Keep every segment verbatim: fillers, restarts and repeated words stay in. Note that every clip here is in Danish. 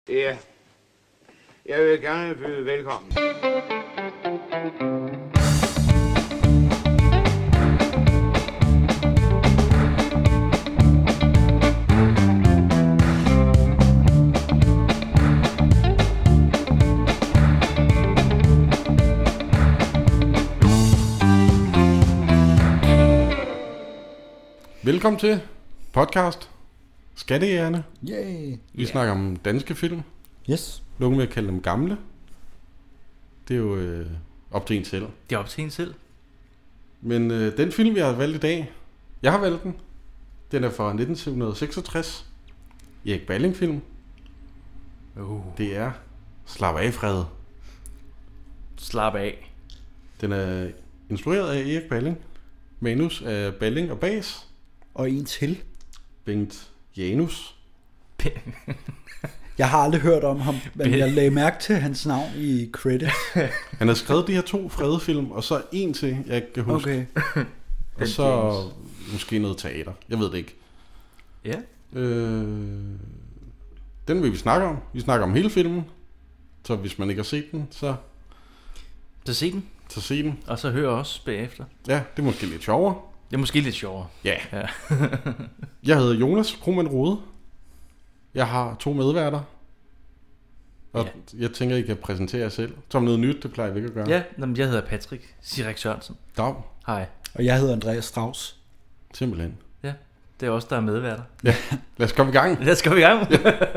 Ja, jeg vil gerne byde velkommen. Velkommen til podcast Skattejægerne. Yay. Vi Yeah. snakker om danske film. Yes. Nogle vil kalde dem gamle. Det er jo øh, op til en selv. Det er op til en selv. Men øh, den film, vi har valgt i dag, jeg har valgt den. Den er fra nitten seksogtres. Erik Balling film. Uh. Det er Slap af, Fred. Slap af. Den er instrueret af Erik Balling. Manus af Balling og Baas. Og en til. Bengt Janus. Jeg har aldrig hørt om ham, men jeg lagde mærke til hans navn i credits. Han har skrevet de her to Fred-film, og så en til, jeg ikke kan huske. Okay. Og så måske noget teater. Jeg ved det ikke. Ja. Øh, den vil vi snakke om. Vi snakker om hele filmen. Så hvis man ikke har set den, så, Så se den, så se den. og så hør os bagefter. Ja, det er måske lidt sjovere. Det er måske lidt sjovere. Ja. Ja. Jeg hedder Jonas Krohmann Rode. Jeg har to medværter. Og Ja. jeg tænker, I kan præsentere jer selv. Som noget nyt, det plejer vi ikke at gøre. Ja, jamen, jeg hedder Patrick Sirik Sørensen. Dag. Hej. Og jeg hedder Andreas Strauss. Simpelthen. Ja, det er også der er medværter. Ja, lad os komme i gang. Lad os komme i gang.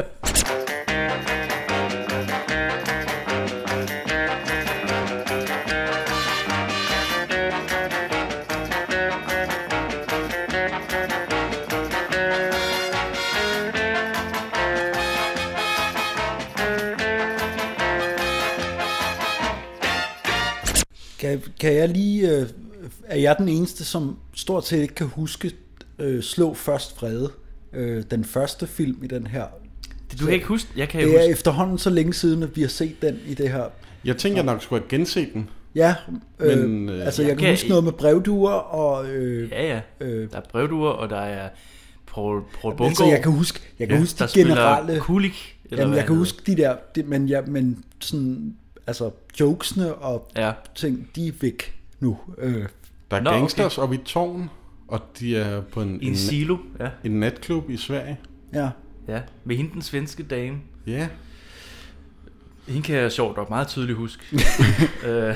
Kan, kan jeg lige... Øh, er jeg den eneste, som stort set ikke kan huske øh, Slå først Frede? Øh, den første film i den her. Du kan ikke huske? Jeg kan Det huske. er efterhånden så længe siden, at vi har set den i det her. Jeg tænker, jeg nok skulle have genset den. Ja, øh, Men, øh, altså jeg jeg kan kan huske ikke- noget med brevduer og... Øh, Ja, ja. øh, Der er brevduer, og der er Paul, Paul Bungård. altså jeg kan huske, jeg kan Ja, huske der de spiller generelle... Kulik. Eller Jamen, hvad jeg kan han huske de der, det, men, ja, men sådan, altså, jokesene og hedder. Ja. ting, de er væk nu. Øh, Der er Nå, gangsters oppe i tårn, og de er på en, I en en, silo. Ja. en natklub i Sverige. ja. Ja. Med hende den svenske dame. Ja, Hende kan jeg sjovt nok meget tydeligt huske. øh.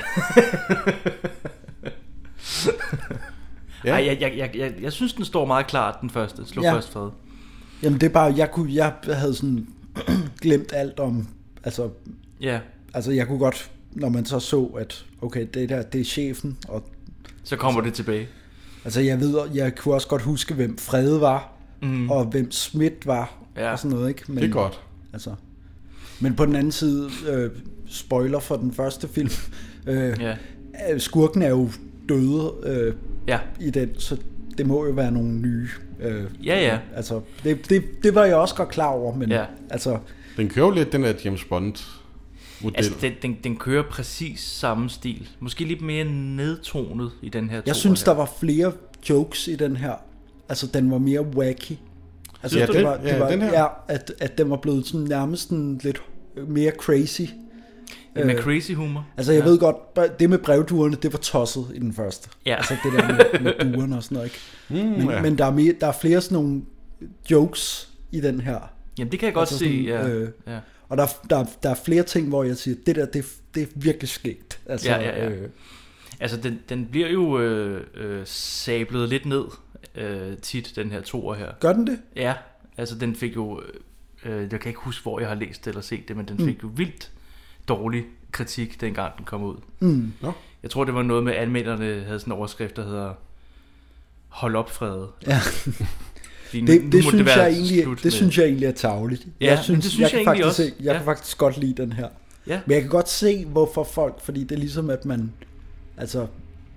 Ja. Ej, jeg, jeg, jeg, jeg, jeg synes, den står meget klart, den første. Slå Ja. først fred. Jamen, det er bare, jeg, kunne, jeg havde sådan glemt alt om, altså, Ja, altså, jeg kunne godt, når man så så, at okay, det der, det er chefen, og så kommer det tilbage. altså, jeg ved, jeg kunne også godt huske, hvem Frede var, Mm. og hvem Schmidt var, Ja. og sådan noget, ikke? Men, det er godt. Altså, men på den anden side, øh, spoiler for den første film, øh, Ja. øh, skurken er jo døde øh, Ja, i den, så det må jo være nogle nye. Øh, ja, ja. Altså, det, det, det var jeg også godt klar over, men Ja. altså, Den kører jo lidt den der James Bond-model. Altså, den, den, den kører præcis samme stil. Måske lidt mere nedtonet i den her jeg toer synes, her. der var flere jokes i den her. Altså, den var mere wacky. Altså, Ja, det den- var, det ja, var, den her. ja, at, at den var blevet sådan nærmest sådan lidt mere crazy. Med Øh, crazy humor. Altså, jeg ja. ved godt, det med brevduerne, det var tosset i den første. Ja. Altså, det der med, med duerne og sådan noget, ikke? Mm, Men, ja. men der, er mere, der er flere sådan nogle jokes i den her. Jamen, det kan jeg godt Altså se, sådan, ja. øh, ja. Og der, der, der er flere ting, hvor jeg siger, det der, det, det er virkelig skægt. Altså, Ja, ja, ja. Øh, Altså, den, den bliver jo øh, øh, sablet lidt ned øh, tit, den her toer her. gør den det? Ja, altså den fik jo, øh, jeg kan ikke huske, hvor jeg har læst det eller set det, men den fik mm. jo vildt dårlig kritik, dengang den kom ud. Mm. Nå. Jeg tror, det var noget med, anmelderne havde sådan en overskrift, der hedder Hold op, Frede. Ja. Fordi nu- Det, nu det, må synes være jeg egentlig, slut det med- synes jeg egentlig er tarveligt. Ja, jeg men synes, det synes jeg, jeg kan egentlig faktisk, også. se, jeg Ja. kan faktisk godt lide den her. Ja. Men jeg kan godt se, hvorfor folk, fordi det er ligesom, at man, altså,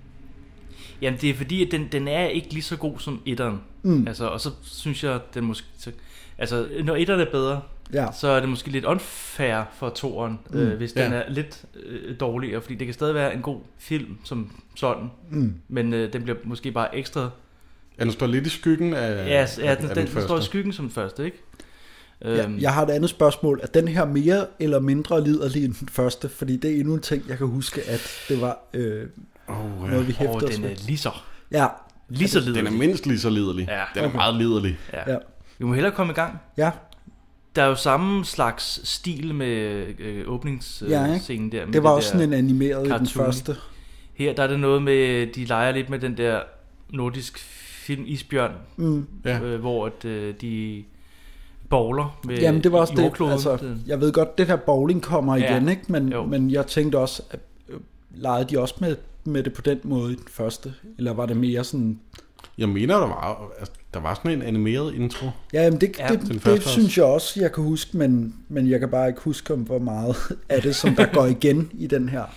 Jamen, det er fordi, at den, den er ikke lige så god som etteren. Mm. Altså, og så synes jeg, den måske... Så, altså, når etteren er bedre, ja. så er det måske lidt unfair for toeren, mm. øh, hvis Ja. den er lidt øh, dårligere, fordi det kan stadig være en god film som sådan, Mm. men øh, den bliver måske bare ekstra... Ja, den står lidt i skyggen af, Ja, ja af den, den, den står i skyggen som den første, ikke? Ja, Øhm, jeg har et andet spørgsmål. Er den her mere eller mindre liderlig end den første? Fordi det er endnu en ting, jeg kan huske, at det var øh, Oh, ja. noget, vi hæfter og os den ved. er lige så, Ja, lige så liderlig. Den er mindst lige så liderlig. Ja. Den er Okay. meget liderlig. Ja. ja, Vi må hellere komme i gang. ja. Der er jo samme slags stil med øh, åbningsscenen Ja, øh, ikke? scenen der. Med Det var det også der sådan en animeret i den cartoon. første. Her der er det noget med, de leger lidt med den der nordisk film Isbjørn, Mm. Ja. øh, hvor at, øh, de bowler med Jamen det var også det, jordkloden. altså, jeg ved godt, det her bowling kommer Ja, igen, ikke? Men, jo. men jeg tænkte også, at, øh, legede de også med, med det på den måde i den første? Eller var det mere sådan... Jeg mener, der var, altså, der var sådan en animeret intro. Ja, jamen det, Ja, det, den det, første det også. synes jeg også, jeg kan huske, men, men jeg kan bare ikke huske, om hvor meget af det, som der går igen i den her.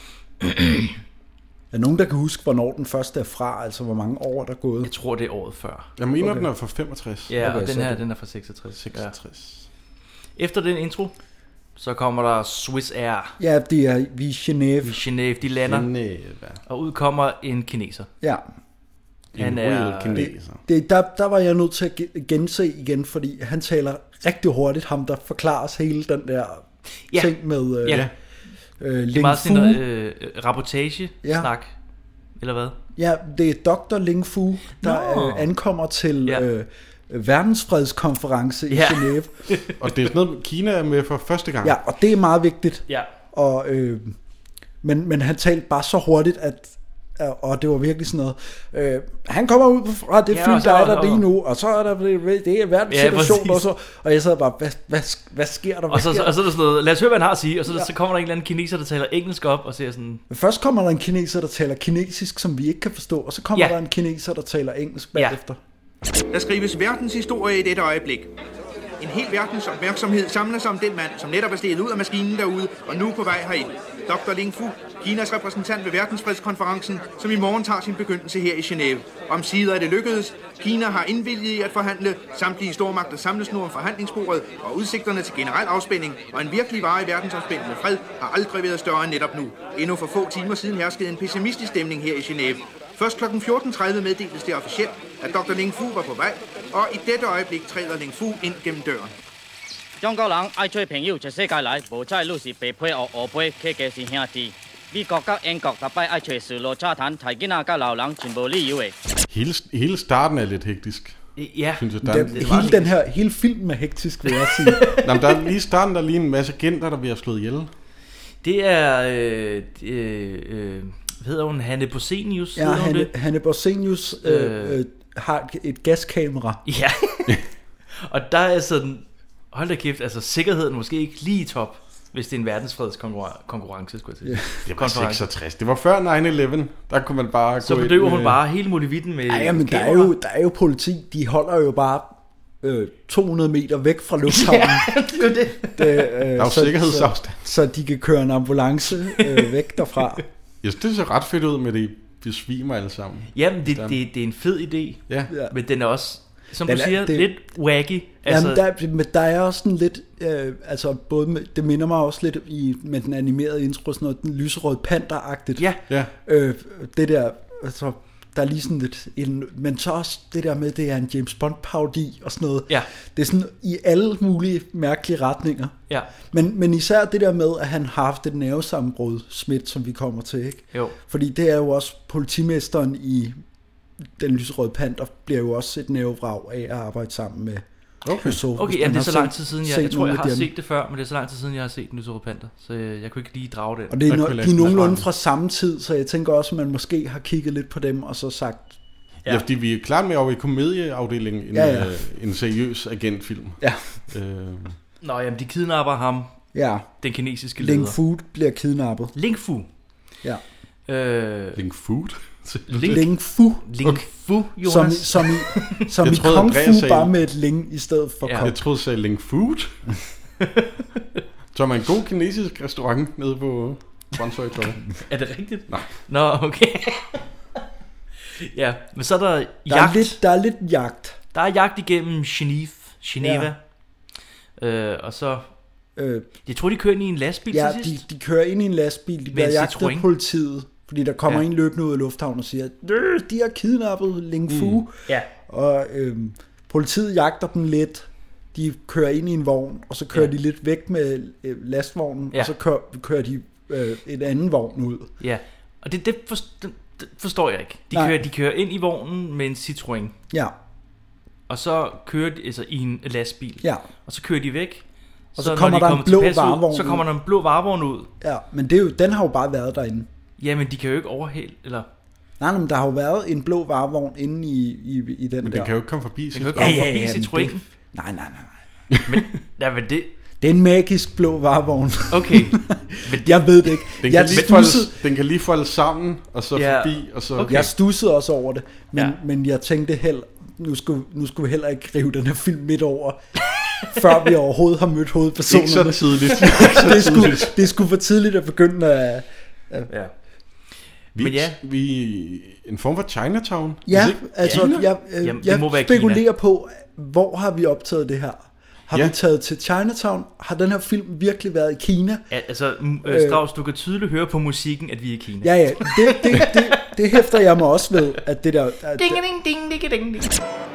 Er nogen, der kan huske, hvornår den første er fra, altså hvor mange år der er gået? Jeg tror det er året før. Jeg mener, Okay. den er fra femogtres. Ja, Okay, og den så her det- den er fra seksogtres. seksogtres. Ja. Efter den intro, så kommer der Swiss Air Ja, det er vi er i Genève. i Genève. De lander, Genève. og ud kommer en kineser. Ja, En Han er- real kineser. det, der, der var jeg nødt til at ge- gense igen, fordi han taler rigtig hurtigt, ham der forklarer os hele den der Ja. ting med øh, Ja. ja. øh, Det er Ling meget Fu. sådan noget øh, rapportage-snak. Eller hvad? Ja, det er doktor Ling Fu, der Nå. øh, ankommer til Ja. øh, verdensfredskonference i Ja. Genève. Og det er sådan noget, Kina er med for første gang. Ja, og det er meget vigtigt. Ja. Og, øh, men, men han talte bare så hurtigt, at og det var virkelig sådan noget. Øh, han kommer ud fra det Ja, fly, og så- der er der og- lige nu, og så er der det, det er verdens Ja, situation, præcis. og så og jeg sad bare, hvad, hvad, hvad sker der? Hvad Og så, sker og så er der sådan noget, lad os høre, hvad han har at sige. Og så, Ja. så kommer der en eller anden kineser, der taler engelsk op og siger sådan... der? Først kommer der en kineser, der taler kinesisk, som vi ikke kan forstå, og så kommer Ja. der en kineser, der taler engelsk Ja. bagefter. Der skrives verdenshistorie i dette øjeblik. En hel verdens opmærksomhed samler sig om den mand, som netop er steget ud af maskinen derude, og nu er på vej herind. doktor Ling Fu, Kinas repræsentant ved verdensfredskonferencen, som i morgen tager sin begyndelse her i Genève. Om sider er det lykkedes. Kina har indvilget i at forhandle. Samtlige stormagter samles nu om forhandlingsbordet, og udsigterne til generel afspænding og en virkelig varig verdensomspændende fred har aldrig været større end netop nu. Endnu for få timer siden herskede en pessimistisk stemning her i Genève. Først klokken fjorten tredive meddeles det officielt, at doktor Ling Fu var på vej, og i dette øjeblik træder Ling Fu ind gennem døren. 中國人愛做朋友，全世界來無在路是白配和黑配，客家是兄弟。美國甲英國逐擺愛找事路洽談，睇囡仔甲老人全無理由的。 Hele, hele starten er lidt hektisk, Ja, synes jeg. Der er, Den, det var hele, den her, hele filmen er hektisk, vil jeg sige. Nå, men der er lige i starten, der er lige en masse agenter, der bliver slået ihjel. det er... Øh, øh, øh, hvad hedder hun? Hanne Bosenius? Ja, hedder hun Hanne, det? Hanne Borsenius øh, øh, har et- et gaskamera. Ja. Og der er sådan... Hold da kæft, altså sikkerheden måske ikke lige i top, hvis det er en verdensfredskonkurrence, skulle jeg sige. Det var Konference. seksogtres. Det var før nine eleven. Der kunne man bare Så gå bedøver ind hun med- bare hele molevitten med Ej, men der er, kamera. jo, der er jo politi, de holder jo bare øh, to hundrede meter væk fra lufthavnen. Ja, det er jo det. Det, øh, Der er jo så, sikkerhedsafstand. så, så de kan køre en ambulance øh, væk derfra. Jeg synes, det ser ret fedt ud med det. Vi svimer alle sammen. Jamen, det, det, det er en fed idé, Ja. Ja. men den er også, som Den du er- siger, det- lidt wacky. Altså, Altså, Jamen, der, men der er også sådan lidt, øh, altså både med, det minder mig også lidt i, med den animerede intro, sådan noget, den lyserøde panter-agtigt. ja, Ja. Øh, det der, altså, der er lige sådan lidt, en, men så også det der med, det er en James Bond-parodi og sådan noget. ja, Det er sådan i alle mulige mærkelige retninger. ja, Men, men især det der med, at han har haft et nervesammenbrud, Schmidt, som vi kommer til, ikke? jo. Fordi det er jo også politimesteren i Den lyserøde panter, bliver jo også et nervevrag af at arbejde sammen med Okay. Clouseau. Okay, Hvis jamen, man det er har så lang set- tid siden, jeg, set jeg tror, nogle jeg af har dem. set det før, men det er så lang tid siden, jeg har set Den Lyserøde Panter, så jeg, jeg kunne ikke lige drage den. Og det er, Der no, kunne jeg de er lægge nogenlunde frem. fra samme tid, så jeg tænker også, at man måske har kigget lidt på dem og så sagt, Ja. ja, fordi vi er klart med over i komedieafdelingen en, Ja, ja. øh, en seriøs agentfilm. ja, Øh, Nå, jamen, de kidnapper ham, ja, den kinesiske leder. Ling Fu bliver kidnappet. Ling Fu. Ja. Øh, Link Food. Ling, Ling Fu, Ling Fu, som, Jonas. som i, som Jeg i troede, Kung Andreas Fu, sagde- bare med et ling i stedet for Ja. ja. Jeg troede, du sagde Link Food. Så er man en god kinesisk restaurant nede på Brøndshøj Torv. Er det rigtigt? Nej. Nå, okay. Ja, men så er der Der jagt. er, lidt, der er lidt jagt. Der er jagt igennem Genève. Geneva. Ja. Øh, og så... Øh, Jeg tror, de kører ind i en lastbil ja, til de, sidst. de kører ind i en lastbil, de bliver en jagtet af Citroën. politiet, fordi der kommer Ja. ja. en løbende ud af lufthavnen og siger, "Øh, de har kidnappet Ling Fu, mm. Ja. og øhm, politiet jagter dem lidt, de kører ind i en vogn, og så kører Ja. de lidt væk med øh, lastvognen, Ja. og så kører, kører de øh, en anden vogn ud. Ja, og det, det, forstår, det, det forstår jeg ikke. De Nej. kører, de kører ind i vognen med en Citroën, Ja, og så kører de altså, i en lastbil, ja, og så kører de væk. Og så når kommer de der en blå tilpas ud, varevogn Så ud. kommer der en blå varevogn ud. ja. Men det er jo, den har jo bare været derinde. Ja, men de kan jo ikke overhale, eller... Nej, men der har jo været en blå varevogn inde i, i, i den Men der. den kan jo ikke komme forbi. Den Sig. kan jo ikke Ja, komme ja, forbi ja, men Citroën. det- Nej, nej, nej. Men, ja, men det... Det er en magisk blå varevogn. Okay. Men Jeg ved det ikke. Den, Jeg kan lige folde, stussede, den kan lige folde sammen, og så Ja. forbi, og så... Okay. jeg stussede også over det, men, Ja. men jeg tænkte heller, nu skulle, nu skulle vi heller ikke rive den her film midt over, før vi overhovedet har mødt hovedpersonerne. Ikke så tidligt. det, er sgu, det er sgu for tidligt at begynde at... Ja. Vi, Men ja. vi en form for Chinatown. Ja, Hvis ikke- altså, Kina? jeg, øh, Jamen, det jeg må være spekulerer på, hvor har vi optaget det her? Har Ja. vi taget til Chinatown? Har den her film virkelig været i Kina? Ja, altså, m- øh, Strauss, du kan tydeligt høre på musikken, at vi er i Kina. Ja, ja, det, det, det, det hæfter jeg mig også ved, at det der... At, Ding, ding, ding, ding, ding, ding.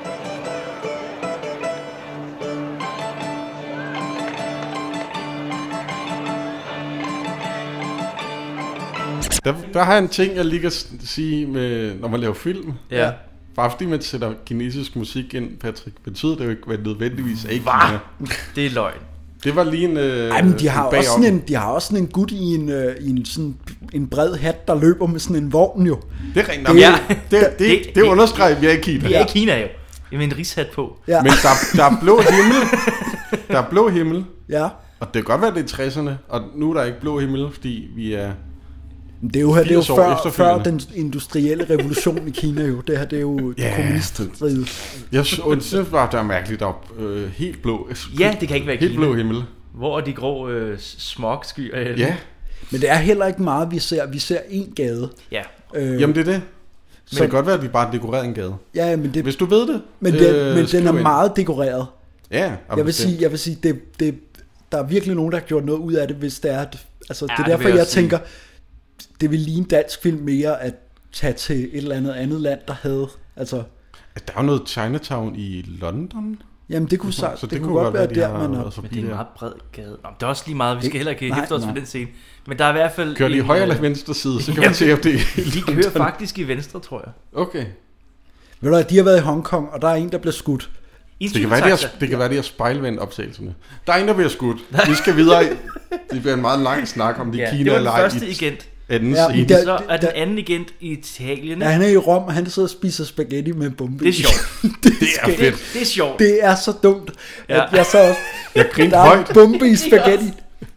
Der, der har jeg en ting, jeg lige kan s- sige, med, når man laver film. Ja. Bare fordi man sætter kinesisk musik ind, Patrick, betyder det jo ikke, hvad det nødvendigvis er i Hva? Kina. Det er løgn. Det var lige en... Øh, Ej, men de har, en også bagom. sådan en, de har også sådan en gut i en, øh, i en, sådan, en bred hat, der løber med sådan en vogn jo. Det er rent. Det- Det, Ja. det, det, det, det understreger, at vi er i Kina. Vi er i Kina jo. Jeg med en rigshat på. Ja, Men der, der er blå himmel. Der er blå himmel. ja. Og det kan godt være, det er tresserne. Og nu er der ikke blå himmel, fordi vi er... Men det er jo, det er jo firs år før, før efterfølgende. den industrielle revolution i Kina jo. Det her, det er jo Ja. kommuniststridet. Jeg synes bare, det er mærkeligt, der er øh, helt blå. Ja, det kan ikke være Helt Kina. blå himmel. Hvor er de grå øh, smogskyer? Øh, Ja, Men det er heller ikke meget, vi ser. Vi ser en gade. Ja. Øh, jamen det er det. Så Så- det kan godt være, at vi bare dekorerede en gade. ja, men, det, Hvis du ved det, men, den, øh, men den skriv er ind. meget dekoreret. Ja, Jeg vil sige, jeg vil sige det, det, der er virkelig nogen, der har gjort noget ud af det, hvis det er... at- Altså, Ja, det er det derfor, vil jeg jeg også sige. tænker, det vil ligne en dansk film mere at tage til et eller andet andet land, der havde... Altså, der er jo noget Chinatown i London. jamen, det kunne, så, det, det kunne godt være, de der, har man været har... forbi Men det er en der. meget bred gade. Nå, det er også lige meget. Vi skal Det- heller ikke nej, hæfte os nej. på den scene. Men der er i hvert fald... Kører de i en, højre øh, eller venstre side, så kan Jamen, man se, om det er i De London. kører faktisk i venstre, tror jeg. Okay. Ved du hvad, de har været i Hongkong, og der er en, der bliver skudt. I Det kan, være, de cykeltaxa. har, det kan være, de har spejlvendt optagelserne. Der er en, der bliver skudt. Vi skal videre. i- Det bliver en meget lang snak om det Ja, Kina det var eller den ej første i agent. anden Ja, scene. der- Så er den der- anden agent i Italien. Ja, han er i Rom, og han sidder og spiser spaghetti med en bombe. Det er i. sjovt. det, Det er skægt. fedt. Det, det er sjovt. Det er så dumt, at Ja. jeg så også... Jeg grinte Der er en højt. bombe i spaghetti.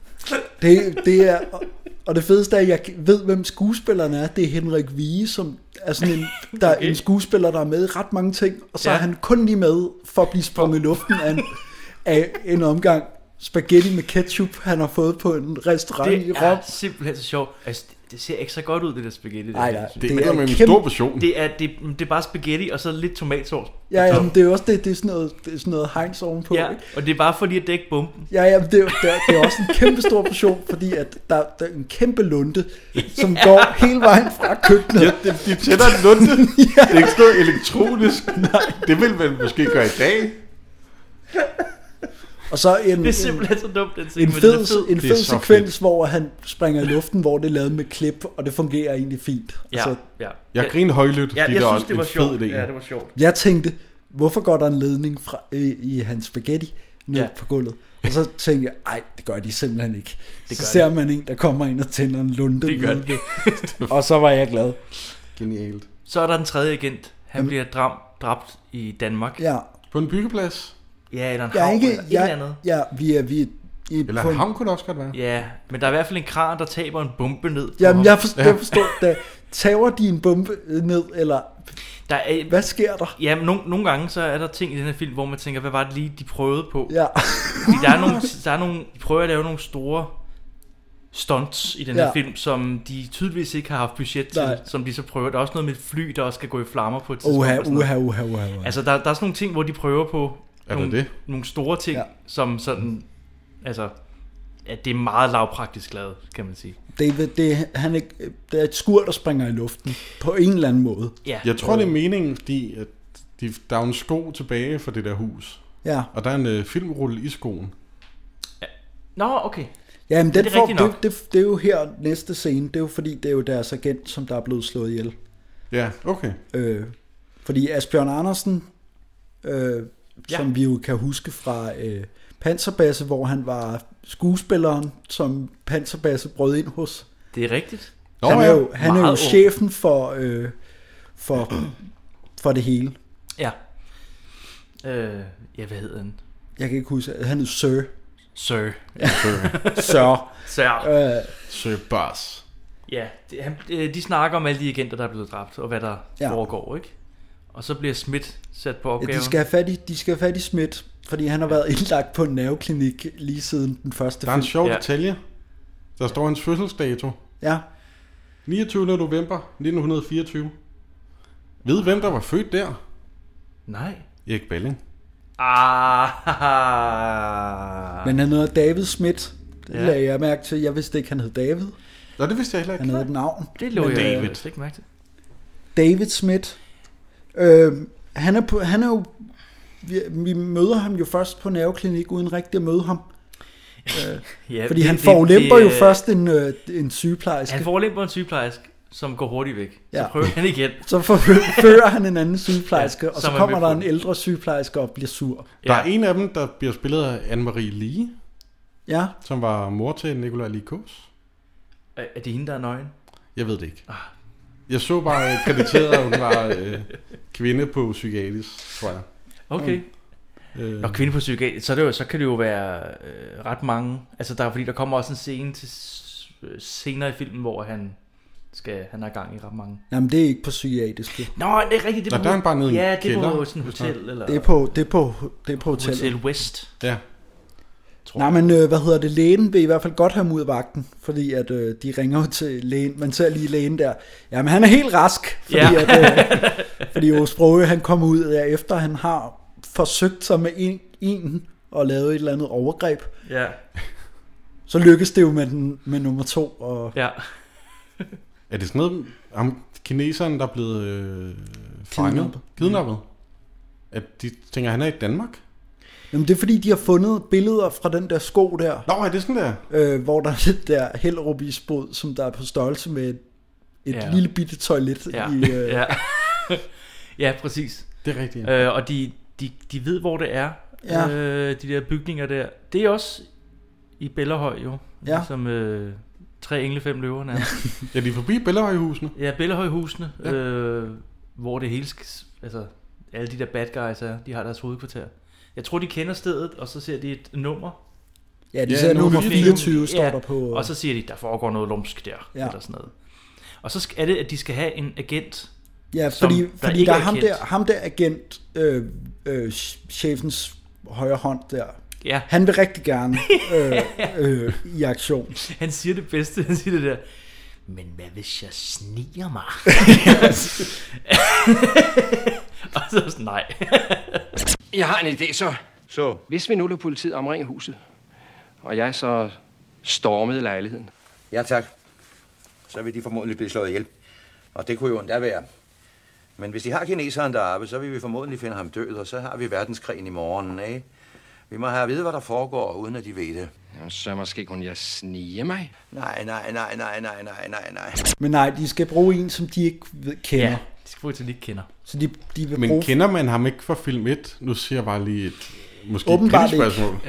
Det, det er... Og det fedeste er, at jeg ved, hvem skuespilleren er. Det er Henrik Vige, som er sådan en, der er en skuespiller, der er med i ret mange ting. Og så Ja. er han kun lige med for at blive sprunget i luften af en, af en omgang spaghetti med ketchup, han har fået på en restaurant i Det Rom. er simpelthen så sjovt. Altså, det- det ser ikke så godt ud, det der spaghetti. Nej, der. nej. Det, Det det er er med en kæmpe- stor portion. Det er, det, det er bare spaghetti, og så lidt tomatsauce. Ja, ja, men det er jo også det, det er sådan noget, det er sådan noget Heinz ovenpå. Ja, Ikke? og det er bare fordi at dække bomben. Ja, ja, men det, er, jo- det, er, det er også en kæmpe stor portion, fordi at der, der er en kæmpe lunde, som går hele vejen fra køkkenet. Ja, de, de tænder en lunde. Det er ikke sådan noget elektronisk. Nej. Det vil man måske gøre i dag. Og så en, Det er simpelthen så dumt, den scene, en men fed, den er fed. en Det er fed så sekvens, hvor han springer i luften, hvor det er lavet med klip, og det fungerer egentlig fint. Ja, Altså, ja. Jeg griner højlydt, Ja, fordi jeg det synes, er det var en fed sjovt. idé. Ja, det var sjovt. jeg tænkte, hvorfor går der en ledning fra, i, i hans spaghetti ned Ja. på gulvet? Og så tænkte jeg, ej, det gør de simpelthen ikke. Det Så gør ser man en, der kommer ind og tænder en lunde. Det gør ned. det. Og så var jeg glad. Genialt. Så er der den tredje agent. Han Jamen. bliver dram, dræbt i Danmark. Ja, På en byggeplads. Ja, eller en jeg er havn, ikke, eller et eller jeg, andet. ja, vi er, vi er i, Eller på en- ham kunne det også godt være. Ja, men der er i hvert fald en kran, der taber en bombe ned på Jamen, ham. jeg forstår, jeg forstår da, tager de en bombe ned, eller Der er, hvad sker der? ja, men nogle, nogle gange så er der ting i den her film, hvor man tænker, hvad var det lige, de prøvede på? Ja, Fordi der er nogle, der er nogle, de prøver at lave nogle store stunts i den her Ja. film, som de tydeligvis ikke har haft budget til, Nej. som de så prøver. Der er også noget med et fly, der også skal gå i flammer på et tidspunkt. uha, og sådan noget. uha, uha, uha, uha. Altså, der, der er sådan nogle ting, hvor de prøver på Er der nogle, det? nogle store ting, Ja. ja. som sådan, altså, at det er meget lavpraktisk lavet, kan man sige. Det, det, han er, det er et skur, der springer i luften, på en eller anden måde. Ja, Jeg tror, det er meningen, fordi at de, der er jo en sko tilbage for det der hus. Ja. Og der er en øh, filmrulle i skoen. Nå, okay. Ja, men den det er får, rigtigt nok. det, det, det er jo her næste scene. Det er jo fordi, det er jo deres agent, som der er blevet slået ihjel. Ja, okay. Øh, fordi Asbjørn Andersen, øh, Ja. som vi jo kan huske fra øh, Panserbasse, hvor han var skuespilleren, som Panserbasse brød ind hos. Det er rigtigt. Nå, Han er ja. jo, han er jo Meget ung. chefen for, øh, for, for det hele. Ja. Øh, ja, hvad hedder han? Jeg kan ikke huske, han er Sir. Sir. Sir. Sir. Øh, Sir Boss. Ja, det, han, øh, de snakker om alle de agenter, der er blevet dræbt, og hvad der Ja. ja. foregår, ikke? Og så bliver Smith sat på ja, opgaven. de skal have fat i, de skal have fat i Smith, fordi han har været indlagt på en nerveklinik lige siden den første Der er en film. sjov Ja. detalje. Der står hans fødselsdato. Ja, niogtyvende november nitten fireogtyve. Ved hvem der var født der? Nej. Erik Balling. Ah. men han hedder David Smith. Det Ja. lagde jeg mærke til. Jeg vidste ikke, han hed David. Nå, det vidste jeg heller ikke. Han havde et navn. Det lå Men, jeg David. øh, ikke mærke til. David Smith. Øh, han, er på, han er jo... Vi, vi møder ham jo først på nerveklinik, uden rigtig at møde ham. Ja, Fordi det- han det- forulemper det, jo øh, først en, øh, en sygeplejerske. Han forulemper en sygeplejerske, som går hurtigt væk. Så Ja. prøver han igen. Så forfører han en anden sygeplejerske, Ja, og så som er kommer med der på en det. ældre sygeplejerske og bliver sur. Der Ja. er en af dem, der bliver spillet af Anne-Marie Lie, Ja, som var mor til Nikolaj Likos. Er er det hende, der er nøgen? Jeg ved det ikke. Jeg så bare øh, krediteret, at hun var øh, kvinde på psykiatrisk, tror jeg. Okay. Øh, Når kvinde på psykiatrisk, så, er det jo, så kan det jo være øh, ret mange. Altså der er fordi, der kommer også en scene til s- øh, senere i filmen, hvor han skal, han er gang i ret mange. jamen det er ikke på psykiatriske. Nå, det er rigtigt. Det Nå, på, der er han bare nede i en Ja, det er kælder. på sådan et hotel. Eller Det er på, det er på, det er på hotellet. Hotel West. ja. Tror Nej, jeg. men øh, hvad hedder det? Lægen vil i hvert fald godt have ham ud af vagten, fordi at øh, de ringer jo til lægen. Man ser lige lægen der. Jamen han er helt rask, fordi Ja. at øh, fordi Aage Sprogøe, han kommer ud der efter han har forsøgt sig med en, en og lavet et eller andet overgreb. Ja, Så lykkes det jo med, den, med nummer to. Og, ja. Er det sådan noget, ham, kineseren, der er blevet øh, fanget? Kidnappet. Kidnappet? At de tænker, han er i Danmark? jamen det er fordi, de har fundet billeder fra den der sko der, Nå, er det sådan der? øh, hvor der er det der Hellerup-isbåd, som der er på størrelse med et, et Ja. lille bitte toilet. Ja, I, øh, ja. ja præcis. Det er rigtigt. Ja. Øh, og de, de, de ved, hvor det er. Ja. Øh, de der bygninger der. Det er også i Bellerhøj jo. Ja. Som øh, tre engle, fem løver nærmest. Ja, de er forbi Bellevøjhusene. Ja, Bellerhøjhusene. Ja. Ja. Øh, hvor det hele skal, altså alle de der bad guys er, de har deres hovedkvarter. Jeg tror, de kender stedet, og så ser de et nummer. ja, de Ja, ser nummer nummer fireogtyve, står Ja, der på. Og så siger de, der foregår noget lumsk der, Ja. ja. eller sådan noget. Og så er det, at de skal have en agent. Ja, som fordi, der fordi ikke der er er ham kendt. der, ham der agent, øh, øh, chefens højre hånd der. Ja, Han vil rigtig gerne øh, øh, i aktion. han siger det bedste, han siger det der. Men hvad hvis jeg sniger mig? og så er jeg sådan, nej. Jeg har en idé, så. Så, Hvis vi nu lader politiet omringe huset, og jeg så stormede lejligheden. Ja, tak. Så vil de formodentlig blive slået ihjel. Og det kunne jo endda være. Men hvis de har kineseren deroppe, så vil vi formodentlig finde ham død, og så har vi verdenskrigen i morgen, ikke? Vi må have at vide, hvad der foregår, uden at de ved det. Jamen, så måske kunne jeg snige mig. Nej, nej, nej, nej, nej, nej, nej, nej. Men nej, de skal bruge en, som de ikke ved- kender. Ja, de skal få til, de ikke kender. Så de, de vil Men bruge... kender man ham ikke fra film et? Nu siger jeg bare lige et, måske Åbenbart et spørgsmål.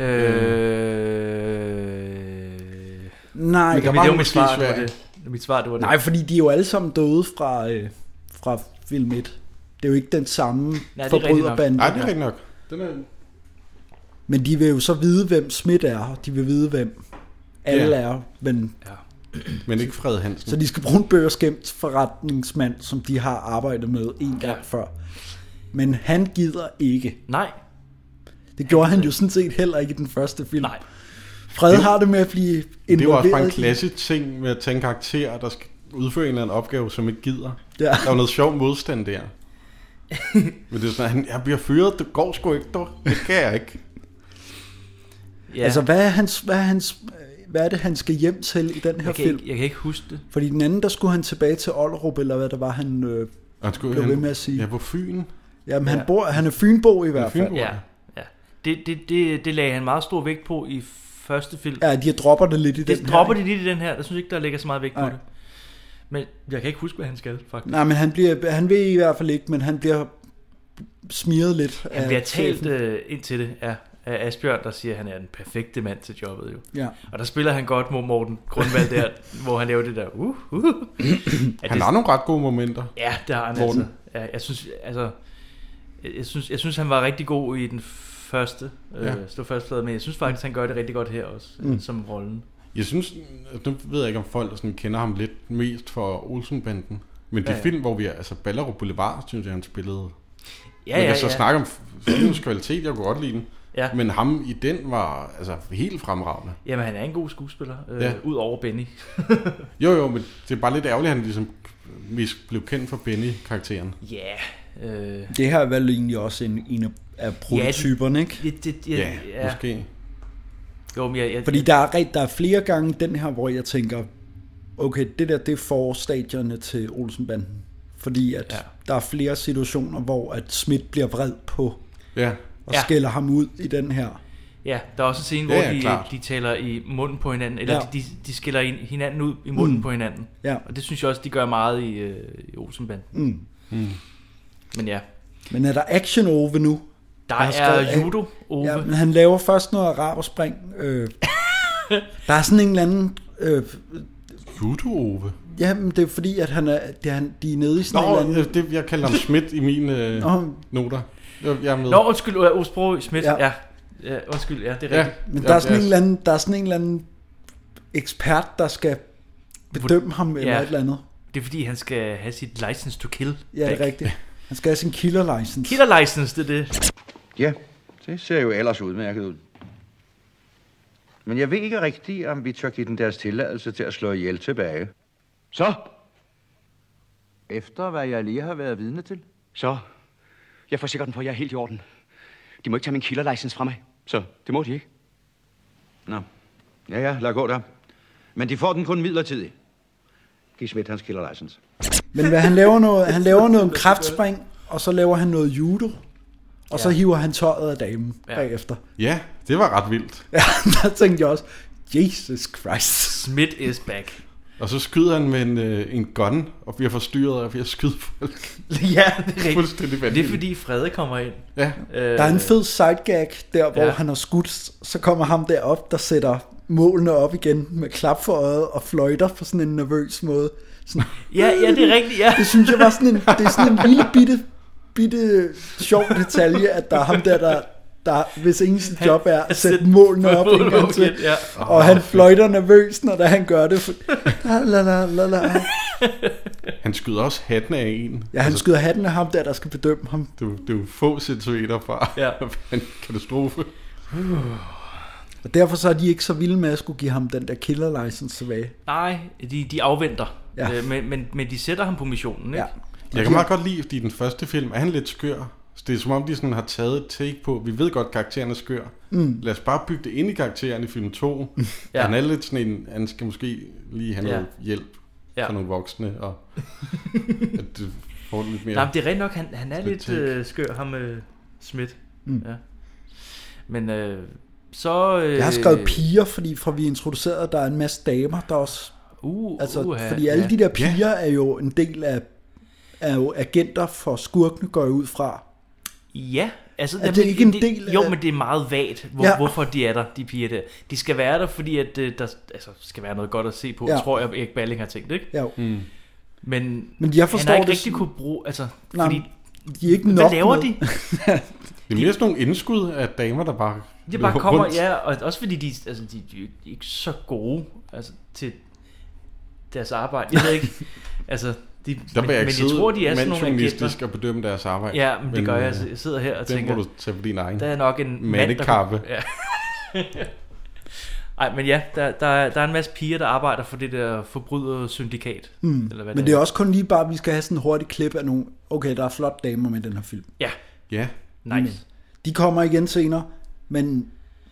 Øh... Nej, Men der Men var det var han mit måske svar, i det var Sverige. det. Mit svar, det var det. nej, fordi de er jo alle sammen døde fra, øh, fra film et. Det er jo ikke den samme Nej, det er rigtigt nok. forbryderbande. Nej, det er rigtigt nok. Den er... Men de vil jo så vide, hvem Smith er, og de vil vide, hvem alle Ja. er. Men, Men ikke Fred Hansen. så de skal bruge en børskæmt forretningsmand, som de har arbejdet med en gang Ja. før. Men han gider ikke. Nej, Det gjorde han jo sådan set heller ikke i den første film. nej. Fred har det med at blive Det er jo også bare en involveret i- klassisk ting med at tage en karakter, der skal udføre en eller anden opgave, som ikke gider. Ja. Der er jo noget sjov modstand der. Men det er sådan, at han, jeg bliver fyret, det går sgu ikke, dog. Det kan jeg ikke. Ja. Altså, hvad er, hans, hvad, er hans, hvad er det, han skal hjem til i den her jeg, kan film? ikke, jeg kan ikke huske det. Fordi den anden, der skulle han tilbage til Ollerup, eller hvad der var, han øh, Og han skulle, blev han, ved med at sige. Ja, på Fyn. Jamen, han, Ja. bor, han er Fynbo i hvert fald. Fynbo. Ja, ja. det, det, det, det lagde han meget stor vægt på i første film. Ja, de dropper det lidt i det den her. Det dropper de lidt i den her. Jeg synes ikke, der lægger så meget vægt Nej. på det. Men jeg kan ikke huske, hvad han skal, faktisk. Nej, men han, bliver, han ved i hvert fald ikke, men han bliver smiret lidt Han af bliver talt chefen. øh, ind til det af, af Asbjørn, der siger, at han er den perfekte mand til jobbet. Jo. Ja. Og der spiller han godt mod Morten Grundvald der, hvor han laver det der. Uh, uh. Han det, har nogle ret gode momenter. Ja, det har han Morten. altså. Ja, jeg synes, altså, jeg synes, jeg synes, han var rigtig god i den første Ja. øh, stå førstplade, men jeg synes faktisk, han gør det rigtig godt her også, mm. som rollen. Jeg synes, nu ved jeg ikke, om folk sådan kender ham lidt mest for Olsenbanden. Men de Ja, ja. film, hvor vi er, altså Ballerup Boulevard, synes jeg, han spillede. Ja, Man ja, kan så ja. snakke om filmens kvalitet, jeg kunne godt lide den. Ja. Men ham i den var altså helt fremragende. Jamen, han er en god skuespiller, øh, Ja. ud over Benny. Jo, jo, men det er bare lidt ærgerligt, at han ligesom mest blev kendt for Benny-karakteren. Ja. Øh, Det her er vel egentlig også en, en af- af prototyperne, ikke? det, det, ja, Ja, ja. måske. Jo, men jeg, jeg, Fordi der er, ret- der er flere gange den her, hvor jeg tænker, okay, det der, det er forstadierne til Olsenbanden. Fordi at Ja. der er flere situationer, hvor at Schmidt bliver vred på Ja. og Ja. skælder ham ud i den her. Ja, der er også en scene, Ja, hvor ja, de, klart. de taler i munden på hinanden, eller Ja. ja. de, de skiller en- hinanden ud i munden Mm. mm. på hinanden. Ja. Og det synes jeg også, de gør meget i, øh, i Olsenbanden. Mm. Mm. Men ja, Men er der action Ove nu? der Jeg har skrevet- er judo, Ove. Ja, men han laver først noget araberspring. Øh, der er sådan en eller anden... Øh, Judo-Ove. ja, men det er fordi, at han er, det er, han, de er nede i sådan Nå, en eller anden... det, jeg kalder ham Schmidt i mine øh, Nå. noter. Jeg, jeg er med. Nå, undskyld, øh, Osbro Schmidt. Ja. Ja. ja. ja. Undskyld, ja, det er Ja. rigtigt. Men Ja, der er sådan ja. en eller anden, der er sådan en eller anden ekspert, der skal bedømme ham eller Ja. et eller andet. Det er fordi, han skal have sit license to kill. Ja, det er back. rigtigt. Han skal have sin killer license. Killer license, det er det. Ja, det ser jo ellers udmærket ud. Men jeg ved ikke rigtigt, om vi tør give den deres tilladelse til at slå ihjel tilbage. Så, Efter hvad jeg lige har været vidne til. så. Jeg forsikrer den for, at jeg er helt i orden. De må ikke tage min killer license fra mig. Så det må de ikke. Nå, ja ja, lad gå der. Men de får den kun midlertidigt. Giv Schmidt hans killer license. Men hvad, han laver noget, han laver noget kraftspring, og så laver han noget judo, og så hiver han tøjet af damen Ja. bagefter. Ja, det var ret vildt. Ja, der tænkte jeg også, Jesus Christ. Schmidt is back. Og så skyder han med en, øh, en gun, og bliver forstyrret af at skyde folk. Ja, det er rigtigt. Fuldstændig Det vanvittigt. er fordi Frede kommer ind. Ja, Øh, Der er en fed sidegag der, hvor Ja. han har skudt, så kommer ham derop, der sætter målene op igen med klap for øjet og fløjter på sådan en nervøs måde. Sådan, Ja, ja, det er rigtigt, ja. det synes jeg var sådan en, det er sådan en lille bitte, bitte sjov detalje, at der er ham der, der, der hvis eneste job er at sætte målene op en gang til. Ja. Og han fløjter nervøs, når han gør det. For, la, la, la, la. han skyder også hatten af en. Ja, han skyder hatten af ham der, der skal bedømme ham. Det, er jo- det er jo få centimeter fra Ja. en katastrofe. Og derfor så er de ikke så vilde med at skulle give ham den der killer license tilbage. Nej, de, de afventer. Ja. Øh, men, men, men de sætter ham på missionen, ikke? Ja. Jeg kan meget godt lide, fordi i den første film er han lidt skør. Så det er som om, de sådan har taget et take på, vi ved godt, karakteren er skør. Mm. Lad os bare bygge det ind i karakteren i film to. Ja. Ja. Han er lidt sådan en, han skal måske lige have noget Ja. hjælp Ja. fra nogle voksne, og at det får lidt mere. Nej, men det er rent nok, han, han er Lidt lidt take. øh, skør, ham øh, Schmidt. Mm. Ja. Men øh, så... Øh, Jeg har skrevet piger, fordi fra vi introducerede, at der er en masse damer, der også... Uh, Altså, uh, fordi alle ja. de der piger er jo en del af, er jo agenter for skurkene, går jeg ud fra. Ja, altså... Er det ikke en del det, Jo, af- men det er meget vagt, hvor, Ja. ja. hvorfor de er der, de piger der. De skal være der, fordi at, øh, der altså, skal være noget godt at se på, Ja. ja. tror jeg, Erik Balling har tænkt, ikke? Ja, Mm. Men, Men jeg forstår han har ikke det rigtig sådan- kunne bruge... Altså, Nej, fordi, de er ikke hvad nok laver med. de? Det er mere sådan nogle indskud af damer, der bare De bare løber kommer, rundt. ja, og også fordi de, altså, de, de er jo ikke så gode altså, til deres arbejde. Jeg ved ikke, altså, de, Der men, vil jeg men ikke jeg sidde tror, de er sådan nogle agenter. mandsjournalistisk og bedømme deres arbejde. Ja, men det gør jeg. øh, Altså, jeg sidder her og Den tænker, må du tage på din egen. der er nok en mand, der mandekappe. Ja. Ej, men ja, der, der, er, der er en masse piger, der arbejder for det der forbrydersyndikat. Mm. Eller hvad Men det er også kun lige bare, at vi skal have sådan en hurtig klip af nogle... Okay, der er flot damer med i den her film. Ja, Ja, nice. De kommer igen senere, men,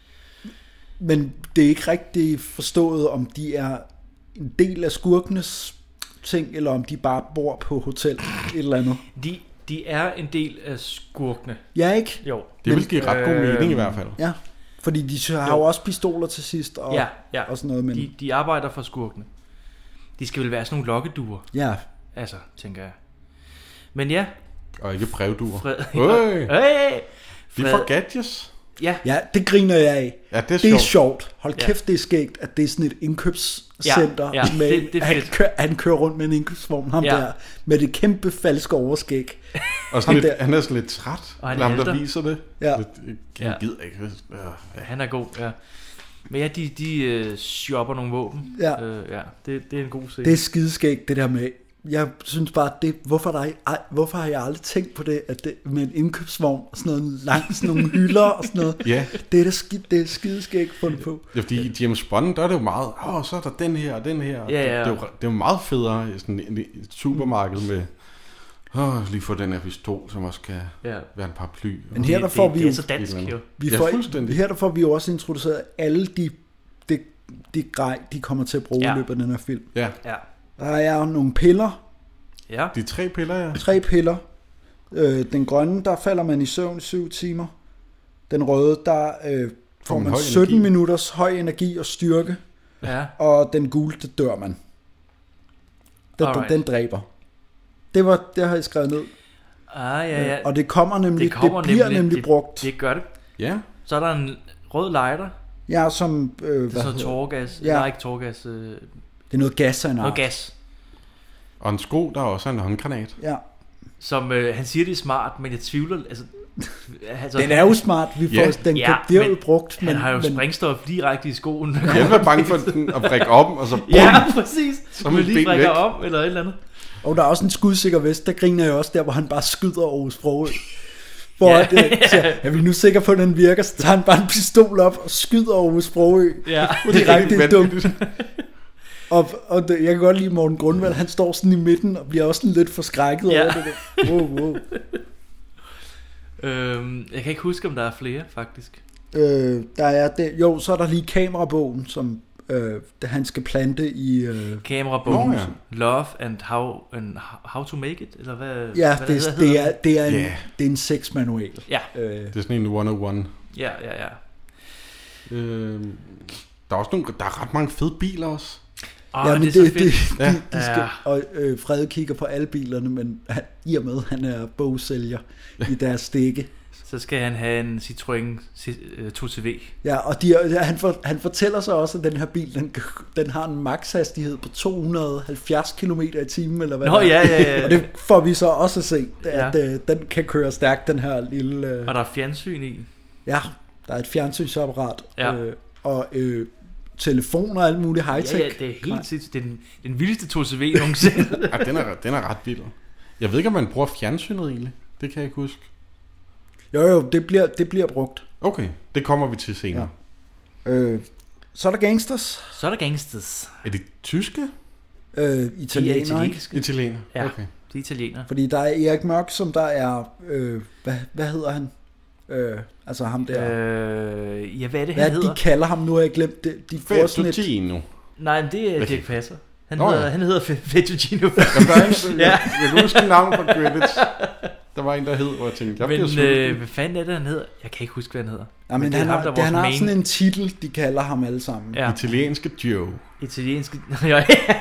men det er ikke rigtig forstået, om de er en del af skurkenes ting, eller om de bare bor på hotel et eller andet. De, De er en del af skurkene. Ja, ikke? Jo. Det vil give ret god Øh, mening i hvert fald. Ja, fordi de har jo også pistoler til sidst og, Ja, ja. og sådan noget. Men... De, de arbejder for skurkene. De skal vel være sådan nogle lokkeduer. Ja. Altså, tænker jeg. Men ja. Og ikke brevduer. Fred... Øj! Hey! De får gadgets. Ja. Ja, det griner jeg af. Ja, det er det er sjovt. sjovt. Hold kæft, Ja. det er skægt, at det er sådan et indkøbscenter. Ja, ja, med, det- det er han, fedt. kører, han kører rundt med en indkøbsvogn, ham Ja. der, med det kæmpe falske overskæg. Og sådan Ham lidt, der. han er sådan lidt træt. Og han Eller ham, der halter. viser det. Ja. Lidt, han Ja. gider ikke. Ja. Ja, han er god, ja. Men ja, de, de uh, shopper nogle våben. Ja. Uh, ja det, det er en god scene. Det er skideskægt, det der med... Jeg synes bare, det, hvorfor, der, ej, hvorfor har jeg aldrig tænkt på det, at det med en indkøbsvogn og sådan noget langs sådan nogle hylder og sådan noget. Ja. Det er da skid, det er skideskægt fundet på. Ja, fordi i James Bond, der er det jo meget, åh, oh, så er der den her og den her. Ja, ja. Det, det, er jo, det er jo meget federe i sådan et supermarked med, åh, oh, lige få den her pistol, som også kan Ja. være en paraply. Men her der får vi det jo... er så dansk, jo. Vi Ja, får, fuldstændig. her der får vi jo også introduceret alle de, de, de grej, de kommer til at bruge Ja. i løbet af den her film. Ja. Ja. Der er nogle piller, Ja. De tre piller, ja. tre piller. Øh, den grønne, der falder man i søvn i syv timer. Den røde, der øh, får man man høj sytten energi. minutters høj energi og styrke. Ja. Og den gule, det dør man. Den, Alright. den dræber. Det var det har jeg skrevet ned. Ah, ja, ja. Og det kommer nemlig, det, kommer det bliver nemlig, nemlig det, brugt. Det gør det. Ja. Så er der en rød lighter. Ja, som... Øh, Det er hvad sådan noget hedder- tårgas. Ja. Nej, ikke tårgas. Øh, Det er noget gas af en noget art. gas. Og en sko, der er også en håndgranat. Ja. Som øh, han siger, det er smart, men jeg tvivler... Altså, altså, Den er jo smart. Vi får, Ja. den Ja, bliver jo men brugt. Han har jo sprængstof direkte i skoen. Jeg var bange for den at brække op, og så... Ja, præcis. Som man et lige ben brækker væk. om, eller et eller andet. Og der er også en skudsikker vest. Der griner jeg også der, hvor han bare skyder over Sprogø. Hvor Ja. ja. det, så, er vi nu sikre på, at den virker? Så tager han bare en pistol op og skyder over Sprogø. Ja. Direkte i helt dumt. Og, og det, jeg kan godt lide Morten Grundvald. Han står sådan i midten og bliver også sådan lidt forskrækket Ja. over det der. Wow, wow. Øhm, jeg kan ikke huske, om der er flere, faktisk. Øh, der er det, jo, så er der lige kamerabogen, som øh, han skal plante i... Øh, Kamerabogen. Nå, ja. Love and how, and how to make it, eller hvad? ja, hvad det, hedder det, er, det, er en, Ja. det er en sexmanual. Ja. Øh, Det er sådan en et nul et. Ja, ja, ja. Øh, der er også nogle, der er ret mange fede biler også. Åh, ja, det men er så det, fedt. det, Ja. de, de skal, Ja. og øh, Frede kigger på alle bilerne, men han, i og med, han er bogsælger i deres stikke. Så skal han have en Citroën øh, to C V. Ja, og de, er- han, for, han fortæller så også, at den her bil, den, den har en makshastighed på to hundrede og halvfjerds kilometer i timen, eller hvad Nå, det er. ja, ja, ja. Og det får vi så også at se, at Ja. ja. øh, den kan køre stærkt, den her lille... Øh, Og der er fjernsyn i. ja, der er et fjernsynsapparat, Ja. øh, og øh, telefoner og alt muligt high-tech. Ja, ja, det er helt sindssygt. Det er den, den vildeste to C V nogensinde. Ja, den er, den er ret vild. Jeg ved ikke, om man bruger fjernsynet egentlig. Det kan jeg ikke huske. Jo, jo, det bliver, det bliver brugt. Okay, det kommer vi til senere. Ja. Øh, så er der gangsters. Så er der gangsters. Er det tyske? Øh, De er italienere, ikke? italienske. Italiener? Ja, Okay. de er italienere. Fordi der er Erik Mørk, som der er... Øh, hvad, hvad hedder han? Øh, altså ham der... Øh, ja, hvad er det, hvad han er det, hedder? de kalder ham? Nu har jeg glemt det. De får sådan et... Fettuccino. Nej, men det er Hvad? Dirk Passer. Han, Nå, hedder, ja. han hedder Fe- Fettuccino. Jamen, der er en, Ja. jeg, jeg kan huske navnet på credits. Der var en, der hed, hvor jeg tænkte, jeg bliver Men sulten. øh, hvad fanden er det, han hedder? Jeg kan ikke huske, hvad han hedder. Ja, men det er han, ham, har, der er det, han vores har main. sådan en titel, de kalder ham alle sammen. Ja. Italienske Joe. Italienske... Ja.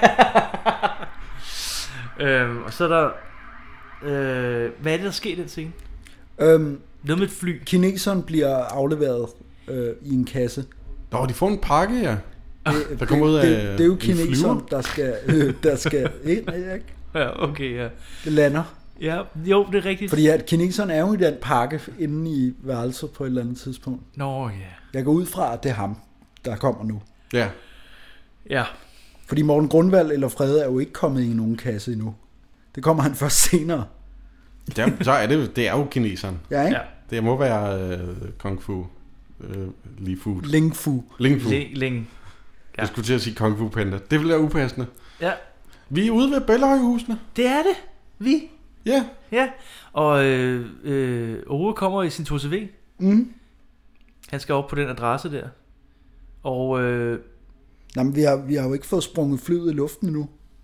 øhm, og så er der... Øh, hvad er det, der sker i den scene? Øhm, Noget med et fly. Kineseren bliver afleveret øh, i en kasse. Nå, de får en pakke, ja. Det, Der kommer ud af det, det er jo en kineseren, flyver. der skal, øh, der skal ind, ikke? Ja, okay, ja. Det lander. Ja, jo, det er rigtigt. Fordi at kineseren er jo i den pakke inde i værelset på et eller andet tidspunkt. Nå, ja. Jeg går ud fra, at det er ham, der kommer nu. Ja. Ja. Fordi Morten Grundvald eller Frede er jo ikke kommet i nogen kasse endnu. Det kommer han først senere. Ja, så er det, det er jo kineseren. Ja, ikke? Ja. Det må være øh, Kung Fu. Øh, Li Fu. Ling Fu. Ling Fu. Ling, ling. Ja. Jeg skulle til at sige Kung Fu Panda. Det ville være upassende. Ja. Vi er ude ved Bellahøjhusene. Det er det. Vi. Ja. Ja. Og øh, øh, Ove kommer i sin to C V. Mm. Han skal op på den adresse der. Og... Øh, Jamen, vi har, vi har jo ikke fået sprunget flyet i luften endnu.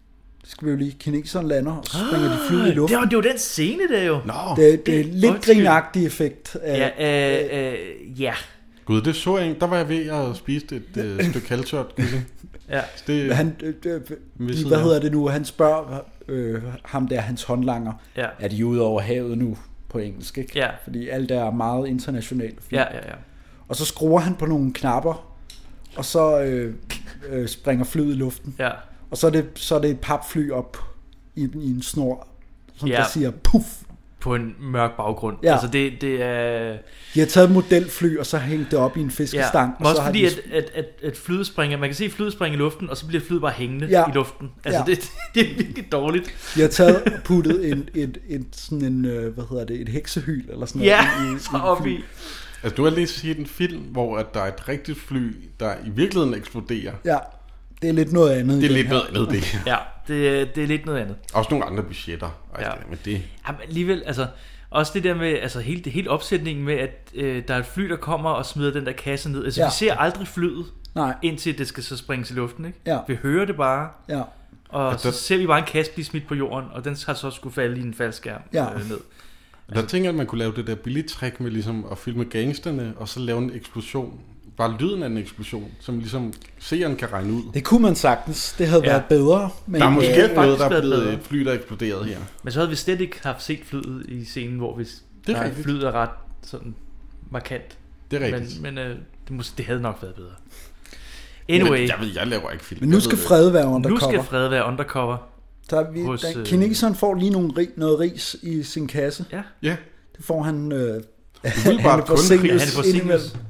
Det skal vi jo lige. Kineseren lander, og så springer de flyet i luften. Det var, det var den scene der jo. Nå. Det, det er lidt grinagtig effekt. Af, Ja, øh, øh, ja. Gud, det så jeg ikke. Der var jeg ved at spise et øh, stykke halvtørt. Ja. Det, han, øh, øh, Hvis hvad jeg- hedder det nu? Han spørger øh, ham der, hans håndlanger. Ja. Er de ude over havet nu på engelsk, ikke? Ja. Fordi alt er meget internationalt. Ja, ja, ja. Og så skruer han på nogle knapper, og så øh, øh, springer flyet i luften. Ja. Og så er det, så er det et papfly op i, i en snor, som Ja. der siger puff. På en mørk baggrund. Ja. Altså det, det er... De har taget et modelfly, og så hængt det op i en fiskestang. Ja, og også så har fordi, de... at, at, at, at flyet springer, man kan se flyet springe i luften, og så bliver flyet bare hængende Ja. i luften. Altså Ja. det, det er virkelig dårligt. De har taget og puttet en, et, et, sådan en, øh, hvad hedder det, et heksehyl, eller sådan Ja, noget. så op i. Altså, du har lige set en film, hvor at der er et rigtigt fly, der i virkeligheden eksploderer. Ja, det er lidt noget andet. Det er i lidt den noget andet, det. Ja, det, det er lidt noget andet. Også nogle andre budgetter. Altså, Ja. Men det... Jamen alligevel, altså... Også det der med, altså hele, hele opsætningen med, at øh, der er et fly, der kommer og smider den der kasse ned. Altså Ja. vi ser aldrig flyet, Nej. indtil det skal så springes i luften, ikke? Ja. Vi hører det bare, Ja. og Ja, så der- ser vi bare en kasse blive smidt på jorden, og den har så skulle falde i en faldskærm Ja. øh, ned. Der tænker jeg, at man kunne lave det der billige trick med ligesom at filme gangsterne, og så lave en eksplosion. Bare lyden af en eksplosion, som ligesom seeren kan regne ud. Det kunne man sagtens. Det havde Ja. været bedre. Men Der er måske Ja, noget, der faktisk er været blevet bedre. et fly, der er eksploderet her. Men så havde vi slet ikke haft set flyet i scenen, hvor vi Det er der rigtigt. flyet er ret sådan markant. Det er rigtigt. Men, men øh, det, måske, det havde nok været bedre. Anyway, Men jeg ved, jeg laver ikke film. Men nu Jeg skal ved det. Fred være nu undercover. skal Fred være undercover. Der er vi, hos, der, øh, kineseren får lige nogle, ri- noget ris i sin kasse. Ja. Ja, Det får han... Øh, umiddelbart er kun forsinket ris. Ja, han er for indimellem. Senius.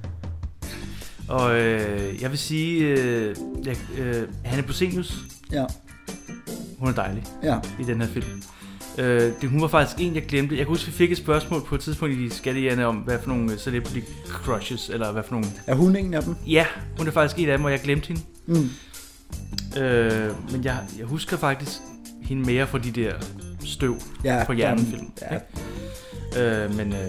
Og øh, jeg vil sige, øh, jeg, øh, Hanne Bosenius, Ja, hun er dejlig ja. i den her film. Øh, det, hun var faktisk en, jeg glemte. Jeg kan huske, vi fik et spørgsmål på et tidspunkt i Skattejerne om, hvad for nogle celebrity crushes, eller hvad for nogle... Er hun en af dem? Ja, hun er faktisk en af dem, og jeg glemte hende. Mm. Øh, men jeg, jeg husker faktisk hende mere for de der støv Ja, på hjernen-film. ja. Øh, men øh,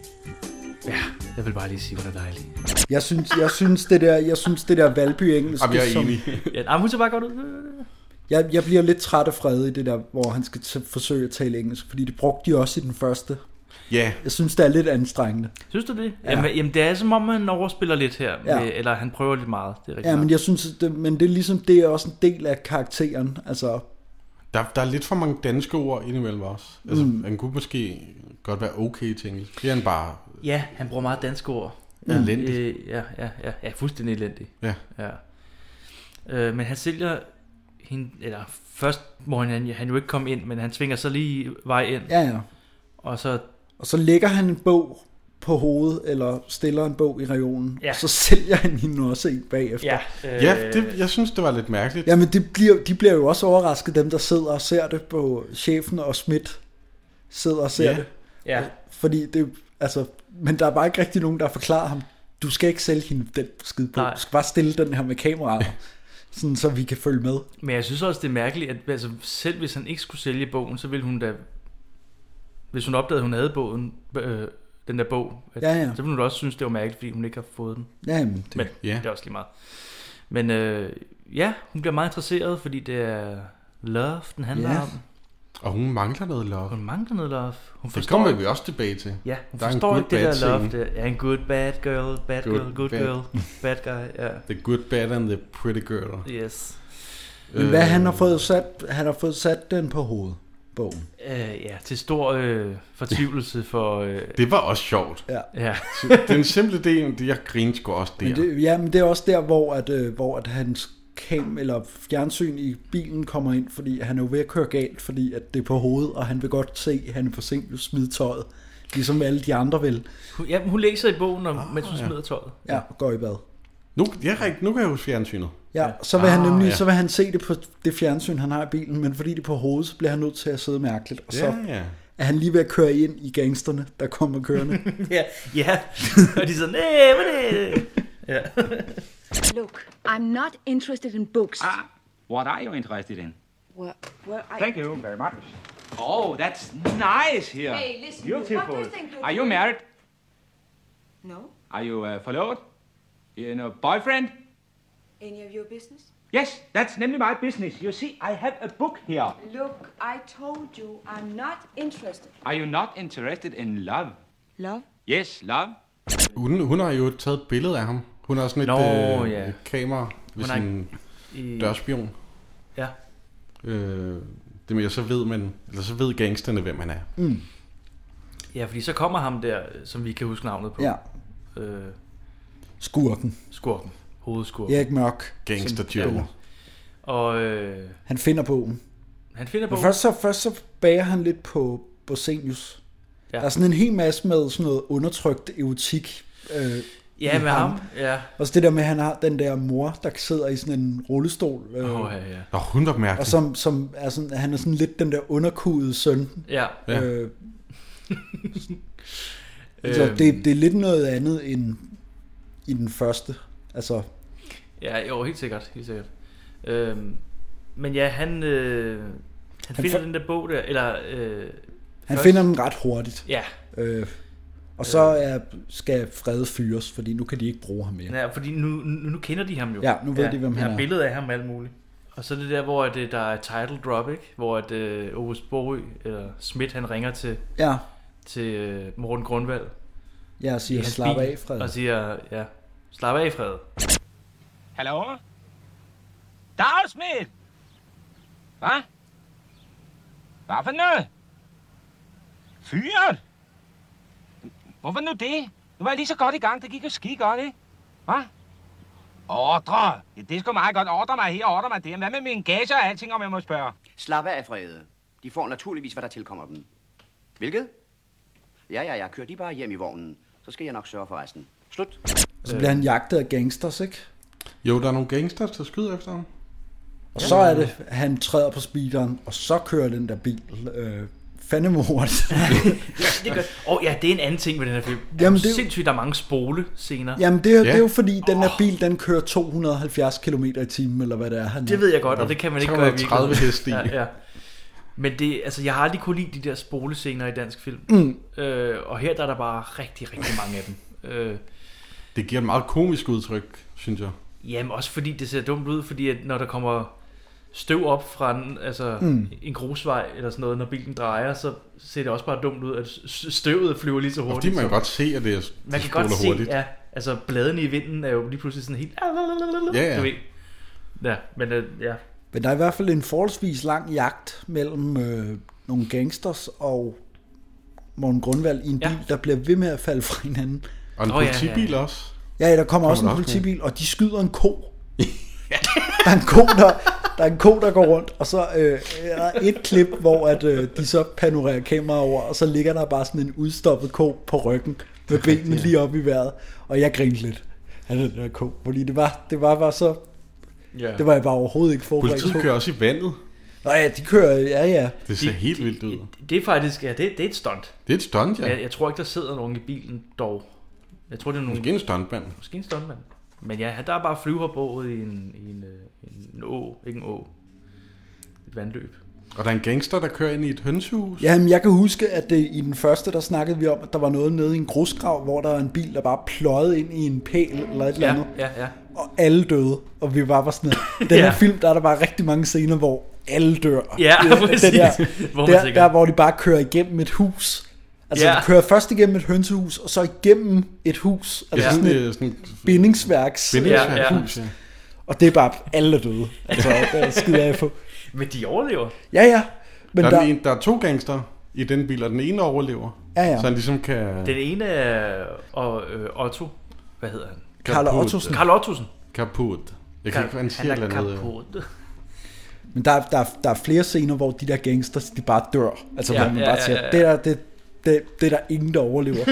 ja, jeg vil bare lige sige, hun er dejlig. Jeg synes, jeg synes det der, jeg synes det der Valby-engelsk, Jamen, jeg er som, enig. Ja, nej, hun ser bare godt ud. jeg, jeg bliver lidt træt af Fred i det der, hvor han skal t- forsøge at tale engelsk, fordi det brugte de også i den første. Ja, Jeg synes, det er lidt anstrengende. Synes du det? Ja. Ja. Jamen, jamen, det er som om, han overspiller lidt her. Ja. Med, eller han prøver lidt meget. Det er rigtigt. Ja, men nok. jeg synes, det, men det er ligesom, det er også en del af karakteren. Altså, der, der er lidt for mange danske ord indimellem også. Altså, Mm. mm. han kunne måske godt være okay til engelsk. Det er han bare Ja, han bruger meget danske ord. elendigt. Øh, ja, ja, ja, ja, fuldstændig elendig. Ja. Ja. Øh, men han sælger hende, eller først må han, han jo ikke komme ind, men han tvinger så lige vej ind. ja, ja. Og så, Og så lægger han en bog på hovedet, eller stiller en bog i reolen, Ja. og så sælger han hende også en bagefter. ja, øh, Ja, det, jeg synes, det var lidt mærkeligt. Jamen, det bliver, de bliver jo også overrasket, dem der sidder og ser det på chefen og Schmidt sidder og ser Ja. det. ja. Fordi det, altså, men der er bare ikke rigtig nogen, der forklarer ham, du skal ikke sælge hende den skide på. Nej. Du skal bare stille den her med kameraet, sådan så vi kan følge med. Men jeg synes også, det er mærkeligt, at altså, selv hvis han ikke skulle sælge bogen, så ville hun da... Hvis hun opdagede, at hun havde bogen, øh, den der bog, at, Ja, ja. så ville hun da også synes, det var mærkeligt, fordi hun ikke har fået den. Ja, jamen, det, Men Ja. det er også lige meget. Men øh, ja, hun bliver meget interesseret, fordi det er love, den handler Ja. om. Og hun mangler noget love. Hun mangler noget love. Hun Det forstår kommer ikke, vi også tilbage til. ja, hun Der er en forstår good, ikke det bad der love. scene. Det er en good bad girl, bad Good, girl, good bad. girl, bad guy. Ja. The good, bad and the pretty girl. Yes. men hvad han har fået sat, han har fået sat den på hovedet, bogen. Uh, ja, til stor øh, fortvivlelse for... Øh, Det var også sjovt. Ja. ja. Så den simple del, det jeg grinede sgu også der. Men det, ja, men det er også der, hvor, at, øh, hvor at hans kam eller fjernsyn i bilen kommer ind, fordi han er jo ved at køre galt, fordi at det er på hovedet, og han vil godt se, at han er forsinket smide tøjet, ligesom alle de andre vil. Hun, ja, hun læser i bogen, om, mens hun ja. smider tøjet. Ja, og går i bad. Nu, ja, rigtigt, nu kan jeg huske fjernsynet. Ja, så vil han Ah, nemlig, ja. så vil han se det på det fjernsyn, han har i bilen, men fordi det er på hovedet, så bliver han nødt til at sidde mærkeligt, og så Ja, ja. er han lige ved at køre ind i gangsterne, der kommer kørende. Ja, ja. Og de er sådan, nej, hvad er det? Ja. Look, I'm not interested in books. Ah, what are you interested in? Well, well, I... Thank you very much. Oh, that's nice here. Hey, listen, Beautiful. what do you think you're Are you doing? married? No? Are you uh, followed? You know, boyfriend? Any of your business? Yes, that's nemlig my business. You see, I have a book here. Look, I told you I'm not interested. Are you not interested in love? Love? Yes, love. Hun, hun har jo taget et billede af ham. Hun har sådan et, Nå, øh, ja. et kamera ved Hun er sin i- dørspion. Ja. Øh, det mere så ved man, eller så ved gangsterne, hvem han er. Mm. Ja, fordi så kommer ham der, som vi kan huske navnet på. Ja. Øh, Skurken. Skurken. Hovedskurken. Erik Mørk. Gangster Som- Joe. Ja. Og øh, Han finder bogen. han finder Men på... først så, først så bager han lidt på Bosenius. Ja. Ja. Der er sådan en hel masse med sådan noget undertrykt erotik. Øh, Ja, i med ham. Ja. Og så det der med, at han har den der mor, der sidder i sådan en rullestol. Øh, Åh, ja, ja. Nå, hun er mærkelig. Og som, som er sådan, han er sådan lidt den der underkudede søn. Ja. Ja. Øh, så det, det er lidt noget andet end i den første. Altså, Ja, jo, helt sikkert. Helt sikkert. Øhm, men ja, han, øh, han, Han finder fa- den der bog der, eller... Øh, han først- finder den ret hurtigt. Ja. Øh, og så er, skal Frede fyres, fordi nu kan de ikke bruge ham mere. Ja, fordi nu, nu, nu kender de ham jo. Ja, nu ved de, hvem han har er. billeder af ham og alt muligt. Og så er det der, hvor det, der er title drop, ikke? Hvor at øh, Ove Sprogøe, eller Schmidt, han ringer til, Ja. til øh, Morten Grundvald. Ja, og siger, i hans "Slap bil, af, Frede." Og siger, ja, slap af, Frede. Hallo? Dag, Schmidt! Hvad? Hvad for noget? Fyret? Hvorfor nu det? Nu var jeg lige så godt i gang. Det gik jo skide godt, ikke? Hvad? Ordre? Ja, det er sgu meget godt. Ordre mig her, ordre mig der. Hvad med min gage og alting, om jeg må spørge? Slap af, Frede. De får naturligvis, hvad der tilkommer dem. Hvilket? Ja, ja, ja. Kør de bare hjem i vognen. Så skal jeg nok sørge for resten. Slut. Så bliver han jagtet af gangsters, ikke? Jo, der er nogle gangsters, der skyder efter ham. Og så er det, han træder på speederen, og så kører den der bil øh, fandeme hurtigt. det gør, og ja, det er en anden ting ved den her film. Jamen, Jamen, det det er jo- sindssygt, der er mange spole scener. Jamen det er, Ja. det er jo fordi, den her bil, den kører to hundrede og halvfjerds kilometer i timen, eller hvad det er. Han Det ved jeg godt, og det kan man ikke gøre i tre hundrede og tredive heste i. Ja, ja. Men det, altså, jeg har aldrig kunne lide de der spolescener i dansk film. Mm. Øh, og her der er der bare rigtig, rigtig mange af dem. Øh, Det giver et meget komisk udtryk, synes jeg. jamen også fordi det ser dumt ud, fordi at når der kommer støv op fra en, altså, Mm. mm. en grusvej eller sådan noget, når bilen drejer, så ser det også bare dumt ud, at s- støvet flyver lige så Og hurtigt. fordi man så- kan godt se, at det er, Man de kan godt spoler se, hurtigt. ja, altså bladene i vinden er jo lige pludselig sådan helt... Ja, ja. Du ved. Ja, men øh, ja. Men der er i hvert fald en forholdsvis lang jagt mellem øh, nogle gangsters og Morten Grundvald i en bil, der bliver ved med at falde fra hinanden. Og en Åh, ja, politibil ja. også. Ja, ja, der kommer også en der også politibil, og de skyder en ko. der, er en ko der, der er en ko, der går rundt, og så øh, er der et klip, hvor at, øh, de så panorerer kameraet over, og så ligger der bare sådan en udstoppet ko på ryggen, med benene lige op i vejret, og jeg grinte lidt af den der ko, fordi det var, det var bare så... Ja. Det var jeg bare overhovedet ikke forberedt Politiet på. kører også i vandet. Nå ja, de kører, ja ja. Det ser De- helt vildt ud. Det er faktisk, ja, det, det er et stunt. Det er et stunt, ja. Jeg, jeg tror ikke, der sidder nogen i bilen dog. Jeg tror, det er nogen... Måske en stuntmand. Måske en stuntmand. Men ja, der er bare flyverbåget i en, i en, øh, en å, ikke en å. Et vandløb. Og der er en gangster, der kører ind i et hønsehus. Jamen, jeg kan huske, at det, i den første, der snakkede vi om, at der var noget nede i en grusgrav, hvor der var en bil, der bare pløjede ind i en pæl eller et eller Ja, andet. ja, ja. Og alle døde. Og vi var bare sådan, i den her Ja. film, der er der bare rigtig mange scener, hvor alle dør. Ja, Det- præcis. den der, Hvor man der, tænker- der, hvor de bare kører igennem et hus. Altså, Ja. de kører først igennem et hønsehus, og så igennem et hus. Altså Ja, sådan det er et sådan- bindingsværks. Bindingsværkshus, øh, ja. Og det er bare alle er døde. Altså, der skider jeg på. Men de overlever. Ja, ja. Men der, er der, en, der er to gangster i den bil, og den ene overlever. Ja, ja. Så han ligesom kan... Den ene er og, øh, Otto. Hvad hedder han? Karl Kaput. Ottosen. Karl Ottosen. Kaput. Jeg kan ikke, hvad han siger han er eller andet. kaput. Men der, der, der er flere scener, hvor de der gangsters, de bare dør. Altså, Ja, hvor man ja, bare ja, siger, ja, ja. det er det, det, det er der ingen, der overlever.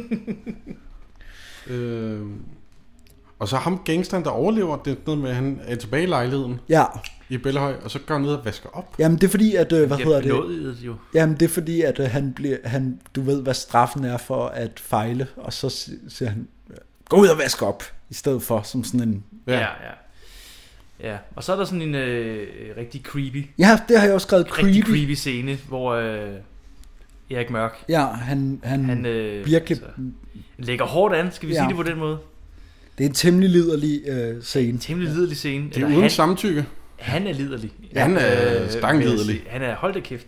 Øh, og så ham gangsteren, der overlever, det er noget med, at han er tilbage i lejligheden. Ja. I Bellehøj, og så går han ned og vasker op. Jamen, det er fordi, at, øh, hvad De hedder er det? benådet jo. Jamen, det er fordi, at øh, han bliver, han, du ved, hvad straffen er for at fejle, og så si- siger han, gå ud og vask op, i stedet for som sådan en... Ja, ja. Ja, og så er der sådan en øh, rigtig creepy. Ja, det har jeg også skrevet, Rigtig creepy. creepy scene, hvor øh, Erik Mørk, Ja, han, han, han øh, virkelig... altså, lægger hårdt an, skal vi Ja. sige det på den måde? Det er en temmelig liderlig øh, scene. En temmelig liderlig scene. Det er uden han, samtykke. Han er liderlig. Ja, han er øh, stangliderlig. Han er, hold da kæft.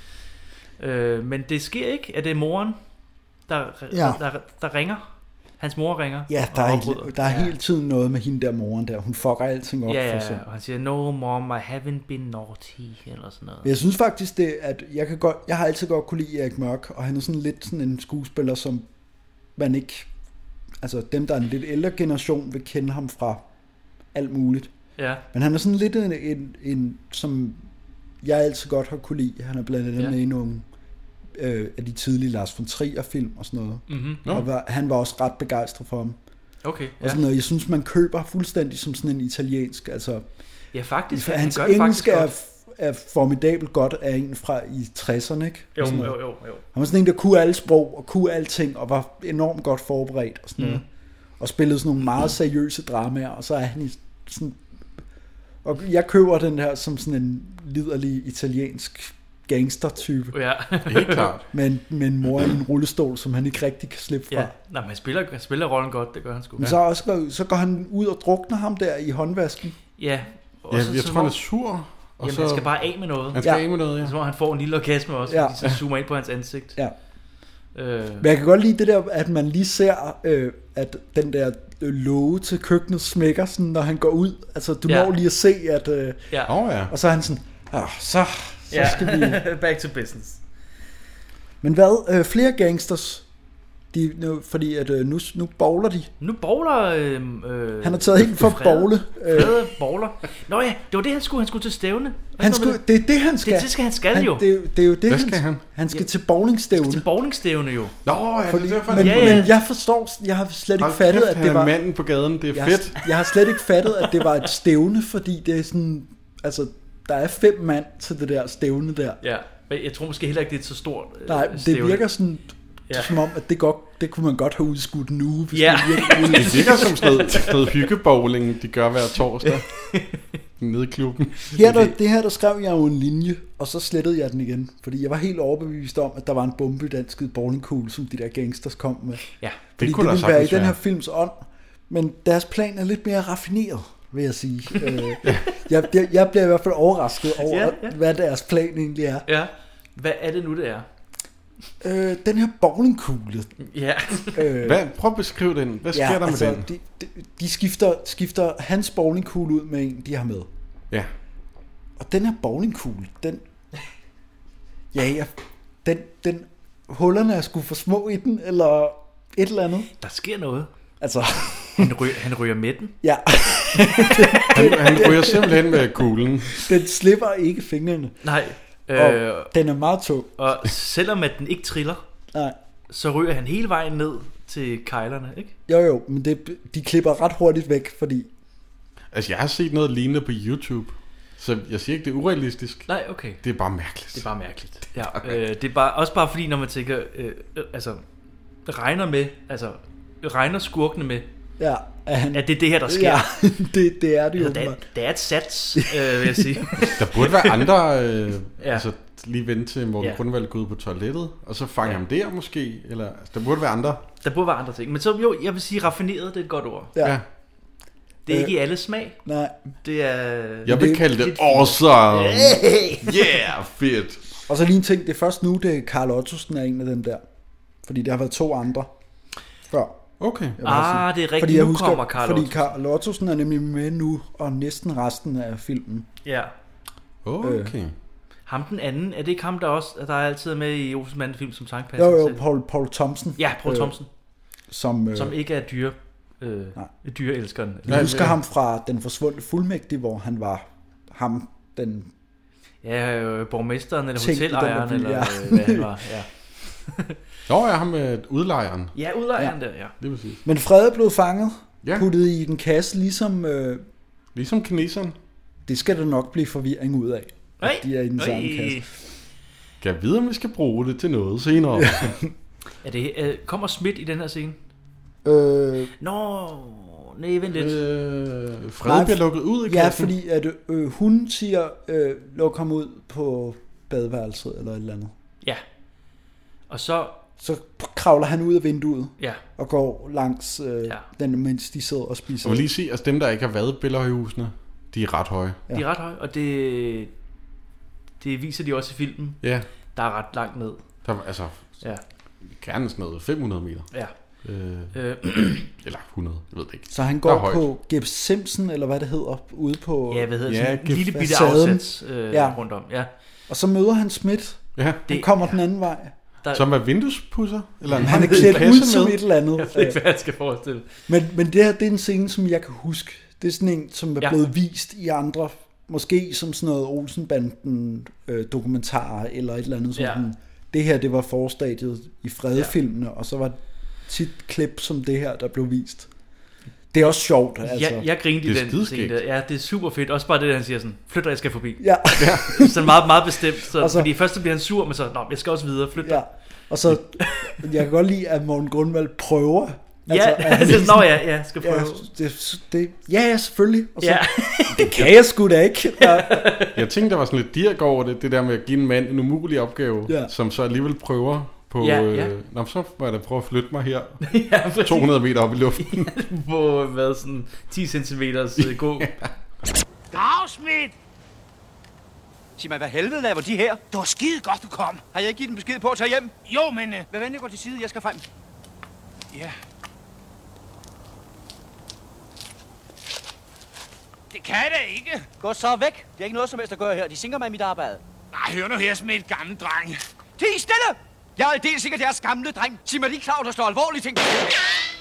Øh, men det sker ikke, at det er moren, der, Ja. der, der, der ringer. Hans mor ringer. Ja, der er, og ikke, der er ja. hele tiden noget med hende der moren der. Hun fucker alting op Ja, for ja, sig. og han siger, no mom, I haven't been naughty, eller sådan noget. Jeg synes faktisk det, at jeg kan godt, jeg har altid godt kunne lide Erik Mørk, og han er sådan lidt sådan en skuespiller, som man ikke, altså dem der er en lidt ældre generation vil kende ham fra alt muligt. Ja. Men han er sådan lidt en, en, en som jeg altid godt har kunne lide. Han er blandt andet Ja. med i nogle øh, af de tidlige Lars von Trier film og sådan noget. Mhm. Og var, han var også ret begejstret for ham. Okay, Og ja. sådan noget, jeg synes man køber fuldstændig som sådan en italiensk, altså Ja, faktisk. for han hans gør det engelsk faktisk er, godt. er formidabelt godt af en fra i tresserne, ikke? Jo, Og sådan jo, noget. jo, jo. Han var sådan en, der kunne alle sprog og kunne alting, og var enormt godt forberedt og sådan Mm. noget. Og spillede sådan nogle meget seriøse dramaer, og så er han i sådan... Og jeg køber den her som sådan en liderlig italiensk gangster-type. Ja. Helt klart. Med en, med en mor i en rullestol, som han ikke rigtig kan slippe fra. Ja, nej, men han spiller, han spiller rollen godt, det gør han sgu. Men så, også, går- så går han ud og drukner ham der i håndvasken. Ja. Ja, jeg tror, han er sur. Og Jamen, så, han skal bare af med noget. Han skal Ja. af med noget, ja. Så må han får en lille orgasme også, Ja. fordi så zoomer ind på hans ansigt. Ja. Øh, Men jeg kan godt lide det der, at man lige ser, øh, at den der øh, låge til køkkenet smækker, sådan, når han går ud. Altså, du Ja. når lige at se, at... Øh, ja. Åh, ja. Og så er han sådan, ah, så, så ja. skal vi... Back to business. Men hvad? Øh, flere gangsters? De, nu, fordi at øh, nu, nu bowler de. Nu bowler... Øh, øh, Han har taget helt for Frede- bowle. Øh, Frede bowler. Nå ja, det var det, han skulle. Han skulle til stævne. Hvad han så med skulle, det er det, han skal. Det, det skal han skal han, jo. Det, er jo- det er jo det, Hvad han skal han? Han skal Ja. til bowlingstævne. Til bowlingstævne jo. Nå, ja, Fordi, det er derfor, men, Ja, ja. men jeg forstår, jeg har slet ikke Hold fattet, kæft, at det han er var... manden på gaden, det er jeg, fedt. Har, jeg har slet ikke fattet, at det var et stævne, fordi det er sådan... Altså, der er fem mand til det der stævne der. Ja, men jeg tror måske heller ikke, det er et så stort øh, Nej, det stævne. virker sådan... Ja. Som om, at det, godt, det kunne man godt have udskudt nu. Hvis Ja. man virkelig- Det virker som sådan noget, sådan noget hyggebowling, de gør hver torsdag. Nede i klubben. Her der, det her, der skrev jeg jo en linje, og så slettede jeg den igen. Fordi jeg var helt overbevist om, at der var en bombe i den skide bowlingkugle, som de der gangsters kom med. Ja, Fordi det, kunne det der ville være i sagtens den her være. films ånd. Men deres plan er lidt mere raffineret, vil jeg sige. øh, jeg, jeg, jeg bliver i hvert fald overrasket over, Ja, ja. hvad deres plan egentlig er. Ja. Hvad er det nu, det er? Øh, den her bowlingkugle. Ja. Øh, Hvad? Prøv at beskrive den. Hvad sker ja, der med altså, den? De, de, de skifter, skifter hans bowlingkugle ud med en, de har med. Ja. Og den her bowlingkugle, den... Ja, ja, den, den... Hullerne er sgu for små i den, eller et eller andet. Der sker noget. Altså... Han ryger, han ryger med den. Ja. Han, han ryger simpelthen med kuglen. Den slipper ikke fingrene. Nej. Og Øh, den er meget tung. og selvom at den ikke triller, Nej. så ryger han hele vejen ned til kejlerne, ikke? Jo, jo, men det, de klipper ret hurtigt væk, fordi... Altså, jeg har set noget lignende på YouTube. Så jeg siger ikke, det er urealistisk. Nej, okay. Det er bare mærkeligt. Det er bare mærkeligt. Ja, øh, det er bare, også bare fordi, når man tænker, øh, øh, altså, regner med, altså, regner skurkene med, Ja, at, han, at det er det her, der sker. Ja, det, det er det jo. Altså, det, er, det er et sats, øh, vil jeg sige. Der burde være andre... Øh, Ja. Altså, lige vente til Morten Ja. Grundvald gå ud på toilettet, og så fange Ja. ham der måske. Eller, altså, der burde være andre. Der burde være andre ting. Men så jo, jeg vil sige, raffineret, det er et godt ord. Ja. Ja. Det er Øh, ikke i alle smag. Nej. Det er... Jeg vil det- kalde det lidt- awesome. Yeah, fedt. Og så lige en ting, det er først nu, det er Carl Ottosen er en af dem der. Fordi der har været to andre før. Okay. Jeg vil også sige. Ah, det er rigtigt. Fordi jeg Nu husker, kommer Carl fordi Ottosen. Carl Ottosen er nemlig med nu, og næsten resten af filmen. Ja. Okay. Ham den anden, er det ikke ham, der også der er altid med i Olsen Manden film som sangpasser? Jo, jo, til? Paul, Paul Thompson. Ja, Paul Thompson. Som, øh, Som ikke er dyre, øh, dyreelskeren. jeg husker ham fra Den Forsvundne Fuldmægtige, hvor han var ham, den... Ja, øh, borgmesteren eller Tænk i den hotelejeren, der bil, eller ja. øh, hvad han var. Ja, Nå, jeg har med udlejeren. ja udlejeren ja. der, ja. Det vil sige. Men Fred er blevet fanget, Ja. puttet i den kasse, ligesom... Øh, Ligesom kineseren. det skal der nok blive forvirring ud af, at Ej, de er i den samme ej. kasse. Kan jeg vide, om vi skal bruge det til noget senere? Er det, øh, kommer Schmidt i den her scene? Øh, Nå, nej, vent lidt. øh, Fred Nej, bliver lukket ud i ja, kassen. fordi at øh, hun siger, øh, luk ham ud på badeværelset eller et eller andet. Ja. Og så... så kravler han ud af vinduet ja. og går langs øh, ja. den, mens de sidder og spiser. Jeg vil lige sige, altså dem, der ikke har været i Bellahøjhusene, de er ret høje. Ja. De er ret høje, og det, det viser de også i filmen. Ja. Der er ret langt ned. Der, altså, ja. gerne sådan noget fem hundrede meter. Ja. Øh, eller hundrede, jeg ved det ikke. Så han går på Gibbs Simpson, eller hvad det hedder, ude på... Ja, hvad hedder ja, det? En lille bitte afsats øh, ja. rundt om. Ja. Og så møder han Smith. Ja. Han det, kommer ja. den anden vej. Der... Som er vinduespusser? Eller han, han er klædt ud som et eller andet. Jeg ved ikke, hvad jeg skal forestille. Men, men det her, det er en scene, som jeg kan huske. Det er sådan en, som er ja. blevet vist i andre... Måske som sådan noget Olsenbanden øh, dokumentarer, eller et eller andet sådan. Ja. Det her, det var forstadiet i Fredefilmene, ja. og så var tit klip som det her, der blev vist. Det er også sjovt. Altså. Jeg, jeg grinede i den scene. Ja, det er super fedt. Også bare det, der han siger sådan, flyt dig, jeg skal forbi. Ja. Så meget, meget bestemt. Så, så, fordi først så bliver han sur, men så, nå, jeg skal også videre, flyt dig. Ja. Og så, jeg kan godt lide, at Morten Grundvald prøver. Altså, ja, altså, sådan, nå ja, ja, skal prøve. Ja, det, det, ja, ja, selvfølgelig. Og så, ja. Det kan jeg sgu da ikke. Ja. Jeg tænkte, der var sådan lidt dirk over det, det der med at give en mand en umulig opgave, ja. som så alligevel prøver på, ja, ja. Øh, nå, så må jeg da prøve at flytte mig her ja, to hundrede meter op i luften. Ja, på hvad, sådan ti centimeters gå. Ja. Dag, Smith! Sig mig, hvad helvede laver de her? Det var skide godt, du kom. Har jeg ikke givet den besked på at tage hjem? Jo, men... Uh... Vær venlig, gå til side, jeg skal frem. Ja. Det kan jeg da ikke. Gå så væk. Det er ikke noget som helst at gøre her. De sinker mig i mit arbejde. Nej, hør nu her som et gammel dreng. Ti stille! Jeg er helt sikkert deres gamle dreng. Sig mig, de er klar, der står alvorlige ting på det her.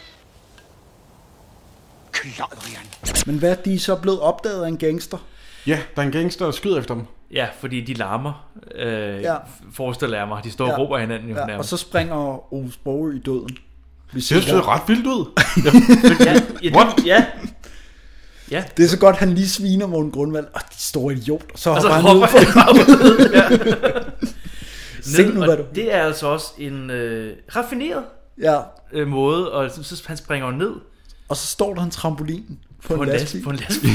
Klodrian. Men hvad er de så blevet opdaget af en gangster? Ja, der er en gangster, der skyder efter dem. Ja, fordi de larmer. Øh, ja. Forestiller jeg mig. De står og ja. råber hinanden. Jo ja. Og så springer Ove Sprogøe i døden. Det ser ret vildt ud. ja, ja, What? Ja. Ja. Det er så godt, han lige sviner Morten Grundvald. Åh, de store idiot. Og så og hopper han ud. Se nu, hvad du... Det er altså også en øh, raffineret ja. øh, måde, og så, så han springer ned. Og så står der en trampolin på, på en lastbil. På en lastbil.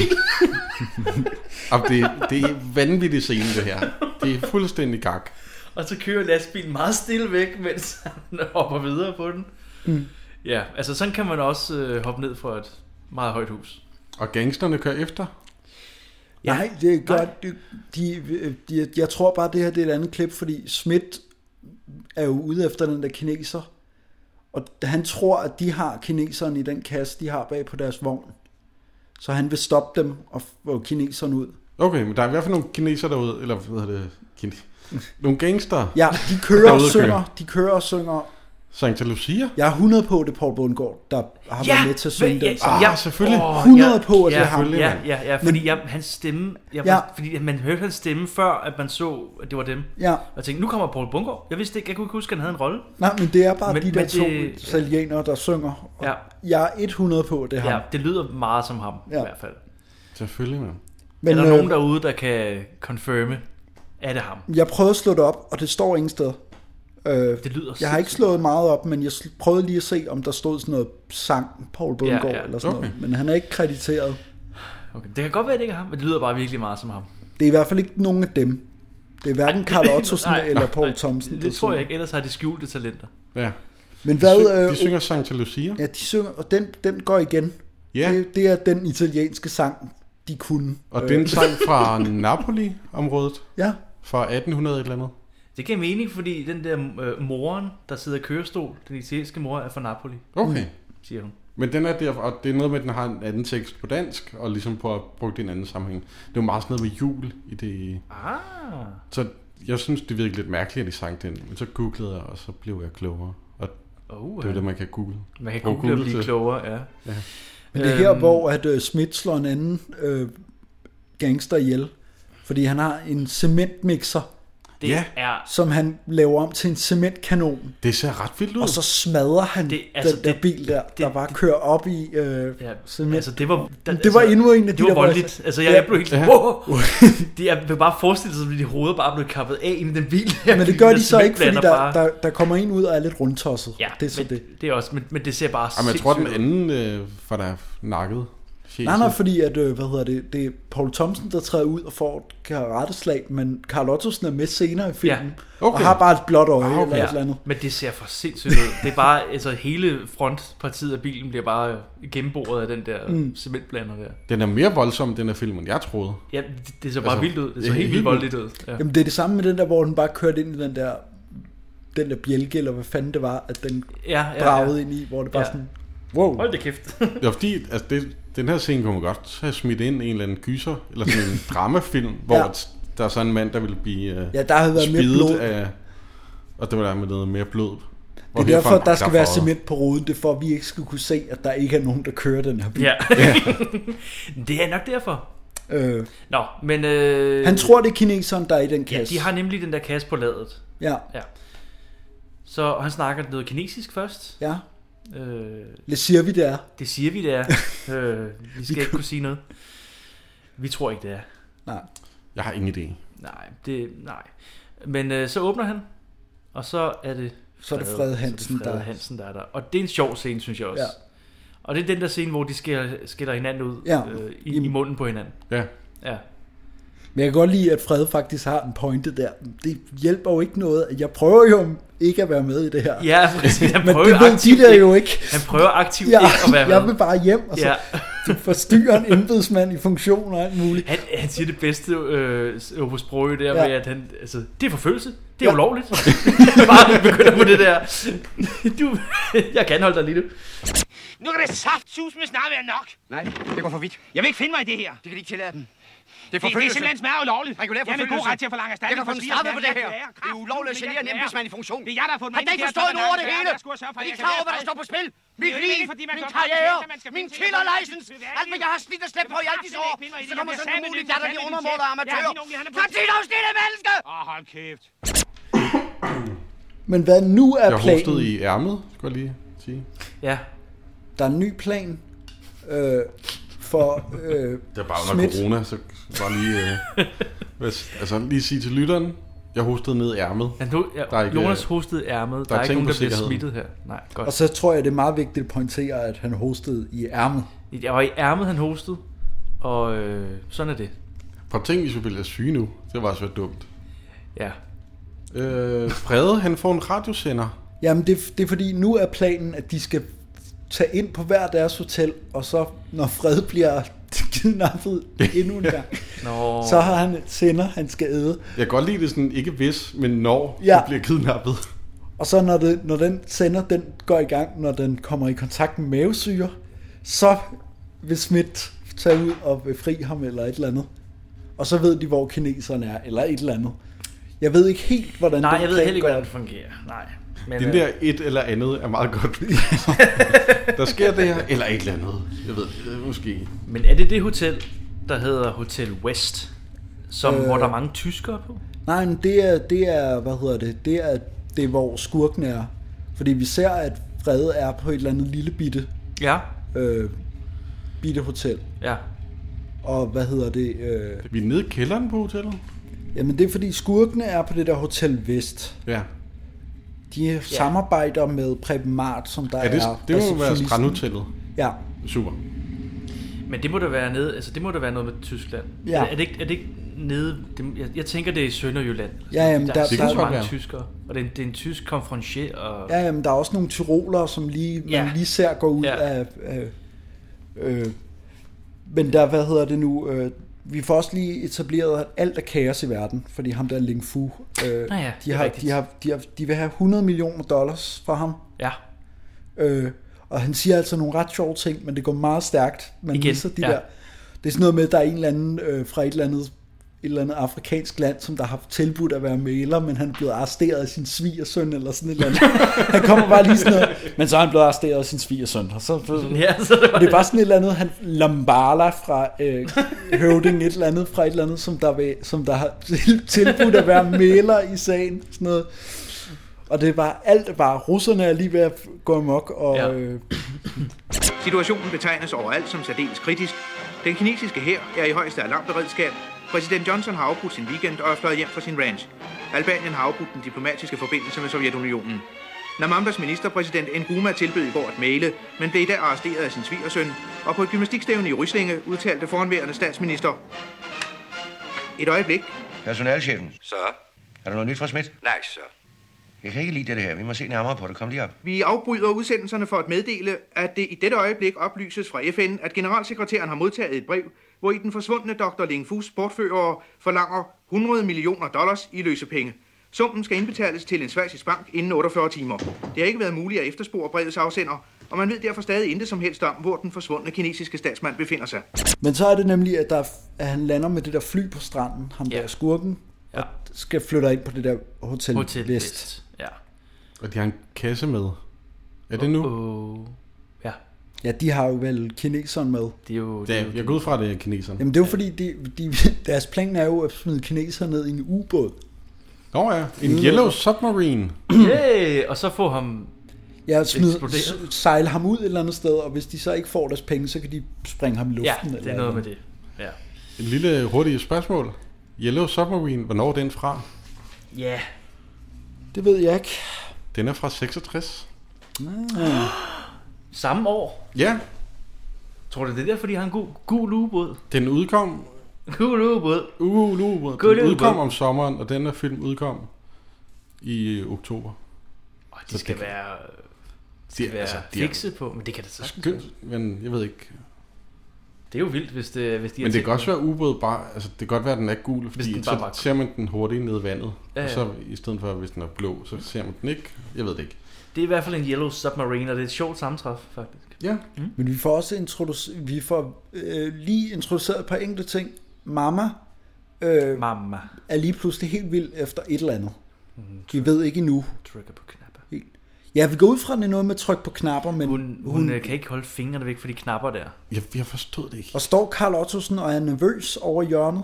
det, det er vanvittigt scene, det her. Det er fuldstændig gak. Og så kører lastbilen meget stille væk, mens han hopper videre på den. Mm. Ja, altså sådan kan man også øh, hoppe ned fra et meget højt hus. Og gangsterne kører efter? Ja. Nej, det gør de, de, de, jeg tror bare, det her det er et andet klip, fordi Smith er jo ude efter den der kineser, og han tror, at de har kineseren i den kasse, de har bag på deres vogn. Så han vil stoppe dem og få kineseren ud. Okay, men der er i hvert fald nogle kineser derude, eller hvad hedder det? Kine... Nogle gangster. Ja, de kører og synger, de kører og synger. Santa Lucia? Jeg er hundrede på, det Paul Bundgaard, der har ja, været med til at synge ja, den sang. Ja, selvfølgelig. hundrede ja, på, at ja, det er ham. Ja, ja, ja, fordi men, jeg, hans stemme, jeg, ja. fordi man hørte hans stemme før, at man så, at det var dem. Ja. Og jeg tænkte, nu kommer Paul Bundgaard. Jeg vidste ikke, jeg kunne ikke huske, at han havde en rolle. Nej, men det er bare men, de der to det... italienere, der synger. Ja. Jeg er hundrede på, at det er ham. Ja, det lyder meget som ham, ja. i hvert fald. Selvfølgelig, man. Men, er der øh, nogen derude, der kan confirme, er det ham? Jeg prøvede at slå det op, og det står ingen sted. Øh, det lyder jeg har ikke slået meget op, men jeg prøvede lige at se, om der stod sådan noget sang Paul Bundgaard ja, ja. eller sådan okay. noget. Men han er ikke krediteret. Okay. Det kan godt være, at det ikke er ham, men det lyder bare virkelig meget som ham. Det er i hvert fald ikke nogen af dem. Det er hverken Carl Ottosen eller Paul Thomsen. Det, det tror jeg ikke, ellers har de skjulte talenter. Ja. Men hvad, de, synger, øh, de synger Santa Lucia. Ja, de synger, og den, den går igen. Ja. Det, det er den italienske sang, de kunne. Og øh. den sang fra Napoli-området. Ja. Fra atten hundrede et eller andet. Det giver mening, fordi den der øh, moren, der sidder i kørestol, den italienske mor, er fra Napoli. Okay. Siger hun. Men den er der, og det er noget med, at den har en anden tekst på dansk, og ligesom på at bruge det i en anden sammenhæng. Det er jo meget sådan noget med jul i det. Ah. Så jeg synes, det virkede lidt mærkeligt, at de sang den. Men så googlede jeg, og så blev jeg klogere. Og oh, det er jo det, man kan google. Man kan google og blive klogere, ja. ja. Men det er her, øhm. hvor at, uh, Smith slår en anden uh, gangster ihjel. Fordi han har en cementmixer. Det ja. er... Som han laver om til en cementkanon. Det ser ret vildt ud. Og så smadrer han det, altså den der det, bil der, det, der bare kører op i øh, ja, cement. Altså det var... Der, det var altså, endnu en af de det var der... voldeligt. Altså jeg, ja. jeg blev helt... Ja. Wow. De er bare forestille sig, at de hoveder bare blev kappet af i den bil. Men det gør de så ikke, fordi der, der, der kommer en ud og er lidt rundtosset. Ja, det er så men, det. det er også, men, men det ser bare Jamen, jeg tror, den anden øh, for der nakket Nej, nej, fordi at, øh, hvad hedder det, det er Paul Thomsen, der træder ud og får et karateslag, men Carl Ottosen er med senere i filmen, ja. okay. og har bare et blåt øje ah, okay. eller et eller andet. Men det ser for sindssygt ud. Det er bare, altså hele frontpartiet af bilen bliver bare gennemboret af den der mm. cementblander der. Den er mere voldsom, den her film, end jeg troede. Ja, det, det ser bare altså, vildt ud. Det ser helt vildt voldeligt ud. Ja. Jamen det er det samme med den der, hvor den bare kørte ind i den der, den der bjælke, eller hvad fanden det var, at den ja, ja, dragede ja. ind i, hvor det bare ja. sådan, wow. Hold det kæft. Ja, fordi altså det, den her scene kunne man godt have smidt ind i en eller anden gyser, eller sådan en dramafilm, hvor ja. der er sådan en mand, der vil blive uh, ja, der havde været mere blod. Af, og det var der med noget mere blod. Det er derfor, der skal være cement på ruden, det er for, at vi ikke skal kunne se, at der ikke er nogen, der kører den her bil. Ja. ja. Det er nok derfor. Øh. Nå, men... Øh, Han tror, det er kineseren, der er i den kasse. Ja, de har nemlig den der kasse på ladet. Ja. ja. Så han snakker noget kinesisk først. Ja. Øh, det siger vi, det er. Det siger vi, det er. øh, vi skal vi ikke kunne sige noget. Vi tror ikke, det er. Nej. Jeg har ingen idé. Nej, det, nej. Men øh, så åbner han, og så er det... Så er det Fred Hansen, Fred Hansen, der er der. Og det er en sjov scene, synes jeg også. Ja. Og det er den der scene, hvor de skiller, skiller hinanden ud ja. øh, i, i munden på hinanden. Ja. Ja. Men jeg kan godt lide, at Fred faktisk har en pointe der. Det hjælper jo ikke noget. Jeg prøver jo ikke at være med i det her. Ja, præcis. Han men det ved de der jo ikke. Han prøver aktivt ja, ikke at være med. Jeg vil bare hjem, og så ja. forstyrrer en embedsmand i funktion og alt muligt. Han, han siger det bedste øh, på sproget der ja. med, at han, altså, det er forfølgelse. Det er ja. ulovligt. Bare begynder på det der. Du, jeg kan holde dig lige nu. Nu kan det saftsus med snart være nok. Nej, det går for vidt. Jeg vil ikke finde mig i det her. Det kan de ikke tillade dem. Det er, det, det er simpelthen smager ulovligt. Regulær forfølgelse. Jeg har god ret til at forlange erstatning. Jeg kan få dem straffet på det her. Det er ulovligt at genere en embedsmand i funktion. Det er jeg, der har fået mig ind i det her. Har ikke forstået noget af det hele? Er I klar over, hvad der står på spil? Mit liv, min karriere, min killer-license, alt hvad jeg har slidt og slæbt på i alle disse år. Så kommer sådan en umulig datter, de undermåler amatører. Kom til dog stille, menneske! Åh, hold kæft. Men hvad nu er planen? Jeg hostede i ærmet, skal jeg lige sige. Ja. Der er en ny plan øh, for øh, det er bare under corona, så bare lige øh, altså lige sige til lytteren, jeg hostede ned i ærmet. Ja, du, ja, der er ikke, Jonas hostede i ærmet. Der, der er ikke nogen, der bliver smittet her. Nej, godt. Og så tror jeg, det er meget vigtigt at pointere, at han hostede i ærmet. Jeg var i ærmet, han hostede, og øh, sådan er det. Prøv at tænke, hvis vi ville være syge nu. Det var så dumt. Ja. Øh, Frede, han får en radiosender. Jamen, det, det er fordi, nu er planen, at de skal tage ind på hver deres hotel, og så, når Fred bliver kidnappet endnu en gang, no. så har han et sender, han skal æde. Jeg kan godt lide det sådan, ikke hvis, men når ja. han bliver kidnappet. Og så når, det, når den sender, den går i gang, når den kommer i kontakt med mavesyre, så vil Schmidt tage ud og befri ham eller et eller andet. Og så ved de, hvor kineserne er, eller et eller andet. Jeg ved ikke helt, hvordan Nej, den jeg ved heller ikke, hvordan det fungerer. Nej. Men, den der et eller andet er meget godt. Der sker det her, eller et eller andet. Jeg ved det, måske. Men er det det hotel, der hedder Hotel West, som, øh, hvor der er mange tyskere på? Nej, men det er, det er, hvad hedder det, det er det, hvor skurken er. Fordi vi ser, at Frede er på et eller andet lille bitte, ja. øh, bitte hotel. Ja. Og hvad hedder det? Øh, vi er nede i kælderen på hotellet? Jamen det er fordi skurkene er på det der Hotel Vest. Ja. De ja. samarbejder med Preben Mart, som der ja, det, er... Det må være Strandhotellet. Ja. Super. Men det må da være nede, altså det må da være noget med Tyskland. Ja. Er, er, det ikke, er det ikke nede, det, jeg, jeg tænker det er i Sønderjylland. Ja, jamen, der, der, der, der er så mange tyskere, og det er, en, det er en tysk konferencier. Og... Ja, jamen der er også nogle tyrolere, som lige, man ja. lige ser gå ud ja. af... af øh, men der, hvad hedder det nu... Øh, vi får også lige etableret, at alt er kaos i verden, fordi ham der Ling Fu, øh, ja, de, har, de, har, de, har, de vil have hundrede millioner dollars fra ham. Ja. Øh, og han siger altså nogle ret sjove ting, men det går meget stærkt. Man Igen, viser de ja. der. Det er sådan noget med, at der er en eller anden øh, fra et eller andet, et eller andet afrikansk land, som der har tilbudt at være maler, men han er blevet arresteret af sin svigersøn eller sådan et eller andet. Han kommer bare lige sådan noget, men så er han blevet arresteret af sin svigersøn. Og, så, ja, så det, og det er bare sådan et eller andet, han Lambala fra øh, høvding et eller andet, fra et eller andet, som der, vil, som der har tilbudt at være maler i sagen. Sådan noget. Og det er bare, alt er bare, russerne er lige ved at gå amok. Og, ja. øh... Situationen betegnes overalt som særdeles kritisk. Den kinesiske hær er i højeste alarmberedskab. Præsident Johnson har afbrudt sin weekend og er fløjet hjem fra sin ranch. Albanien har afbrudt den diplomatiske forbindelse med Sovjetunionen. Namambas ministerpræsident Nguma tilbød i går at male, men blev i dag arresteret af sin svigersøn, og på et gymnastikstævne i Ryslinge udtalte foranværende statsminister: Et øjeblik. Personalchefen. Så? Er der noget nyt fra Schmidt? Nej, så. Jeg kan ikke lide det her. Vi må se nærmere på det. Kom lige op. Vi afbryder udsendelserne for at meddele, at det i dette øjeblik oplyses fra F N, at generalsekretæren har modtaget et brev, hvor i den forsvundne doktor Ling Fus bortfører forlanger hundrede millioner dollars i løsepenge. Summen skal indbetales til en schweizisk bank inden otteogfyrre timer. Det har ikke været muligt at efterspore brevets afsender, og man ved derfor stadig intet som helst om, hvor den forsvundne kinesiske statsmand befinder sig. Men så er det nemlig, at, der, at han lander med det der fly på stranden, ham ja. der skurken, ja. og skal flytte ind på det der Hotel, Hotel Vest. Vest. Ja. Og de har en kasse med. Er det nu? Uh, ja. Ja, de har jo vel kineseren med. Det er jo, det er, jeg går ud fra, at det er kineseren. Jamen det er jo fordi, de, de, deres plan er jo at smide kineseren ned i en ubåd. Nå ja, en Yellow Submarine. Yeah, og så få ham ja, smid, sejle ham ud et eller andet sted, og hvis de så ikke får deres penge, så kan de springe ham i luften. Ja, det er eller noget med det. Ja. En lille hurtigt spørgsmål. Yellow Submarine, hvornår er den fra? Ja. Yeah. Det ved jeg ikke. Den er fra seksogtres. Ah. Samme år? Ja. Tror du det er der, fordi han har en gul, gul ubåd? Den udkom... Gul ubåd. Gul ubåd. Den udkom om sommeren, og den her film udkom i oktober. Og de skal det, være... De skal de, være altså, fikset på, men det kan det så skønt, men jeg ved ikke... Det er jo vildt, hvis, det, hvis de men det kan også være ubåd bare... Altså, det kan godt være, at den er gul, fordi så bare ser man den hurtigt ned i vandet. Ja, ja. Og så i stedet for, hvis den er blå, så ser man den ikke. Jeg ved det ikke. Det er i hvert fald en Yellow Submarine, og det er et sjovt sammentræf, faktisk. Ja. Mm. Men vi får også introduceret... Vi får øh, lige introduceret et par enkelte ting. Mamma, øh, Mamma er lige pludselig helt vild efter et eller andet. Mm, vi ved ikke endnu. Trykker på knapper. Helt. Ja, vi går ud fra, at det er noget med tryk på knapper, men... Hun, hun, hun kan ikke holde fingrene væk for de knapper der. Jeg, jeg forstod det ikke. Og står Carl Ottosen og er nervøs over hjørnet?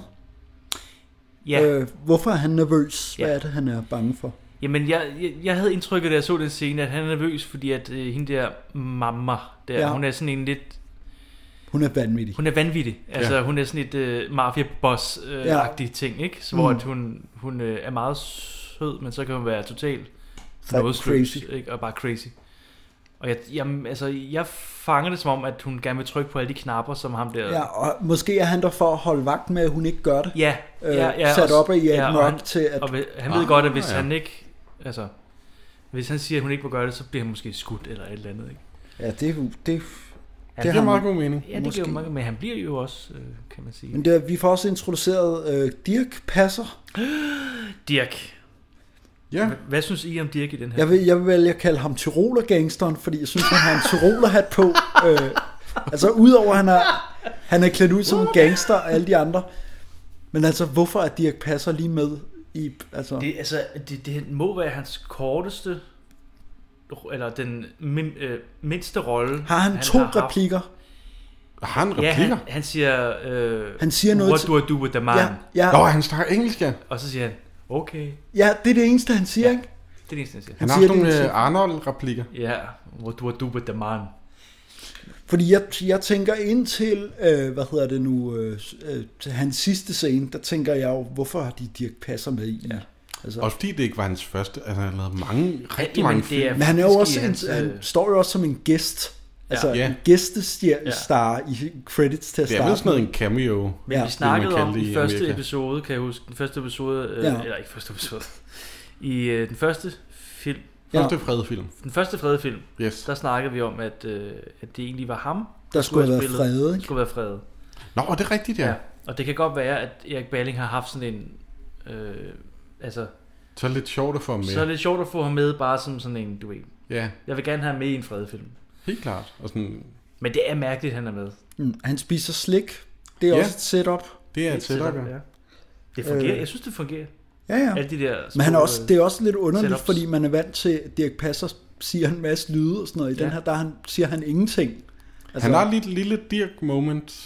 Ja. Øh, hvorfor er han nervøs? Hvad ja. er det, han er bange for? Jamen, jeg, jeg, jeg havde indtrykket, da jeg så den scene, at han er nervøs, fordi at øh, hende der mamma, der, ja. hun er sådan en lidt... Hun er vanvittig. Hun er vanvittig. Altså, ja. hun er sådan et uh, mafia-boss-agtigt uh, ja. ting, ikke? Så, hvor mm. at hun, hun uh, er meget sød, men så kan hun være totalt nådesløs, ikke? Og bare crazy. Og jeg, jeg, altså, jeg fanger det som om, at hun gerne vil trykke på alle de knapper, som ham der... Ja, og måske er han der for at holde vagt med, at hun ikke gør det. Ja, ja, ja. Øh, sat op af ja, ja, nok til at... Og han ved ah, godt, at hvis ja. han ikke... Altså, hvis han siger, at hun ikke må gøre det, så bliver han måske skudt eller et eller andet, ikke? Ja, det, det, det, det har meget god mening. Ja, det giver jo meget, men han bliver jo også, øh, kan man sige. Men det, vi får også introduceret øh, Dirch Passer. Dirch. Ja. Hvad, hvad synes I om Dirch i den her? Jeg vil, jeg vil vælge at kalde ham Tyroler-gangsteren, fordi jeg synes, han har en Tyroler-hat på. øh, altså, udover at han er, han er klædt ud som en gangster og alle de andre. Men altså, hvorfor er Dirch Passer lige med i... Altså... Det, altså, det, det må være hans korteste... eller den min, øh, mindste rolle. Har han, han to har replikker? Har han replikker? Ja, han, han siger, øh, han siger noget what til... do I do with the man? Ja, ja. Nå, han snakker engelsk, ja. Og så siger han, okay. Ja, det er det eneste, han siger, ja, ikke? det er det eneste, han siger. Han, han har også nogle øh, Arnold-replikker. Ja, what do I do with the man? Fordi jeg, jeg tænker ind til, øh, hvad hedder det nu, øh, til hans sidste scene, der tænker jeg jo, hvorfor har de Dirch Passer med i? Ja. Altså. Også fordi det ikke var hans første, altså han har lavet mange, rigtig ja, mange film. Men han er jo også en, hans, han står jo også som en gæst, altså ja. en gæstestar ja. i credits til at starte. Det er vel sådan noget en cameo. Men ja. vi snakkede om i første Amerika. episode, kan jeg huske, den første episode, øh, ja. eller ikke første episode, i øh, den første film. Første fredefilm. Den første fredefilm, yes. der snakkede vi om, at, øh, at det egentlig var ham, der, der skulle, skulle være Frede, ikke? Skulle være Frede. Nå, det er rigtigt, ja. ja. Og det kan godt være, at Erik Balling har haft sådan en, øh, altså... Så er det lidt sjovt at få ham med. Så er det lidt sjovt at få ham med, bare som sådan en, du ved. Ja. Jeg vil gerne have ham med i en Frede-film. Helt klart. Og sådan... Men det er mærkeligt, han er med. Mm, han spiser slik. Det er ja. også et setup. Det er et setup, setup ja. Det fungerer. Øh... Jeg synes, det fungerer. Ja, ja. Alle de der Men han er også, det er også lidt underligt, setups. Fordi man er vant til, at Dirch Passer siger en masse lyde og sådan noget. I ja. den her, der han, siger han ingenting. Altså, han har et lille, lille Dirch moment.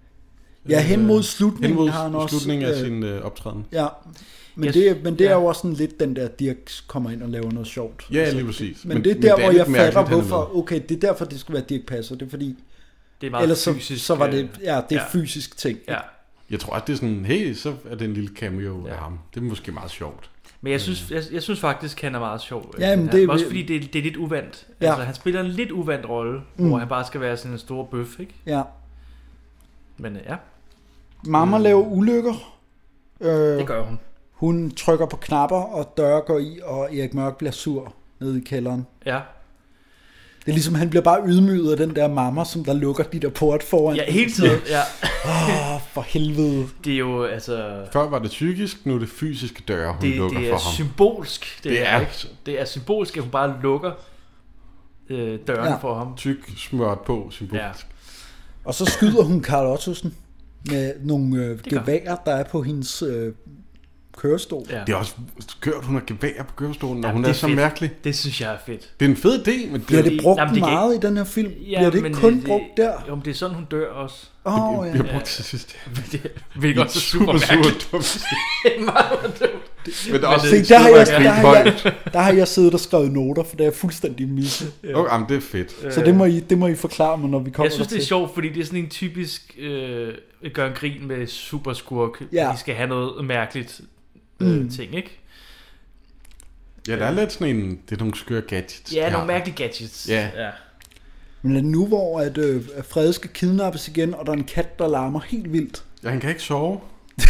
Ja, hen mod slutningen hen mod har han også. slutningen af øh, sin øh, optræden. Ja, men yes. det, men det er ja. jo også sådan lidt den der, Dirch kommer ind og laver noget sjovt. Ja, altså, lige præcis. Men, men det er der, men hvor jeg fatter, hvorfor, okay, det er derfor, det skal være Dirch Passer. Det er fordi, det er meget ellers fysisk, så, så var det, ja, det er ja. fysisk ting. Ja. Jeg tror, at det er sådan, hey, så er det en lille cameo ja. af ham. Det er måske meget sjovt. Men jeg synes, jeg, jeg synes faktisk, han er meget sjov. Ja, men det, også fordi det, det er lidt uvandt. Ja. Altså, han spiller en lidt uvandt rolle, mm. hvor han bare skal være sådan en stor bøf, ikke? Ja. Men ja. Mamma mm. laver ulykker. Øh, det gør hun. Hun trykker på knapper, og døre går i, og Erik Mørk bliver sur nede i kælderen. Ja. Det er ligesom, han bliver bare ydmyget af den der mamma, som der lukker de der port foran. Ja, hele tiden, ja. Åh, oh, for helvede. Det er jo, altså... Før var det psykisk, nu er det fysiske døre, hun det, lukker det for ham. Det er symbolsk. Det, det er, er ikke? Det er symbolsk, at hun bare lukker øh, døren ja. for ham. Tyk smørt på, symbolsk. Ja. Og så skyder hun Carl Ottosen med nogle øh, geværer, der er på hendes... Øh, kørestol. Ja. Det er også kørt, hun har gevær på kørestolen, og ja, hun er, er så fedt. Mærkelig. Det synes jeg er fedt. Det er en fed idé, men bliver det brugt jamen, det meget kan... i den her film? Ja, bliver det ikke kun det, brugt der? Jo, men det er sådan, hun dør også. Åh, oh, ja. Det bliver brugt til sidst. Hvilket også er super mærkeligt. Det er meget dumt. Men også Se, der, har jeg, der, har jeg, der har jeg siddet og skrevet noter, for det er fuldstændig misset. Ja. Okay, jamen, det er fedt. Så det må, I, det må I forklare mig, når vi kommer Jeg synes, dertil. det er sjovt, fordi det er sådan en typisk øh, gør en grin med superskurk. Ja. De skal have noget mærkeligt Mm. ting, ikke? Ja, der er lidt sådan en, det er nogle skøre gadgets. Ja, nogle mærkelige gadgets. Ja. ja. Men nu hvor at, øh, at Frede skal kidnappes igen, og der er en kat, der larmer helt vildt. Ja, han kan ikke sove.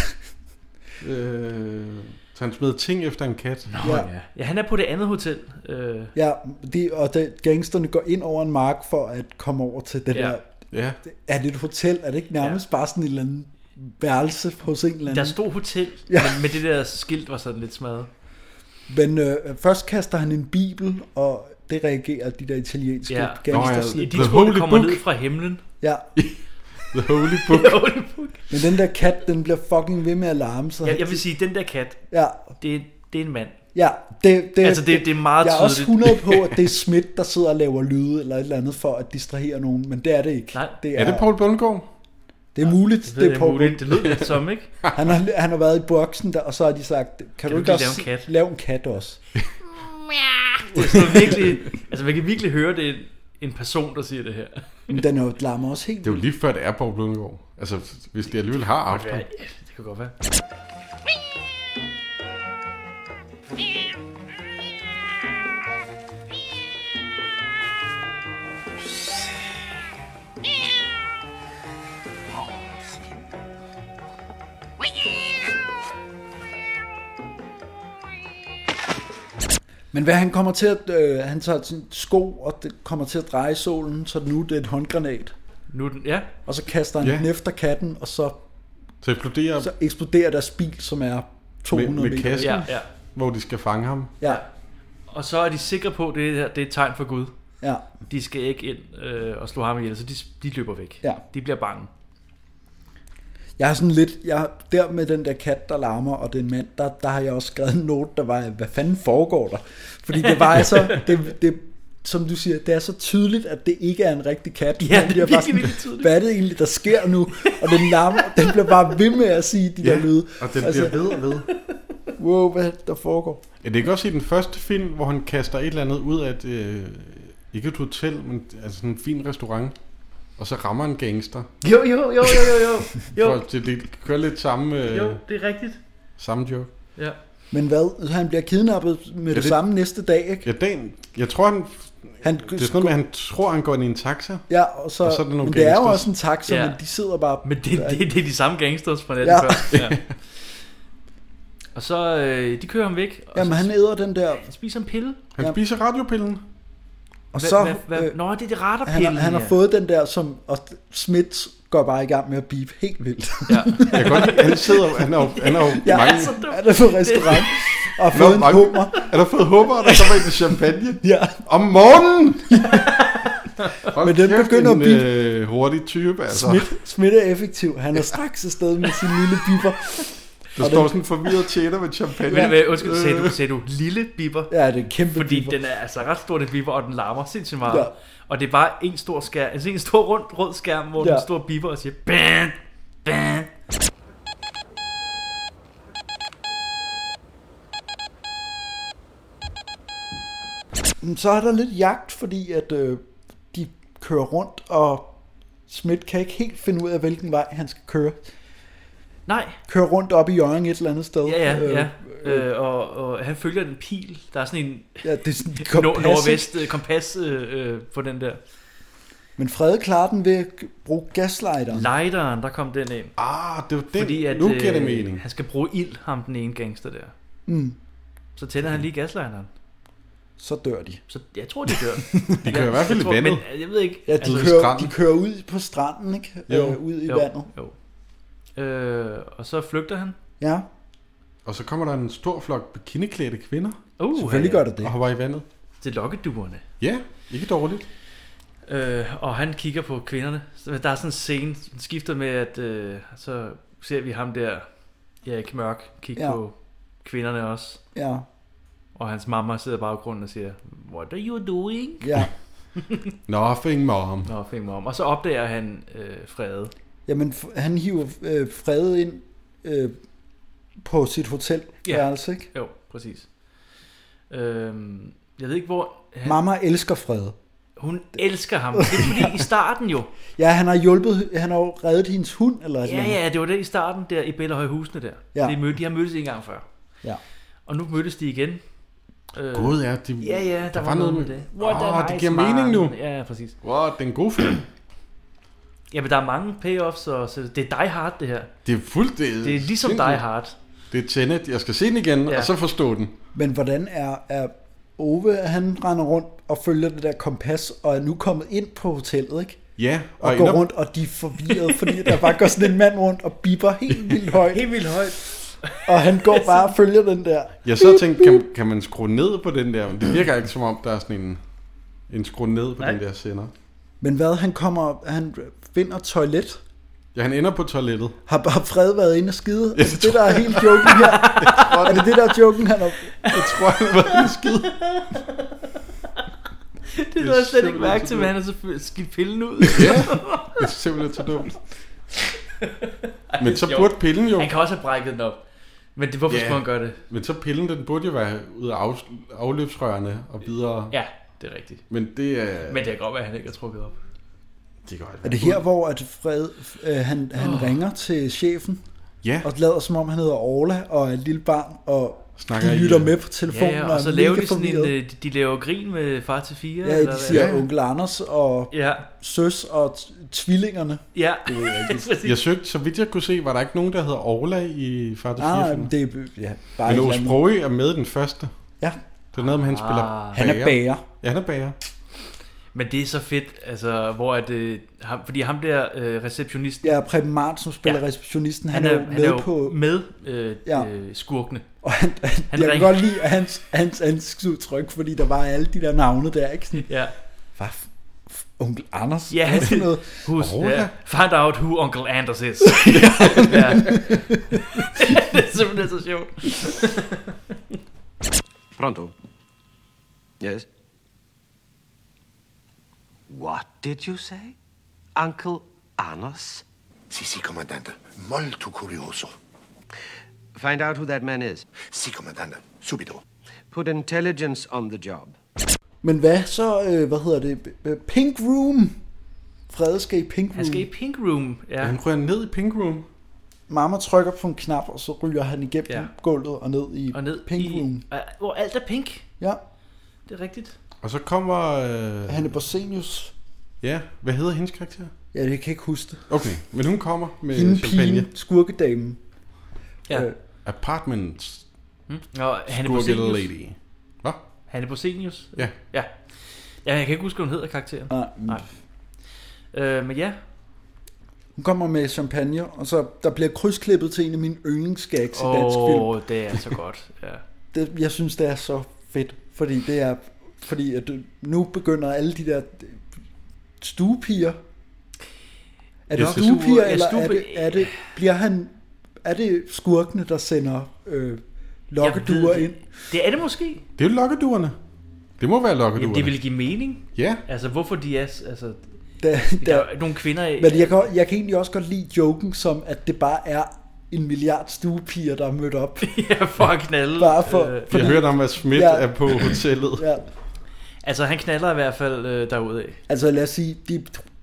øh, så han smider ting efter en kat. Nå, ja. ja, han er på det andet hotel. Øh. Ja, de, og de, gangsterne går ind over en mark for at komme over til det ja. der. Ja. Er det et hotel? Er det ikke nærmest ja. bare sådan et eller andet værelse hos en eller anden? Der stod hotel, ja. men med det der skilt var sådan lidt smadret. Men øh, først kaster han en bibel, og det reagerer de der italienske ja. gangsters. Ja, de tror, det kommer book. ned fra himlen. Ja. The Holy Book. The Holy Book. Men den der kat, den bliver fucking ved med at larme. Så ja, jeg vil sige, den der kat, ja. det, det er en mand. Ja, det, det, altså det, det er meget jeg tydeligt. Jeg er også hundrede på, at det er Schmidt, der sidder og laver lyde, eller et eller andet, for at distrahere nogen, men det er det ikke. Nej. Det er, er det Poul Bundgaard? Det er muligt, det, det er Poul Bundgaard. Det lyder lidt som, ikke? Han har, han har været i boksen der, og så har de sagt, kan, kan du ikke også lave en kat? Lave en kat også? Det er så virkelig, altså man kan virkelig høre, det er en person, der siger det her. Men den er jo larmer også helt. Det er jo lige før, det er Poul Bundgaard. Altså, hvis de alligevel har haft ja, det kan godt være. Men hvad han kommer til at øh, han tager sin sko og det kommer til at dreje solen, så nu det er et håndgranat. Nu den, ja. Og så kaster han ja. den efter katten, og så så eksploderer, så eksploderer deres bil, som er to hundrede med, med meter. kassen, ja, ja. hvor de skal fange ham. Ja. Og så er de sikre på, at det, her, det er et tegn for Gud. Ja. De skal ikke ind øh, og slå ham ihjel, så de, de løber væk. Ja. De bliver bange. Jeg har sådan lidt, jeg, der med den der kat, der larmer, og den mand, der, der har jeg også skrevet en note, der var, hvad fanden foregår der? Fordi det var altså, det, det, som du siger, det er så tydeligt, at det ikke er en rigtig kat. Ja, det er virkelig, sådan, virkelig tydeligt. Hvad er det egentlig, der sker nu? Og den larmer, den bliver bare ved med at sige de ja, der lyde. Og den altså, bliver ved og ved. Wow, hvad der foregår? Er det ikke også i den første film, hvor han kaster et eller andet ud af et, øh, ikke et hotel, men altså sådan en fin restaurant, og så rammer en gangster? Jo, jo, jo, jo, jo, jo. For det, det kører lidt samme... Øh, jo, det er rigtigt. Samme joke. Ja. Men hvad? Han bliver kidnappet med ja, det, det samme næste dag, ikke? Ja, dagen. Jeg tror, han... han det er sådan noget med, han tror, han går ind i en taxa. Ja, og så... Og så er der nogle men gangsters. det er jo også en taxa, ja. Men de sidder bare... Men det, det, det er de samme gangsters fra natten ja. før. Ja. Og så... Øh, de kører ham væk. Og Jamen, han æder den der... Han spiser en pille. Han ja. spiser radiopillen. Og så, hva, hva, øh, nå, det er det radarpille. Han, han har fået den der, som og Schmidt går bare i gang med at beep helt vildt. Ja. Jeg kan godt, han sidder, han er jo, han er jo ja, mange... Han er på restaurant og har fået en hummer. Han har fået hummer, og der kommer ind med champagne. Ja. Om morgenen! Men den begynder en, at beep. Øh, hurtig type, altså. Schmidt, Schmidt er effektiv. Han er straks afsted med sin lille bipper. Der og står den, sådan en forvirret tjener med champagne. Men, men undskyld, sagde du, sagde du lille bipper? Ja, det er en kæmpe Fordi bipper. den er altså ret stor, den bipper, og den larmer sindssygt meget. Ja. Og det er bare en stor skærm, altså en stor rund rød skærm, hvor ja. den står bipper og siger bam, bam. Så er der lidt jagt, fordi at øh, de kører rundt, og Schmidt kan ikke helt finde ud af, hvilken vej han skal køre. Nej. Kører rundt op i Hjørring et eller andet sted. Ja, ja, øh, ja. Øh, og, og han følger en pil. Der er sådan en, ja, det er sådan en kompas, kompas, nordvest kompas øh, øh, på den der. Men Frede klarer den ved at bruge gaslighteren. Lighteren, der kom den ind. Ah, det var den. Fordi at, Nu giver det øh, mening. Han skal bruge ild, ham den ene gangster der. Mm. Så tænder han lige gaslighteren. Så dør de. Så jeg tror, de dør. De kører i hvert fald i vandet. Men jeg ved ikke. Ja, de, altså, kører, de kører ud på stranden, ikke? Jo. Øh, ud i jo, vandet. Jo. Øh, og så flygter han. Ja. Og så kommer der en stor flok bikiniklædte kvinder. Uh, Selvfølgelig gør det det. Og hopper i vandet. Det er lokkeduerne. Ja, ikke dårligt. Øh, og han kigger på kvinderne. Så der er sådan en scene, den skifter med, at øh, så ser vi ham der, Erik Mørk, kigge Ja. på kvinderne også. Ja. Og hans mamma sidder i baggrunden og siger, what are you doing? Ja. Nothing, mom. Nothing, mom. Og så opdager han øh, Frede. Jamen, f- han hiver øh, Frede ind øh, på sit hotel. Ja, ikke? jo, præcis. Øhm, jeg ved ikke, hvor... Han, Mamma elsker Frede. Hun elsker ham. Det er fordi i starten jo. Ja, han har hjulpet, han har jo reddet hendes hund, eller Ja, ja, det var det i starten der i Bellahøj Husene der. Ja. De, mød, de har mødtes en gang før. Ja. Og nu mødtes de igen. Øh, God, ja. De, ja, ja, der, der var, var noget med det. What oh, det giver mening nu. Ja, ja, præcis. Wow, det er en god film. Ja, men der er mange payoffs, og så det er Die Hard, det her. Det er fuldt... Det, det er ligesom Die Hard. Det er Tenet. Jeg skal se den igen, ja. Og så forstå den. Men hvordan er, er Ove, han render rundt og følger det der kompas, og er nu kommet ind på hotellet, ikke? Ja. Og, og går rundt, og de er forvirret, fordi der bare går sådan en mand rundt og bipper helt vildt højt. Helt vildt højt. Og han går bare og følger den der. Jeg så tænkte, kan, kan man skrue ned på den der? Men det virker ikke som om, der er sådan en, en skrue ned på Nej. den der sender. Men hvad, han kommer, han finder toilet. Ja, han ender på toilettet. Har, har Fred været inde og skide? Ja, er det det, der er helt joken her? Er det det, der er joken, han har... Jeg tror, han har været inde og skide. Det er jeg slet ikke mærke til, men han har selvfølgelig skidt pillen ud. Ja, det er simpelthen så dumt. Men så burde pillen jo... Han kan også have brækket den op. Men det, hvorfor ja, skulle han gøre det? Men så pillen, den burde jo være ud af af, afløbsrørene og videre. Ja, det er rigtigt. Men det er... Men det kan godt være, at han ikke har trukket op. Det kan godt være. Er det her, hvor at Fred, øh, han, han oh. ringer til chefen? Ja. Og lader som om, han hedder Orla og er et lille barn, og snakker de lytter med på telefonen. Ja, ja, og, og så laver de sådan en, de, de laver grin med far til fire. Ja, eller de siger ja. onkel Anders og ja. søs og tvillingerne. Ja, det ved jeg ikke. Jeg søgte, så vidt jeg kunne se, var der ikke nogen, der hedder Orla i far til fire. Ah, det er ja, bare men Ove Sprogøe er med den første. Ja. Det er noget med, han spiller ah. bager. Han er bager. Ja, han er bager. Men det er så fedt, altså, hvor er det, ham, fordi ham der øh, receptionisten... Ja, Preben Martin, som spiller ja. receptionisten, han, han er, er jo han med er jo på... med øh, ja. øh, skurkene. Og han, han, han jeg kan godt lide hans, hans ansigtsudtryk, fordi der var alle de der navne der, ikke? Sådan, ja. Hvad? Onkel Anders? Ja, hvad noget? Who's, oh, yeah. Find out who Uncle Anders is. ja. Det er simpelthen så sjovt. Pronto? Yes? What did you say? Uncle Anders? Si, si, comandante. Molto curioso. Find out who that man is. Si, comandante. Subito. Put intelligence on the job. Men hvad så, øh, hvad hedder det? Pink Room. Frede skal i Pink Room. Han skal i Pink Room, ja. Han ryger ned i Pink Room. Mamma trykker på en knap, og så ryger han igennem ja. gulvet og ned i og ned Pink i, Room. Hvor alt er pink. Ja. Det er rigtigt. Og så kommer... Øh... Hanne Borsenius. Ja, hvad hedder hendes karakter? Ja, det kan jeg ikke huske det. Okay, men hun kommer med Hende champagne. Pigen, skurkedamen. Ja. Øh. Apartments. Hmm? Og Hanne Borsenius. Lady. Hvad? Hanne Borsenius. Ja. Ja. Ja, jeg kan ikke huske, hvad hun hedder karakteren. Nej. Nej. Øh, men ja. Hun kommer med champagne, og så der bliver krydsklippet til en af mine yndlingsgags oh, i dansk film. Åh, det er så godt. Ja. Det, jeg synes, det er så fedt, fordi det er fordi at nu begynder alle de der stuepiger. Er det ja, stuepiger, eller stue... er, det, er det bliver han er det skurkene, der sender øh, lokkeduer ind? Det er det måske. Det er jo lokkeduerne. Det må være lokkeduerne. Jamen, det vil give mening. Ja. Altså hvorfor de er altså der, der, der er nogle kvinder af. Men jeg kan, jeg kan egentlig også godt lide joken som at det bare er en milliard stuepiger, der er mødt op. Ja, for at knalde. Bare for, øh, fordi, jeg hørt om, at Schmidt ja, er på hotellet. Ja. Altså han knaller i hvert fald øh, derudad. Altså lad os sige, de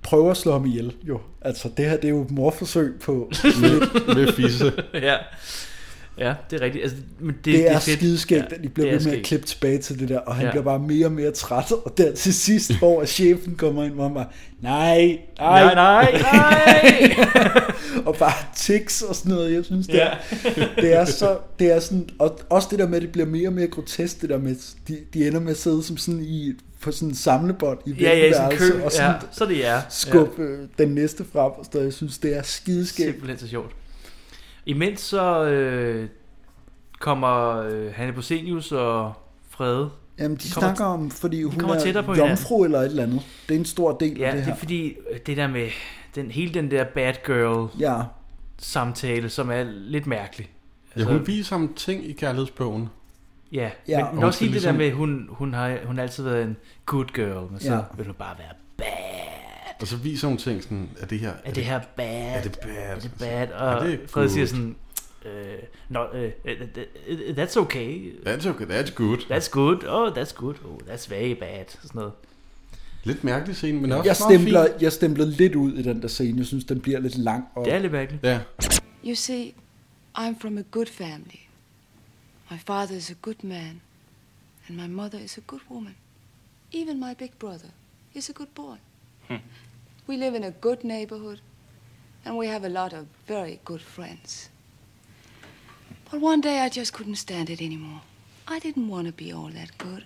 prøver at slå ham ihjel, jo. Altså, det her, det er jo et mordforsøg på... med, med fisse. Ja. Ja, det er rigtigt. Altså, men det, det, det er, er skideskægt, ja, at de bliver ved med at klippe tilbage til det der, og han ja. bliver bare mere og mere træt, og der til sidst, hvor chefen kommer ind, hvor han bare, nej, nej, nej, nej, nej. og bare tics og sådan noget, jeg synes, det, ja. er, det er så, det er sådan, og også det der med, at det bliver mere og mere grotesk, det der med, de, de ender med at sidde som sådan i, på sådan en samlebånd i ja, ja, sådan værelse, kø, og sådan ja, så det er. skubbe ja. den næste frem, og så jeg synes, det er skideskægt. Simpelthen så sjovt. Imens så øh, kommer øh, Hanne Bosenius og Frede. Jamen, de, de kommer, snakker om, fordi hun kommer er på jomfru eller et eller andet. Det er en stor del ja, af det her. Ja, det er fordi, det der med den, hele den der bad girl ja. samtale, som er lidt mærkelig. Altså, ja, hun viser ham ting i kærlighedsbogen. Ja, ja men, men også hele ligesom... det der med, hun, hun, har, hun har altid været en good girl, men så ja. vil hun bare være bad. Og så viser hun ting sådan, er det her... Er, er det her bad? Er det bad? Er det bad? Og Frede siger sådan... Uh, no, uh, that's okay. That's okay, that's good. That's good, oh, that's good, oh, that's very bad. Sådan noget. Lidt mærkelig scene, men også jeg stempler, jeg stempler lidt ud i den der scene. Jeg synes, den bliver lidt lang. Og... Det er lidt mærkeligt. Ja. You see, I'm from a good family. My father is a good man, and my mother is a good woman. Even my big brother is a good boy. Hmm. We live in a good neighborhood, and we have a lot of very good friends. But one day I just couldn't stand it anymore. I didn't want to be all that good.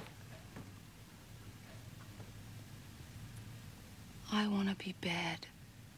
I want to be bad.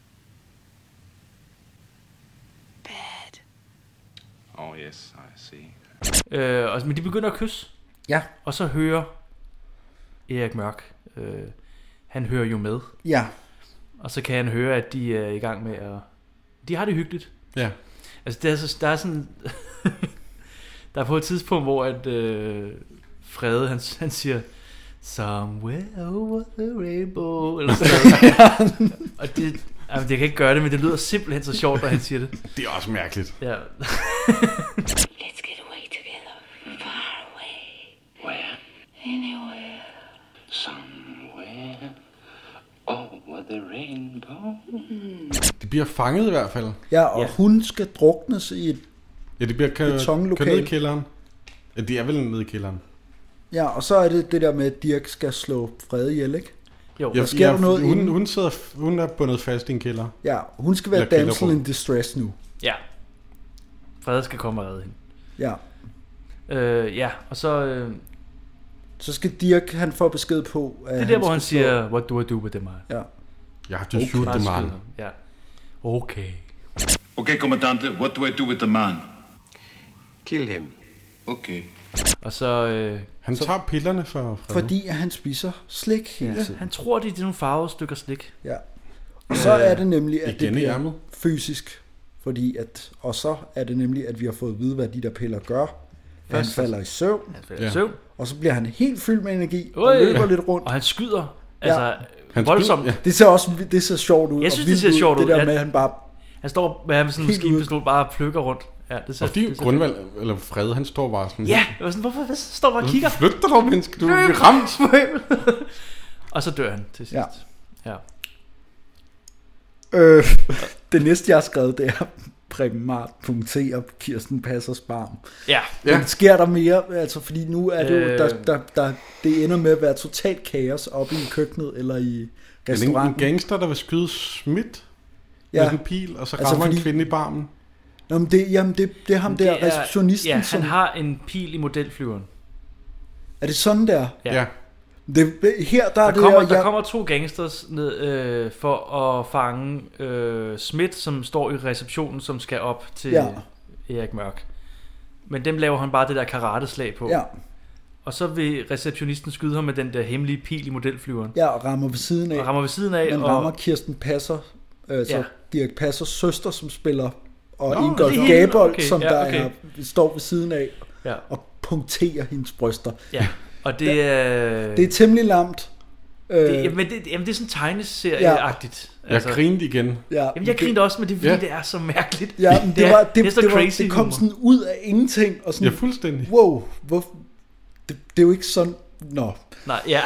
Bad. Oh yes, I see. Øh, og, men de begynder at kysse. Ja. Og så hører Erik Mørk, øh, han hører jo med. Ja. Og så kan han høre, at de er i gang med at... De har det hyggeligt. Ja. Altså, der er, så, der er sådan... der er på et tidspunkt, hvor at, øh, Frede, han, han siger... Somewhere over the rainbow... Eller sådan og det... Jamen, det kan ikke gøre det, men det lyder simpelthen så sjovt, når han siger det. Det er også mærkeligt. Ja. Let's get away together. Far away. Where? Anywhere. Somewhere over the rainbow. De bliver fanget i hvert fald. Ja, og ja. hun skal druknes i et Ja, de bliver kørt ned i kælderen. Ja, de er vel nede i kælderen. Ja, og så er det det der med, at Dirk skal slå Frede ihjel, ikke? Jo, ja, der sker ja, der noget hun, hun, sidder, hun er bundet fast i en kælder. Ja, hun skal være damsel in distress nu. Ja. Frede skal komme og redde hende. Ja. Øh, ja, og så... Øh, så skal Dirk, han får besked på... At det er der, han hvor han siger, slå... what do I do with the man? Ja. Jeg har to shoot the man. Ja. Okay. Okay, kommandante, what do I do with the man? Kill him. Okay. Og så... Øh, han så, tager pillerne for Frede. Fordi han spiser slik hele ja, tiden. Han tror, det er nogle farvede stykker slik. Ja. Og så er det nemlig, at Igen det bliver fysisk. Fordi at, og så er det nemlig, at vi har fået at vide, hvad de der piller gør. Han falder i søvn. Han falder ja. i søvn. Og så bliver han helt fyldt med energi. Ui, og løber ja. lidt rundt. Og han skyder. Altså, ja. han voldsomt. Ja. Det ser også det ser sjovt ud. Jeg synes, det ser sjovt ud. Det der med, at han bare... Han står med sådan en maskinpistol, bare plukker rundt. Ja, det ser, og fordi Grundvald, eller Frede, han står bare sådan... Ja, jeg var sådan, hvorfor står bare og kigger? Flyt dig dog, menneske, du bliver ramt. Og så dør han til sidst. Ja. ja. Øh, det næste, jeg har skrevet, det er Primart punkterer Kirsten Passers barm. Ja. Men sker der mere? Altså, fordi nu er det jo, der, der, der, det ender med at være totalt kaos oppe i køkkenet eller i restauranten. En gangster, der vil skyde Schmidt ja. med en pil, og så rammer altså, fordi... en kvinde i barmen. Nå, men det, jamen det, det er ham det der, er, receptionisten. Ja, han som... har en pil i modelflyveren. Er det sådan der? Ja. ja. Det, her, der, der, er det kommer, her, der jeg... kommer to gangsters ned øh, for at fange øh, Schmidt, som står i receptionen, som skal op til ja. Erik Mørk. Men dem laver han bare det der karateslag på. Ja. Og så vil receptionisten skyde ham med den der hemmelige pil i modelflyveren. Ja, og rammer ved siden af. Og rammer ved siden af. Men og... rammer Kirsten Passer, altså ja. Dirk Passers søster, som spiller, og Nå, Ingolf Gabold, okay, som ja, der okay. er, står ved siden af, ja. og punkterer hendes bryster. Ja, og det er... Det er temmelig lamt. Det, jamen, det, jamen, det er sådan tegneserie-agtigt. Ja. Altså. Jeg grinede igen. Ja, jamen, jeg grinede også, men det er fordi, ja. det er så mærkeligt. Ja, men det, det, var, det, det er så det, crazy. Var, det kom sådan ud af ingenting. Og sådan, ja, fuldstændig. Wow, hvor, det, det er jo ikke sådan... Nå. Nej, ja.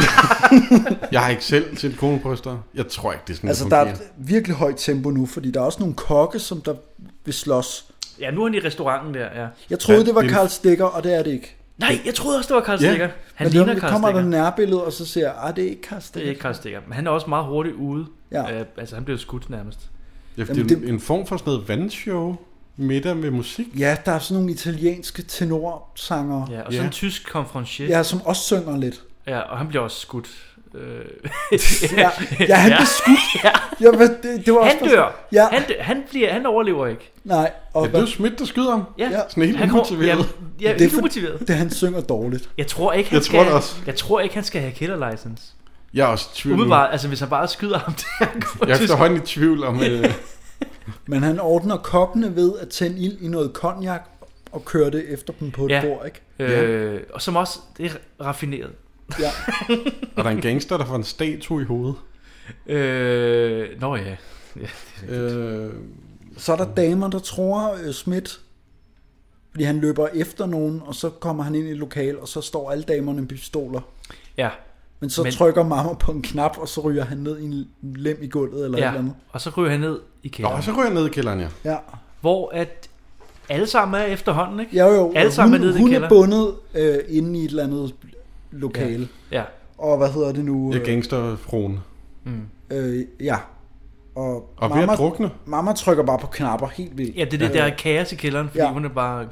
Jeg har ikke selv set konebryster. Jeg tror ikke, det er sådan, Altså, det der fungerer. er virkelig højt tempo nu, fordi der er også nogle kokke, som der vil slås. Ja, nu er han i restauranten der, ja. Jeg troede, Ja, det var det er- Carl Stikker, og det er det ikke. Nej, jeg troede også, det var Carl Ja. Stikker. Han Men ligner der Carl kommer der Stikker. nærbillede, og så siger jeg, ah, det er ikke Carl Det Stikker. er ikke Carl Stikker. Men han er også meget hurtigt ude. Ja. Øh, altså, han blev skudt nærmest. Ja, fordi Jamen, det er det- en form for sådan noget vandshow. Middag med musik. Ja, der er sådan nogle italienske tenorsanger, Ja, og så Ja. en tysk konferencier. ja, som også synger lidt. Ja, og han bliver også skudt. Øh. Ja, ja, han blev skudt. Ja. Ja, men det, det var også Han dør. Ja. Han, dør. Han, bliver, han overlever ikke. Nej, og Ja, det er jo Schmidt, der skyder ham. Ja. Ja. Sådan helt Han kommer- umotiveret. Ja, ja det er helt for- umotiveret. det han synger dårligt. Jeg tror ikke, han Jeg skal, tror det også. Jeg tror ikke, han skal have killer license. Jeg er også i tvivl nu. Umiddelbart, altså hvis han bare skyder ham der. Jeg er efterhånden i tvivl om... Øh, Men han ordner kokkene ved at tænde ild i noget cognac og køre det efter dem på et Ja. bord, ikke? Øh, og som også, det er raffineret. Ja. og der er en gangster, der får en statue i hovedet. Øh, nå ja. Ja, det er Øh, Så er der damer, der tror øh, Schmidt, fordi han løber efter nogen, og så kommer han ind i et lokal, og så står alle damerne med pistoler. Ja. Men så Men- trykker mamma på en knap, og så ryger han ned i en lem i gulvet, eller Ja, et eller andet. og så ryger han ned i Nå, kælderen. så ryger jeg ned i kælderen, ja. Ja. Hvor at alle sammen er efterhånden, ikke? Ja, jo, Alle og sammen hun, er nede i hun er kælderen. bundet øh, inde i et eller andet lokale. Ja. Og hvad hedder det nu? Det er gangsterfruen. Mm. Øh, ja. Og, Og ved at drukne. Mamma trykker bare på knapper helt vildt. Ja, det er det, der er kaos i kælderen, fordi Ja. ja. hun er bare...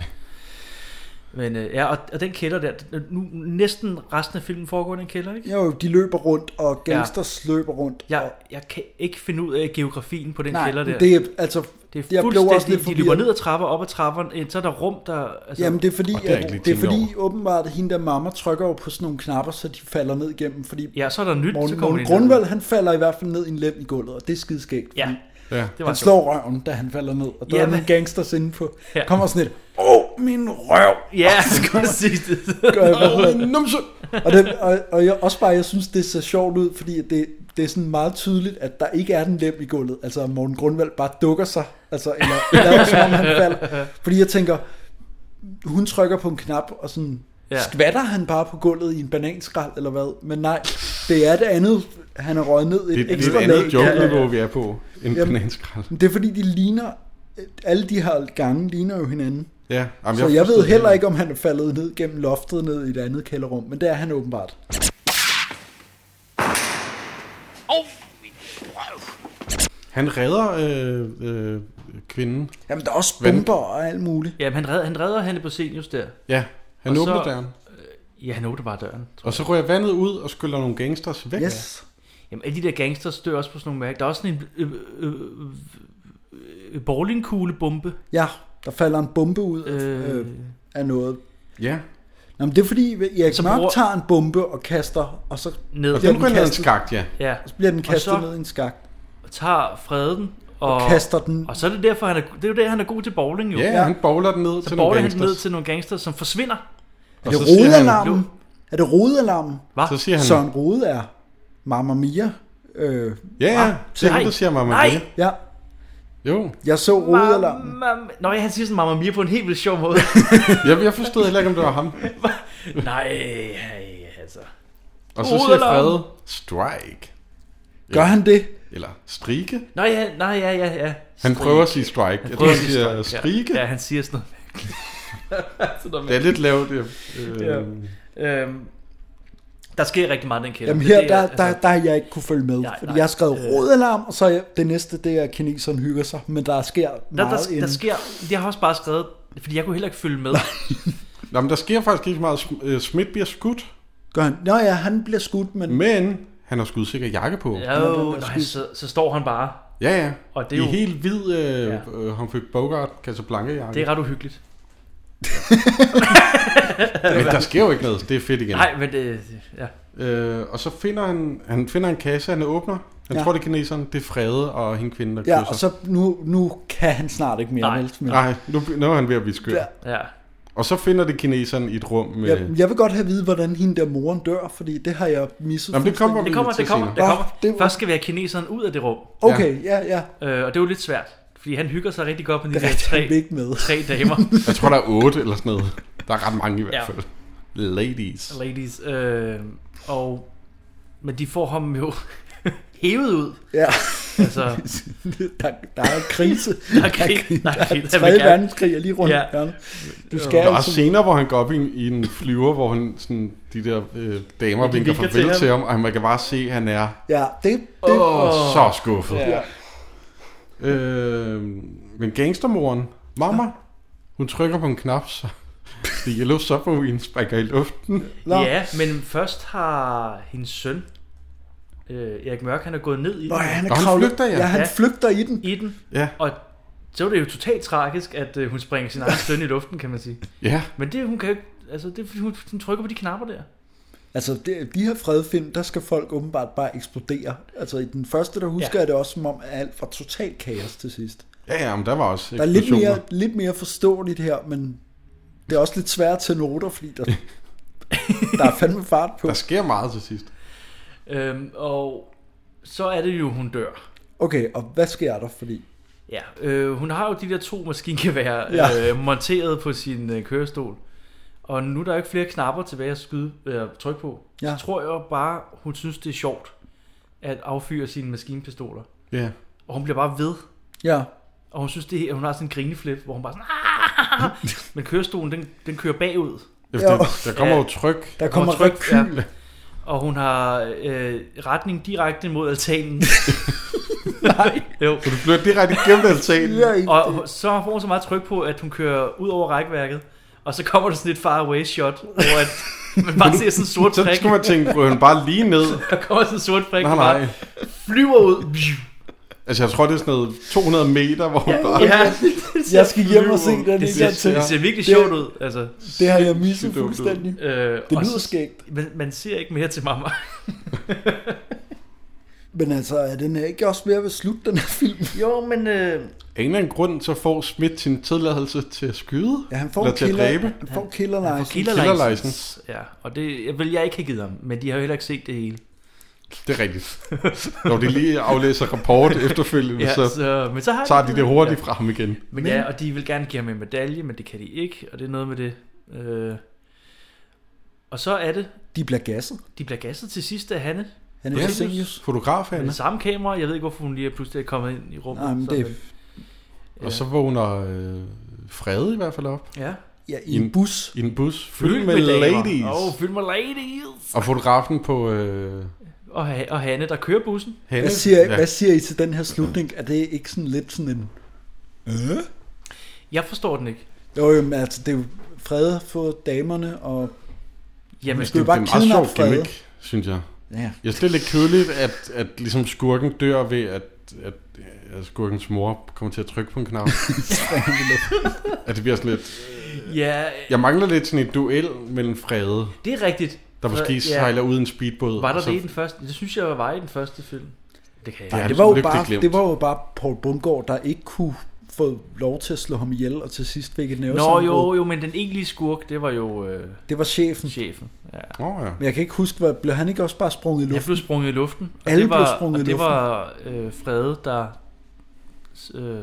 Men øh, ja, og, og den kælder der, nu næsten resten af filmen foregår i den kælder, ikke? Jo, de løber rundt, og gangsters ja. løber rundt. Jeg, jeg kan ikke finde ud af geografien på den Nej, kælder der. det er altså... det er jeg blev også fuldstændig, lidt de løber forvirret. ned ad trapper, op ad trapperne, så er der rum, der... Altså, Jamen det er fordi, Og det er at, ikke lige det er tænkt fordi over. åbenbart, at hende der mamma trykker jo på sådan nogle knapper, så de falder ned igennem. Fordi Ja, så er der nyt, Morten, så kommer Morten de ned. Grundvald, han falder i hvert fald ned i en lem i gulvet, og det er skideskægt. Ja, Ja. det var Han sjovt. slår røven, da han falder ned, og der Ja, er nogle men- gangsters inde på. Ja. Kommer sådan et, åh, min røv! Ja, præcis. Gør jeg, hvad hedder det? Numse! Og, det, og, og jeg, også bare, jeg synes, det ser sjovt ud, fordi det, det er sådan meget tydeligt, at der ikke er den lem i gulvet. Altså, Morten Grundvald bare dukker sig, altså, eller lader som om han falder. Fordi jeg tænker, hun trykker på en knap, og sådan Ja. ja. skvatter han bare på gulvet i en bananskrald, eller hvad? Men nej, det er det andet, han er røget ned et Det, det er ekstra et lag. andet joke-niveau, vi er på. En Jamen, bananskrald. Det er fordi, de ligner, alle de her gange ligner jo hinanden. Ja, jamen, Så jeg ved forstod heller det. ikke, om han er faldet ned gennem loftet ned i et andet kælderrum, men det er han åbenbart. Han redder øh, øh, kvinden. Jamen, der er også Vand- bomber og alt muligt. Ja, han redder, han redder Hanne Bosenius der. Ja, han Og åbner så- døren. Øh, Ja, han åbner bare døren. tror Og så rører vandet ud og skyller nogle gangsters væk. Yes. Jamen, alle de der gangsters dør også på sådan nogle mærker. Der er også sådan en øh, øh, øh, bowlingkuglebombe. Ja, der falder en bombe ud Øh. øh, af noget. Ja. Nå, men det er fordi, Erik Så Mørk bruger- tager en bombe og kaster, og så Ned. Og bliver den ryger ned i en kastet- skagt, ja. Ja. så bliver den Og kastet så- ned i en skak. Tager Freden og, Og kaster den. Og så er det derfor, han er, det er jo det, han er god til bowling jo. Ja, Ja. han bowler den ned Så til nogle bowler han den gangsters. ned til nogle gangsters, som forsvinder. Er Og det så siger han- rodealarmen? Er det rodealarmen? Hvad? Så siger han, Søren Rode er Mamma Mia. Øh, ja, ja, ah, det er nej, ham, der siger Mamma nej. Mia. ja, Jo, jeg så rodealarmen. Mamma... Nå ja, han siger sådan Mamma Mia på en helt vildt sjov måde. jeg, jeg forstod heller ikke, om det var ham. Nej, hey, altså. Og så siger Rodealarm. Frede, strike. Gør han det? Eller strike. Nå ja, nej, ja, ja, ja. Han Strik. prøver at sige strike. Han Jeg tror, prøver han at sige siger strike. strike. Ja, ja, han siger sådan noget. sådan noget Det er lidt lavt. Ja. Øh, Ja. Øhm, der sker rigtig meget i den kælder. Jamen Det- her, det der, er- der, altså- der har jeg ikke kunne følge med, Nej, fordi nej. jeg har skrevet Øh. rodealarm, og så er jeg, det næste, det er kineseren hygger sig, men der sker Der, meget der, der inden. sker, jeg har også bare skrevet, fordi jeg kunne heller ikke følge med. Nå, men der sker faktisk ikke så meget. Sm- øh, Schmidt bliver skudt, Gør han? Nå ja, han bliver skudt, men men han har skudsikker jakke på. Ja, den jo, der nej, skud. så, så står han bare. Ja, ja. Og det I er jo, helt hvid øh, Ja. øh, Humphrey Bogart Casablanca-jakke. det er ret uhyggeligt. Men der sker jo ikke noget. Det er fedt igen. Nej, men det, ja. Øh, og så finder han, han finder en kasse, han åbner. Han Ja. tror, det er kineseren. Det er Frede og hende kvinde, der ja, kysser. og så nu, nu kan han snart ikke mere. Nej. vel? Men Nej, nu, nu er han ved at blive skør. Ja. Ja. Og så finder det kineseren i et rum med... jeg, jeg vil godt have at vide, hvordan hende der moren dør, fordi det har jeg misset. Jamen, det kommer fuldstændig. Det kommer, til det kommer, senere. det kommer. Nå, det var- Først skal vi have kineseren ud af det rum. Okay, ja, ja. Øh, og det er jo lidt svært. Fordi han hygger sig rigtig godt med de Det er der rigtig tre, han vil ikke med. tre damer. Jeg tror, der er otte eller sådan noget. Der er ret mange i hvert Ja. fald. Ladies. Ladies. Øh, og, men de får ham jo hævet ud. Ja. Altså, der, der er en krise. Der er krig. Der er krig. Der er tredje verdenskrig er lige rundt. Ja. Du skal der er også altså... scener, hvor han går op i, i en flyver, hvor han, sådan, de der øh, damer Ja, de vinker vinker farvel til til ham. ham, og man kan bare se, at han er Ja, det... det... Åh, så skuffet. Ja. Øh, men gangstermoren, mamma, hun trykker på en knap, så The Yellow Submarine springer i luften. Nå. Ja, men først har hendes søn, øh, Erik Mørk, han er gået ned i Nå, den. han er kravlet. flygter, ja. Ja, han flygter i den. I den. Ja. Og så var det jo totalt tragisk, at øh, hun springer sin egen søn i luften, kan man sige. Ja. Men det, hun kan jo ikke, altså det er fordi, hun, hun trykker på de knapper der. Altså, det, de her fredfilm, der skal folk åbenbart bare eksplodere. Altså, i den første, der husker ja. jeg det også, som om alt var totalt kaos til sidst. Ja, ja, men der var også der er lidt mere, lidt mere forståeligt her, men det er også lidt svært til noter, fordi der, der er fandme fart på. Der sker meget til sidst. Øhm, og så er det jo, hun dør. Okay, og hvad sker der, fordi... Ja, øh, hun har jo de der to maskingevær Ja. øh, monteret på sin øh, kørestol. Og nu er der jo ikke flere knapper tilbage at skyde, øh, trykke på. Ja. Så tror jeg jo bare, hun synes, det er sjovt at affyre sine maskinpistoler. Ja. Og hun bliver bare ved. Ja. Og hun synes, det, hun har sådan en grineflip, hvor hun bare sådan... "Ah!" Men kørestolen, den, den kører bagud. Efter, ja. Der kommer jo tryk. Der kommer tryk, rekyl. ja. Og hun har øh, retning direkte mod altanen. Nej. Jo. Så du bliver direkte igennem altanen. Og så får hun så meget tryk på, at hun kører ud over rækværket. Og så kommer der sådan et far away shot, hvor at man bare ser sådan en sort så prik. Så skulle man tænke, at hun bare lige ned. Der kommer sådan en sort prik, nej, nej. nej. Flyver ud. Altså jeg tror det er sådan noget to hundrede meter, hvor hun Ja, bare... ja. Jeg skal hjem og se den Det en ser, gang til. det ser virkelig sjovt ud. Altså. Det har jeg misset fuldstændig. Øh, det og lyder så- skægt. Men man ser ikke mere til mamma. Men altså, er den her ikke også ved at være slut, den her film? Jo, men... Øh... Af en eller anden grund, så får Smith sin tilladelse til at skyde. Ja, han får eller til at killer, dræbe. han får killer license. Han får killer, Killer license. license. Ja, og det vil jeg ikke have givet ham, men de har jo heller ikke set det hele. Det er rigtigt. Når de lige aflæser rapport efterfølgende, Ja, så, så- men så har de tager de det. det hurtigt Ja. fra ham igen. Men ja, og de vil gerne give ham en medalje, men det kan de ikke, og det er noget med det. Øh... Og så er det... De bliver gasset. De bliver gasset til sidst af Hanne. Hanne Ja, Forsenius. fotograf Med Hanne. det samme kamera. Jeg ved ikke, hvorfor hun lige er pludselig er kommet ind i rummet. Nej, men Så, det- men- Og så vågner øh, Frede i hvert fald op. Ja. Ja, i en bus. I en bus. Fyldt Fyldt med, med damer. ladies. Åh, oh, fyldt med ladies. Og fotografen på... Øh, Og, ha- og Hanne, der kører bussen. Hanne. Hvad siger, Ja. hvad siger I til den her slutning? Er det ikke sådan lidt sådan en... Øh? Jeg forstår den ikke. Jo, jo, men altså, det er jo Frede for damerne, og... Jamen, vi skulle jo det er bare en meget kidnappe sjov Frede. gimmick, synes jeg. Ja. Jeg synes, det er lidt kedeligt, at, at ligesom skurken dør ved, at, at, at skurkens mor kommer til at trykke på en knap. At det bliver sådan lidt... Ja, Jeg mangler lidt sådan et duel mellem Frede, det er rigtigt. der måske Ja. sejler ud i en speedbåd. Var der og så- det i den første? Det synes jeg var i den første film. Det kan jeg Nej, Ja, det var, jo det er bare, glemt. det var jo bare Paul Bundgaard, der ikke kunne få lov til at slå ham ihjel, og til sidst fik et Nå nervesammenbrud. jo, jo, men den egentlige skurk, det var jo øh, Det var chefen. chefen. Ja. Åh, ja. Men jeg kan ikke huske, hvad, blev han ikke også bare sprunget i Jeg luften? blev sprunget i luften. Og Alle det var, blev sprunget og i det luften. var øh, Frede, der... Øh,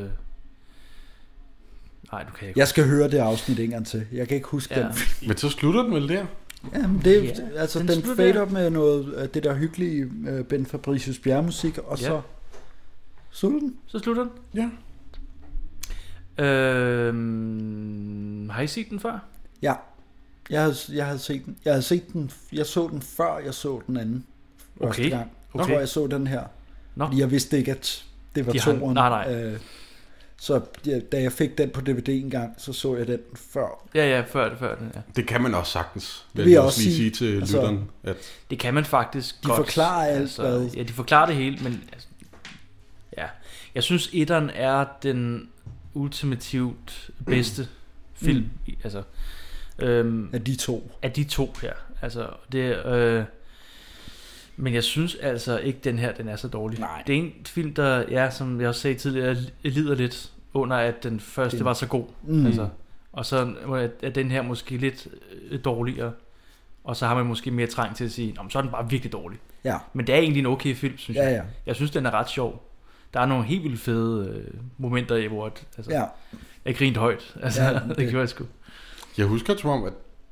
nej, du kan ikke. Jeg skal høre det afsnit en gang til. Jeg kan ikke huske Ja. den film. Men så slutter den vel der? Jamen, det, Ja, altså, den den, slutter fader der. op med noget af det der hyggelige uh, Ben Fabricius Bjerre-musik, og Ja. så slutter den. Så slutter den. Ja. Øhm, har I set den før? Ja, jeg havde, jeg havde set den. Jeg havde set den. Jeg så den før jeg så den anden. Første Okay. gang. Jeg Okay. tror jeg så den her. Nå. Fordi jeg vidste ikke at det var De har- toeren. nej, nej. Øh, så ja, da jeg fik den på D V D en gang, så så jeg den før. Ja, ja, før det, før det, ja. Det kan man også sagtens. Det vil jeg også lige sige. sige til Altså, lytteren. At Det kan man faktisk De godt. forklarer alt, hvad- Ja, de forklarer det hele, men... Altså, ja. Jeg synes, etteren er den ultimativt bedste film. Mm. Altså, øhm, Af de to. Af de to, ja. Altså, det, øh, men jeg synes altså ikke, den her den er så dårlig. Nej. Det er en film, der, ja, som jeg også sagde tidligere, lider lidt under, at den første Den- var så god. Mm. Altså, og så er den her måske lidt øh, dårligere. Og så har man måske mere trang til at sige, "Nå, men så er den bare virkelig dårlig." Ja. Men det er egentlig en okay film, synes Ja, jeg. ja. Jeg synes, den er ret sjov. Der er nogle helt vildt fede øh, momenter i, hvor at, altså, Ja. jeg grinte højt. Altså, Ja, ja, det, det- det gjorde jeg sgu. jeg husker som om, at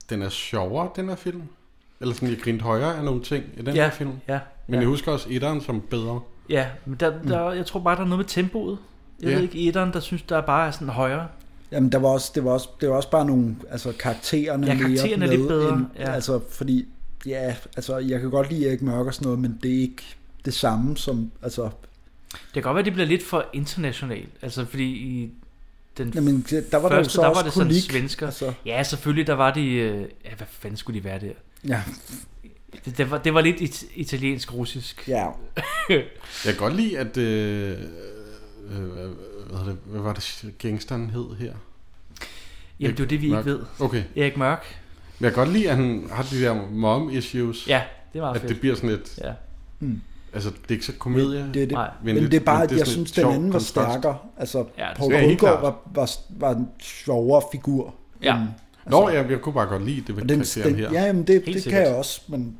den er sjovere, den her film. Eller sådan, jeg grinte højere af nogle ting i den Ja, her film. ja, Men ja. jeg husker også etteren som bedre. Ja, men der, der, jeg tror bare, der er noget med tempoet. Jeg Ja. ved ikke, i etteren, der synes, der bare er sådan højere. Jamen, der var også, det, var også, det var også bare nogle, altså karaktererne Ja, karaktererne er mere lidt bedre, end, ja. Altså, fordi, ja, altså, jeg kan godt lide Erik Mørk og sådan noget, men det er ikke det samme som, altså... Det kan godt være, det bliver lidt for internationalt. Altså, fordi i den Jamen, der var der jo første, så der også var det sådan kolik, svensker. altså. Ja, selvfølgelig, der var de... Øh, ja, hvad fanden skulle de være der? Ja. Det, det, var, det var lidt it- italiensk-russisk. Ja. Jeg kan godt lide, at... Øh, øh, hvad, det, hvad var det, gangsteren hed her? Jamen, det er jo det, vi Mørk. ikke ved. Okay. Erik Mørk. Men jeg kan godt lide, at han har de der mom issues. Ja, det er meget At fedt. det bliver sådan lidt... Ja. Hmm. Altså, det er ikke så komedie. Det, det, Nej. men, men lidt- det er bare, at det er jeg sådan synes, et den sjovt anden var kontrast. stærkere. Altså, Ja, det Poul er helt Bundgaard klart. var, var, var en sjovere figur. Ja. end- Nå, ja, jeg kunne bare godt lide det ved og den, karakteren den, her. Ja, jamen det, Helt det kan sikkert. jeg også, men...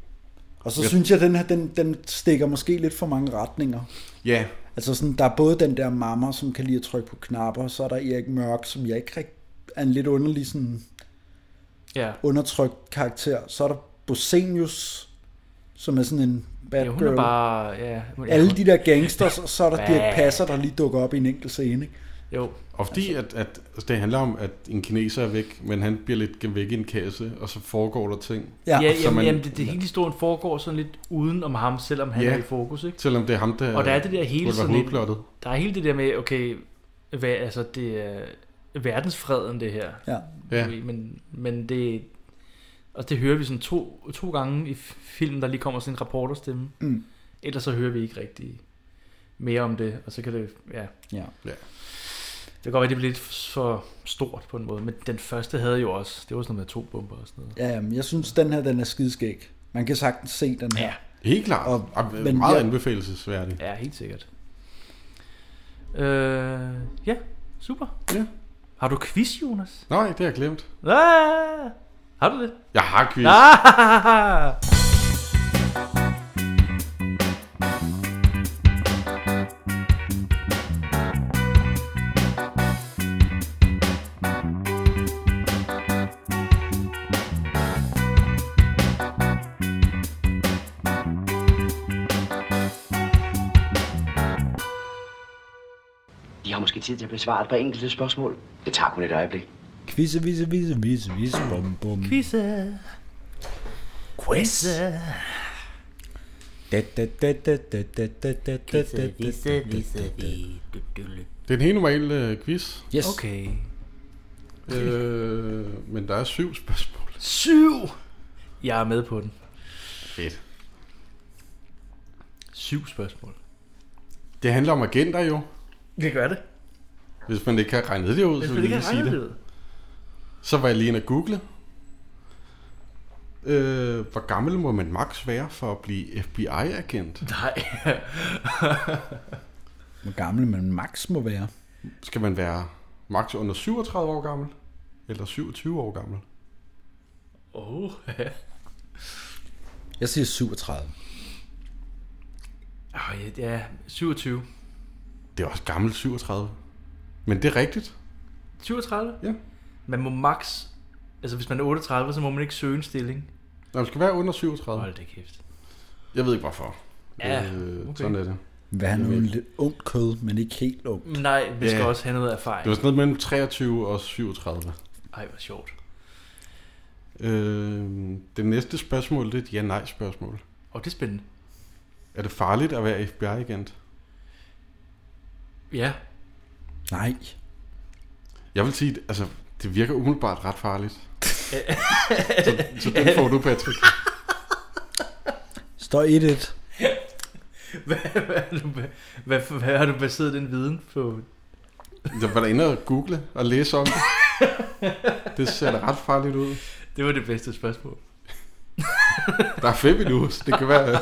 Og så Jeg- synes jeg, at den her, den, den stikker måske lidt for mange retninger. Ja. Altså sådan, der er både den der mamma, som kan lide at trykke på knapper, og så er der Erik Mørk, som jeg ikke rigtig er en lidt underlig sådan Ja. undertrykt karakter. Så er der Bosenius, som er sådan en bad Ja, hun girl. er bare... Ja, hun- ja, Alle hun- de der gangsters, så, så er der Bad. Dirk Passer, der lige dukker op i en enkelt scene. Ikke? Jo. Og fordi at, at altså, det handler om, at en kineser er væk, men han bliver lidt gemt væk i en kasse, og så foregår der ting. Ja, ja Så jamen, man- jamen det, det hele historien foregår sådan lidt uden om ham, selvom han Ja, er i fokus, ikke? selvom det er ham, der Og der er det der hele burde være sådan lidt, hovedplottet. der er hele det der med, okay, hvad, altså det er verdensfreden det her. Ja. Ja. Du ved, Men, men det, og det hører vi sådan to, to gange i filmen, der lige kommer sådan en reporterstemme. Mm. Ellers så hører vi ikke rigtig mere om det, og så kan det, ja. Ja. Ja. Det kan godt være, det bliver lidt for stort på en måde, men den første havde jo også, det var sådan noget med atombomber og sådan noget. Ja, jamen, jeg synes, den her, den er skideskæg. Man kan sagtens se den her. Ja. Helt klart. Og, Og men meget jeg- anbefalelsesværdig. Ja, helt sikkert. Øh, ja, super. Ja. Har du quiz, Jonas? Nej, det har jeg glemt. Ah, har du det? Jeg har quiz. Ah! De har måske tid til at besvare et par enkelte spørgsmål. Det tager kun et øjeblik. Quizze, visse, visse, visse, visse, bum, bum. Quizze. Quizze. Da, da, da, da, da, da, da, da, da, da, da, Det er en helt normal uh, quiz. Yes. Okay. Øh, men der er syv spørgsmål. Syv! Jeg er med på den. Fedt. Syv spørgsmål. Det handler om agenter jo. Det gør det. Hvis man ikke kan regne det ud, Hvis så man vil ikke jeg kan lige sige regne det. det ud. Så var jeg lige inde at google. Øh, hvor gammel må man max være for at blive F B I-agent? Nej. Hvor gammel man max må være. Skal man være max under syvogtredive år gammel? Eller syvogtyve år gammel? Åh, oh, ja. Jeg siger syvogtredive. Oh, ja, syvogtyve. Det er også gammel syvogtredive. Men det er rigtigt. syvogtredive? Ja. Man må max... Altså hvis man er otteogtredive, så må man ikke søge en stilling. Nå, man skal være under syvogtredive. Hold da kæft. Jeg ved ikke hvorfor. Ja, øh, okay. Sådan er det. Hvad er nu lidt ungt kød, men ikke helt ungt. Nej, vi skal Ja. også have noget erfaring. Det var sådan noget mellem treogtyve og syvogtredive. Ej, hvor sjovt. Øh, det næste spørgsmål, det er et ja-nej spørgsmål. Åh, oh, det er spændende. Er det farligt at være F B I-agent? Ja. Nej. Jeg vil sige, altså, det virker umiddelbart ret farligt. så, så den får du, Patrick. Står et et. hvad, hvad, hvad, hvad, hvad, hvad har du baseret den viden på? Jeg var derinde og google og læse om det. Det ser da ret farligt ud. Det var det bedste spørgsmål. Der er fem endnu, så det kan være...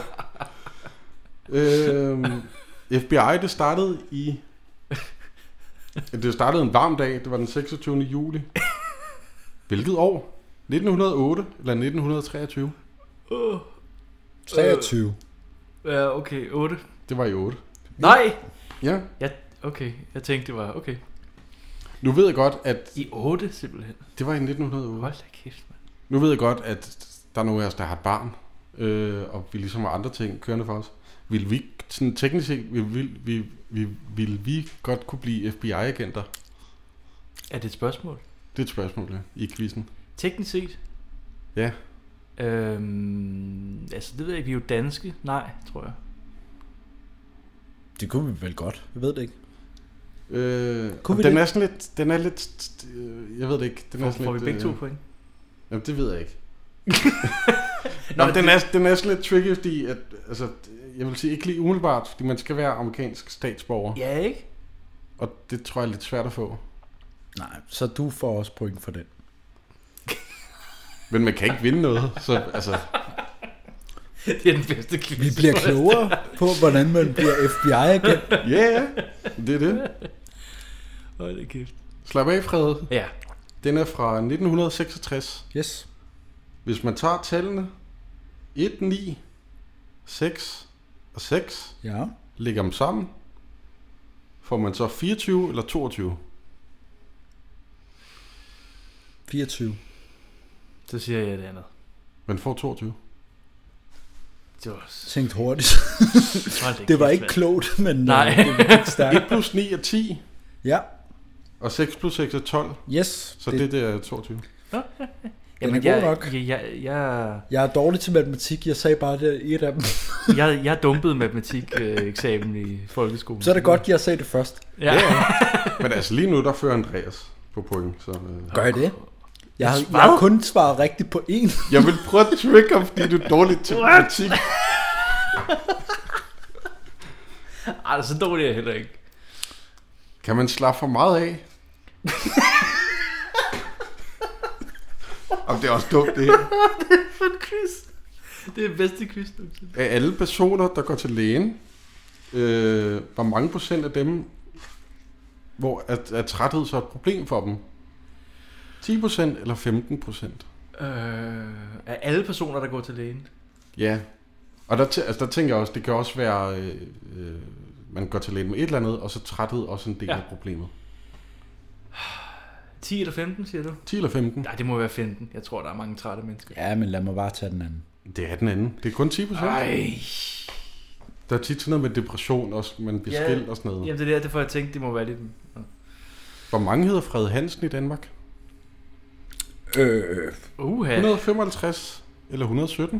øhm, F B I, det startede i... Det startede en varm dag, det var den seksogtyvende juli. Hvilket år? nitten hundrede og otte eller nitten treogtyve? Uh, treogtyve. Uh, ja, okay, otte. Det var i otte. Nej! Ja. Ja, okay. Jeg tænkte, det var okay. Nu ved jeg godt, at... I otte simpelthen? Det var i nitten hundrede og otte. Hold da kæft, mand. Nu ved jeg godt, at der er nogle af os, der har et barn, øh, og vi ligesom har andre ting kørende for os. Vil vi, sådan teknisk set, vil, vil, vil, vil, vil vi godt kunne blive F B I-agenter? Er det et spørgsmål? Det er et spørgsmål, ja, i quizzen. Teknisk set? Ja. Øhm, altså, det ved jeg ikke, vi er jo danske. Nej, tror jeg. Det kunne vi vel godt. Jeg ved det ikke. Øh, Kunne vi den det? er sådan lidt, den er lidt, øh, jeg ved det ikke. Den Får- er sådan får lidt, vi begge to øh, point? Jamen, det ved jeg ikke. Nå, Nå, den, det- er, den er sådan lidt tricky, fordi at, altså, jeg vil sige ikke lige umiddelbart, fordi man skal være amerikansk statsborger. Ja, ikke? Og det tror jeg er lidt svært at få. Nej, så du får også point for den. Men man kan ikke vinde noget, så altså... Det er den bedste quiz. Vi bliver klogere på, hvordan man bliver F B I-agent. Ja, ja. Det er det. Hold da kæft. Slap af, Frede. Ja. Den er fra nitten seksogtres. Yes. Hvis man tager tallene et, ni, seks og seks, ja. lægger dem sammen, får man så fireogtyve eller toogtyve? fireogtyve. Så siger jeg det andet. Man får toogtyve. Det var... Tænkt hurtigt. Det var ikke klogt, men Nej. øh, det var stærkt. et plus ni er ti. Ja. Og seks plus seks er tolv. Yes. Så det, det er toogtyve. Den Jamen, er god jeg, nok. Jeg, jeg, jeg, Jeg er dårlig til matematik. Jeg sagde bare, det er et af dem. jeg, jeg dumpede matematik-eksamen i folkeskolen. Så er det godt, jeg sagde det først. Ja. Ja, ja. Men altså lige nu, der fører Andreas på point. Så, øh. Gør I det? Jeg har, jeg har kun svaret rigtigt på én. Jeg vil prøve at trick ham, fordi du er dårlig til matematik. Ej, så dårlig er jeg heller ikke. Kan man slappe for meget af? Om det er også dumt, det her. Det er for en quiz. Det er det bedste quiz nogensinde. Af alle personer, der går til lægen, øh, hvor mange procent af dem, hvor at, at træthed så er et problem for dem? ti procent eller femten procent? Øh, af alle personer, der går til lægen? Ja. Og der, tæ- altså, der tænker jeg også, det kan også være, øh, øh, man går til lægen med et eller andet, og så træthed også en del Ja. af problemet. ti eller femten, siger du? ti eller femten? Nej, det må være femten. Jeg tror, der er mange trætte mennesker. Ja, men lad mig bare tage den anden. Det er den anden. Det er kun ti procent. Ej. Der er tit sådan noget med depression også, man bliver Ja, skilt og sådan noget. Jamen, det er derfor, jeg tænkte, det må være lidt... Hvor mange hedder Frede Hansen i Danmark? Øh, Uha. et hundrede og femoghalvtreds eller et hundrede og sytten? et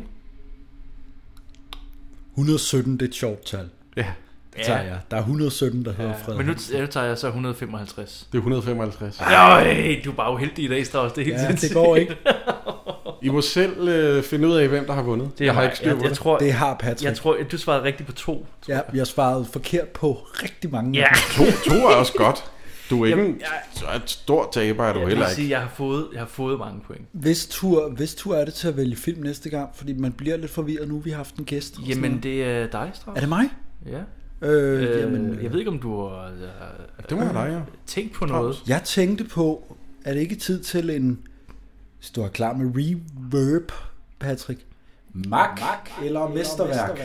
hundrede og sytten, det er et sjovt tal. Ja. Det tager jeg. Der er et hundrede og sytten, der hedder Ja, Frederik. men nu ja, nu tager jeg så et hundrede og femoghalvtreds. Det er et hundrede og femoghalvtreds. Ej, du er bare uheldig i dag, Strauss. Det er helt Ja, det sindssygt. går ikke. I må selv øh, finde ud af, hvem der har vundet. Det er jeg har mig. ikke styr jeg, på jeg, det. tror, Det har Patrick. Jeg tror, at du svarede rigtigt på to. Ja, jeg svarede forkert på rigtig mange. Ja. To, to er også godt. Du er ikke Jamen, en, jeg- så et stort taber, er du Jeg heller vil ikke. sige, jeg har fået, jeg har fået mange point. Hvis tur, hvis tur er det til at vælge film næste gang, fordi man bliver lidt forvirret nu, vi har haft en gæst. og sådan Jamen, noget. det er dig, Strauss. Er det mig? Ja. Øh, Øh, jamen, jeg ved ikke, om du har øh, Det må være dig, ja. tænkt på noget. Jeg tænkte på, er det ikke tid til en, hvis du er klar med reverb, Patrick? Mak eller mesterværk?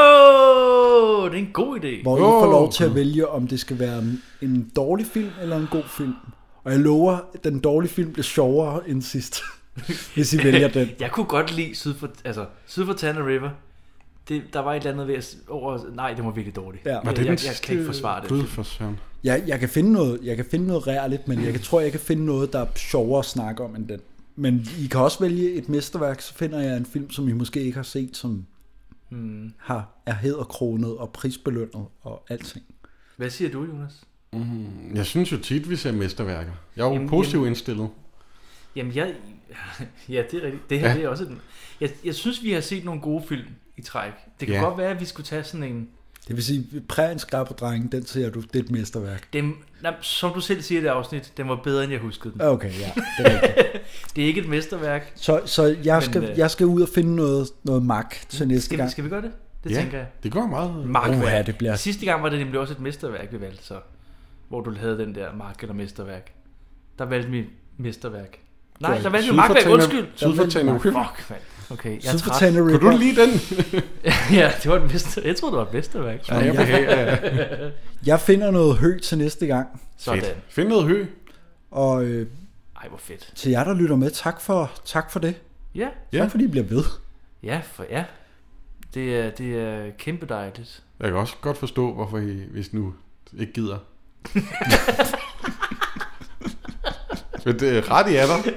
Åh, det er en god idé. Hvor I får lov til at vælge, om det skal være en dårlig film eller en god film. Og jeg lover, at den dårlige film bliver sjovere end sidst, hvis I vælger den. Jeg kunne godt lide Syd for, altså, Syd for Tana River. Det, der var et eller andet ved at, over... Nej, det var virkelig dårligt. Ja. Jeg, Var det jeg, den jeg, sidste- kan ikke forsvare det. Gud for søren. Jeg, jeg, kan finde noget, jeg kan finde noget rærligt, men jeg kan, tror, jeg kan finde noget, der er sjovere at snakke om end den. Men I kan også vælge et mesterværk, så finder jeg en film, som I måske ikke har set, som Hmm. har, er hæderkronet og prisbelønnet og alting. Hvad siger du, Jonas? Mm, jeg synes jo tit, vi ser mesterværker. Jeg er jo Jamen, positivt jamen- indstillet. Jamen, jeg... Ja, det er rigtigt. Det her Ja. det er også den. Jeg, jeg synes, vi har set nogle gode film i træk. Det kan Ja. godt være, at vi skulle tage sådan en... Det vil sige, Prærens Skraberdrengen, den ser du, det er et mesterværk. Dem, nej, som du selv siger i det afsnit, den var bedre, end jeg huskede den. Okay, ja, det er rigtigt. Det er ikke et mesterværk. Så, så jeg, Men, skal, øh, jeg skal ud og finde noget, noget mak til næste Skal, gang. vi, skal vi gøre det? Det Ja, tænker jeg. det går meget. Markværk. Uha, det bliver- Sidste gang var det nemlig også et mesterværk, vi valgte, så, hvor du havde den der mark eller mesterværk. Der valgte vi mesterværk. Nej, der valgte vi Syd for markværk, Tana- undskyld. Syd for Tana Fuck, River. mand. Okay, jeg er Syd for træt. Tana River. Kunne du lide den? Ja, det var et mester. Jeg troede, det var et mesterværk. Ja, jeg vil have, Jeg finder noget hø til næste gang. Sådan. Fedt. Find noget hø. Og øh, Ej, hvor fedt. til jer, der lytter med, tak for, tak for det. Ja. Tak fordi I bliver ved. Ja, for ja. Det er, det er kæmpe dejligt. Jeg kan også godt forstå, hvorfor I, hvis nu ikke gider. Men det er ret i er der.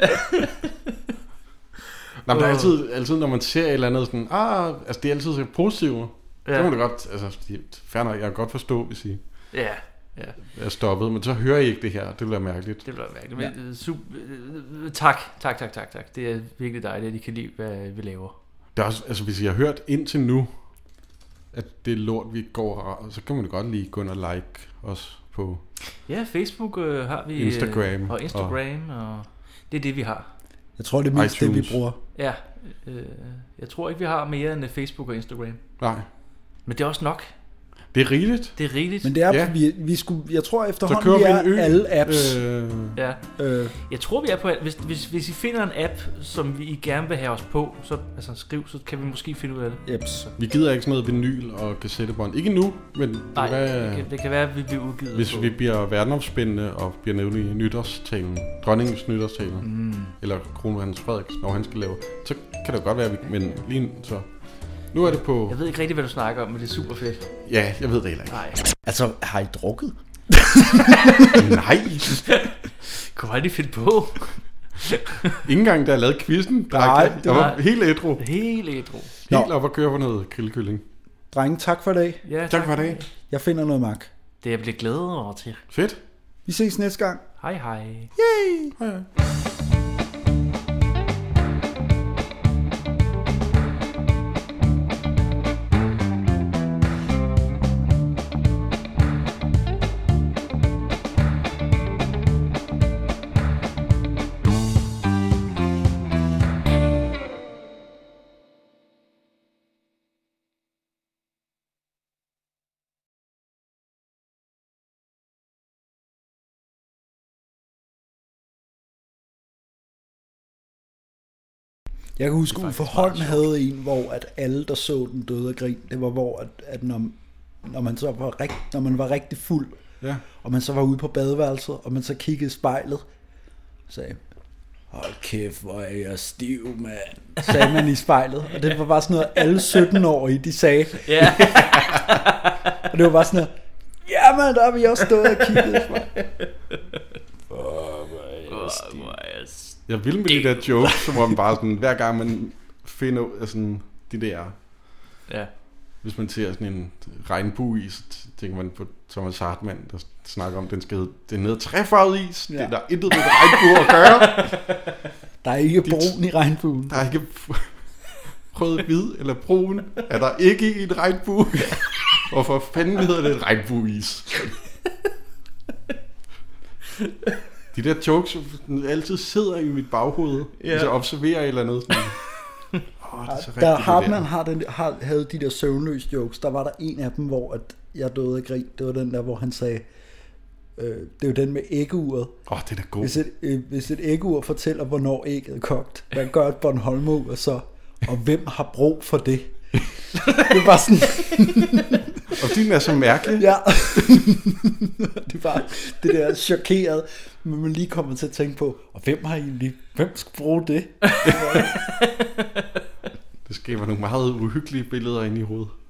Nå, men der er altid, altid, når man ser et eller andet sådan, ah, altså det er altid så positivt. Ja. Så kan man da godt, altså, fair nok, jeg kan godt forstå, hvis I ja, ja. er stoppet, men så hører I ikke det her, det bliver mærkeligt. Det bliver mærkeligt, men ja. super, tak, tak, tak, tak, tak. Det er virkelig dejligt, at I kan lide, hvad vi laver. Det er også, altså hvis I har hørt indtil nu, at det er lort, vi går, så kan man godt lige gå ind og like os på ja, Facebook øh, har vi Instagram øh, og Instagram og, og det er det vi har. Jeg tror det er mest det vi bruger. Ja, øh, jeg tror ikke vi har mere end Facebook og Instagram. Nej. Men det er også nok. Det er rigeligt. Det er rigeligt. Men det er ja. vi, vi skulle, jeg tror efterhånden vi er alle apps. Øh. Ja. Øh. Jeg tror vi er på hvis, hvis hvis I finder en app som vi I gerne vil have os på, så altså skriv, så kan vi måske finde ud af det. Jeps. Vi gider ikke sådan noget vinyl og kassettebånd. Ikke nu, men nej, det, det, kan, det kan være at vi bliver udgivet. Hvis på. Vi bliver verdensomspændende og bliver nævnt i nytårstalen, dronningens nytårstalen, mm. eller kronprins Frederik, når han skal lave, så kan det godt være, vi, men lige så. Nu er det på... Jeg ved ikke rigtig, hvad du snakker om, men det er super fedt. Ja, jeg ved det heller ikke. Nej. Altså, har I drukket? Nej. Kunne jeg lige finde på? Ikke engang, da jeg lavede quizzen, der nej, jeg, jeg var helt ædru. Helt ædru. Helt op og køre på noget grillkylling. Drenge, tak for i dag. Ja, tak, tak for i dag. Jeg finder noget mak. Det er jeg blevet glædet over til. Fedt. Vi ses næste gang. Hej hej. Yay. Hej hej. Jeg kan huske, Uffe Holm havde en, hvor at alle, der så den døde af grin, det var hvor, at, at når, når, man så var rigt, når man var rigtig fuld, ja. og man så var ude på badeværelset, og man så kiggede i spejlet, sagde, hold kæft, hvor er jeg stiv, mand, sagde man i spejlet. Og det var bare sådan noget, alle sytten-årige, de sagde. Ja. Og det var bare sådan noget, ja man, der har vi også stået og kigget i spejlet. Hvor er jeg stiv. Jeg vil med de der jokes, som om bare sådan, hver gang man finder sådan, de der, ja. Hvis man ser sådan en regnbueis, så tænker man på Thomas Hartmann, der snakker om, den skal hedde, den hedder trefarvet is, ja. Det er der intet med regnbue at gøre. Der er ikke brun i regnbuen. Der er ikke rød, hvid eller brun, er der ikke i en regnbue. Hvorfor fanden hedder det et regnbueis? De der jokes altid sidder i mit baghoved, ja. Hvis jeg observerer et eller andet. Sådan. Oh, det der Hartmann har den, har, havde de der søvnløs jokes, der var der en af dem, hvor at jeg døde af grin. Det var den der, hvor han sagde, øh, det er jo den med æggeuret. Åh, oh, det er da god. Hvis et, øh, hvis et æggeur fortæller, hvornår ægget er kogt, hvad gør et Bornholmer så? Og hvem har brug for det? Det var sådan... Og din er så mærkelig. Ja. Det var det der chokeret, men man lige kommer til at tænke på, og hvem har egentlig, hvem skal bruge det? Det skaber nogle meget uhyggelige billeder inde i hovedet.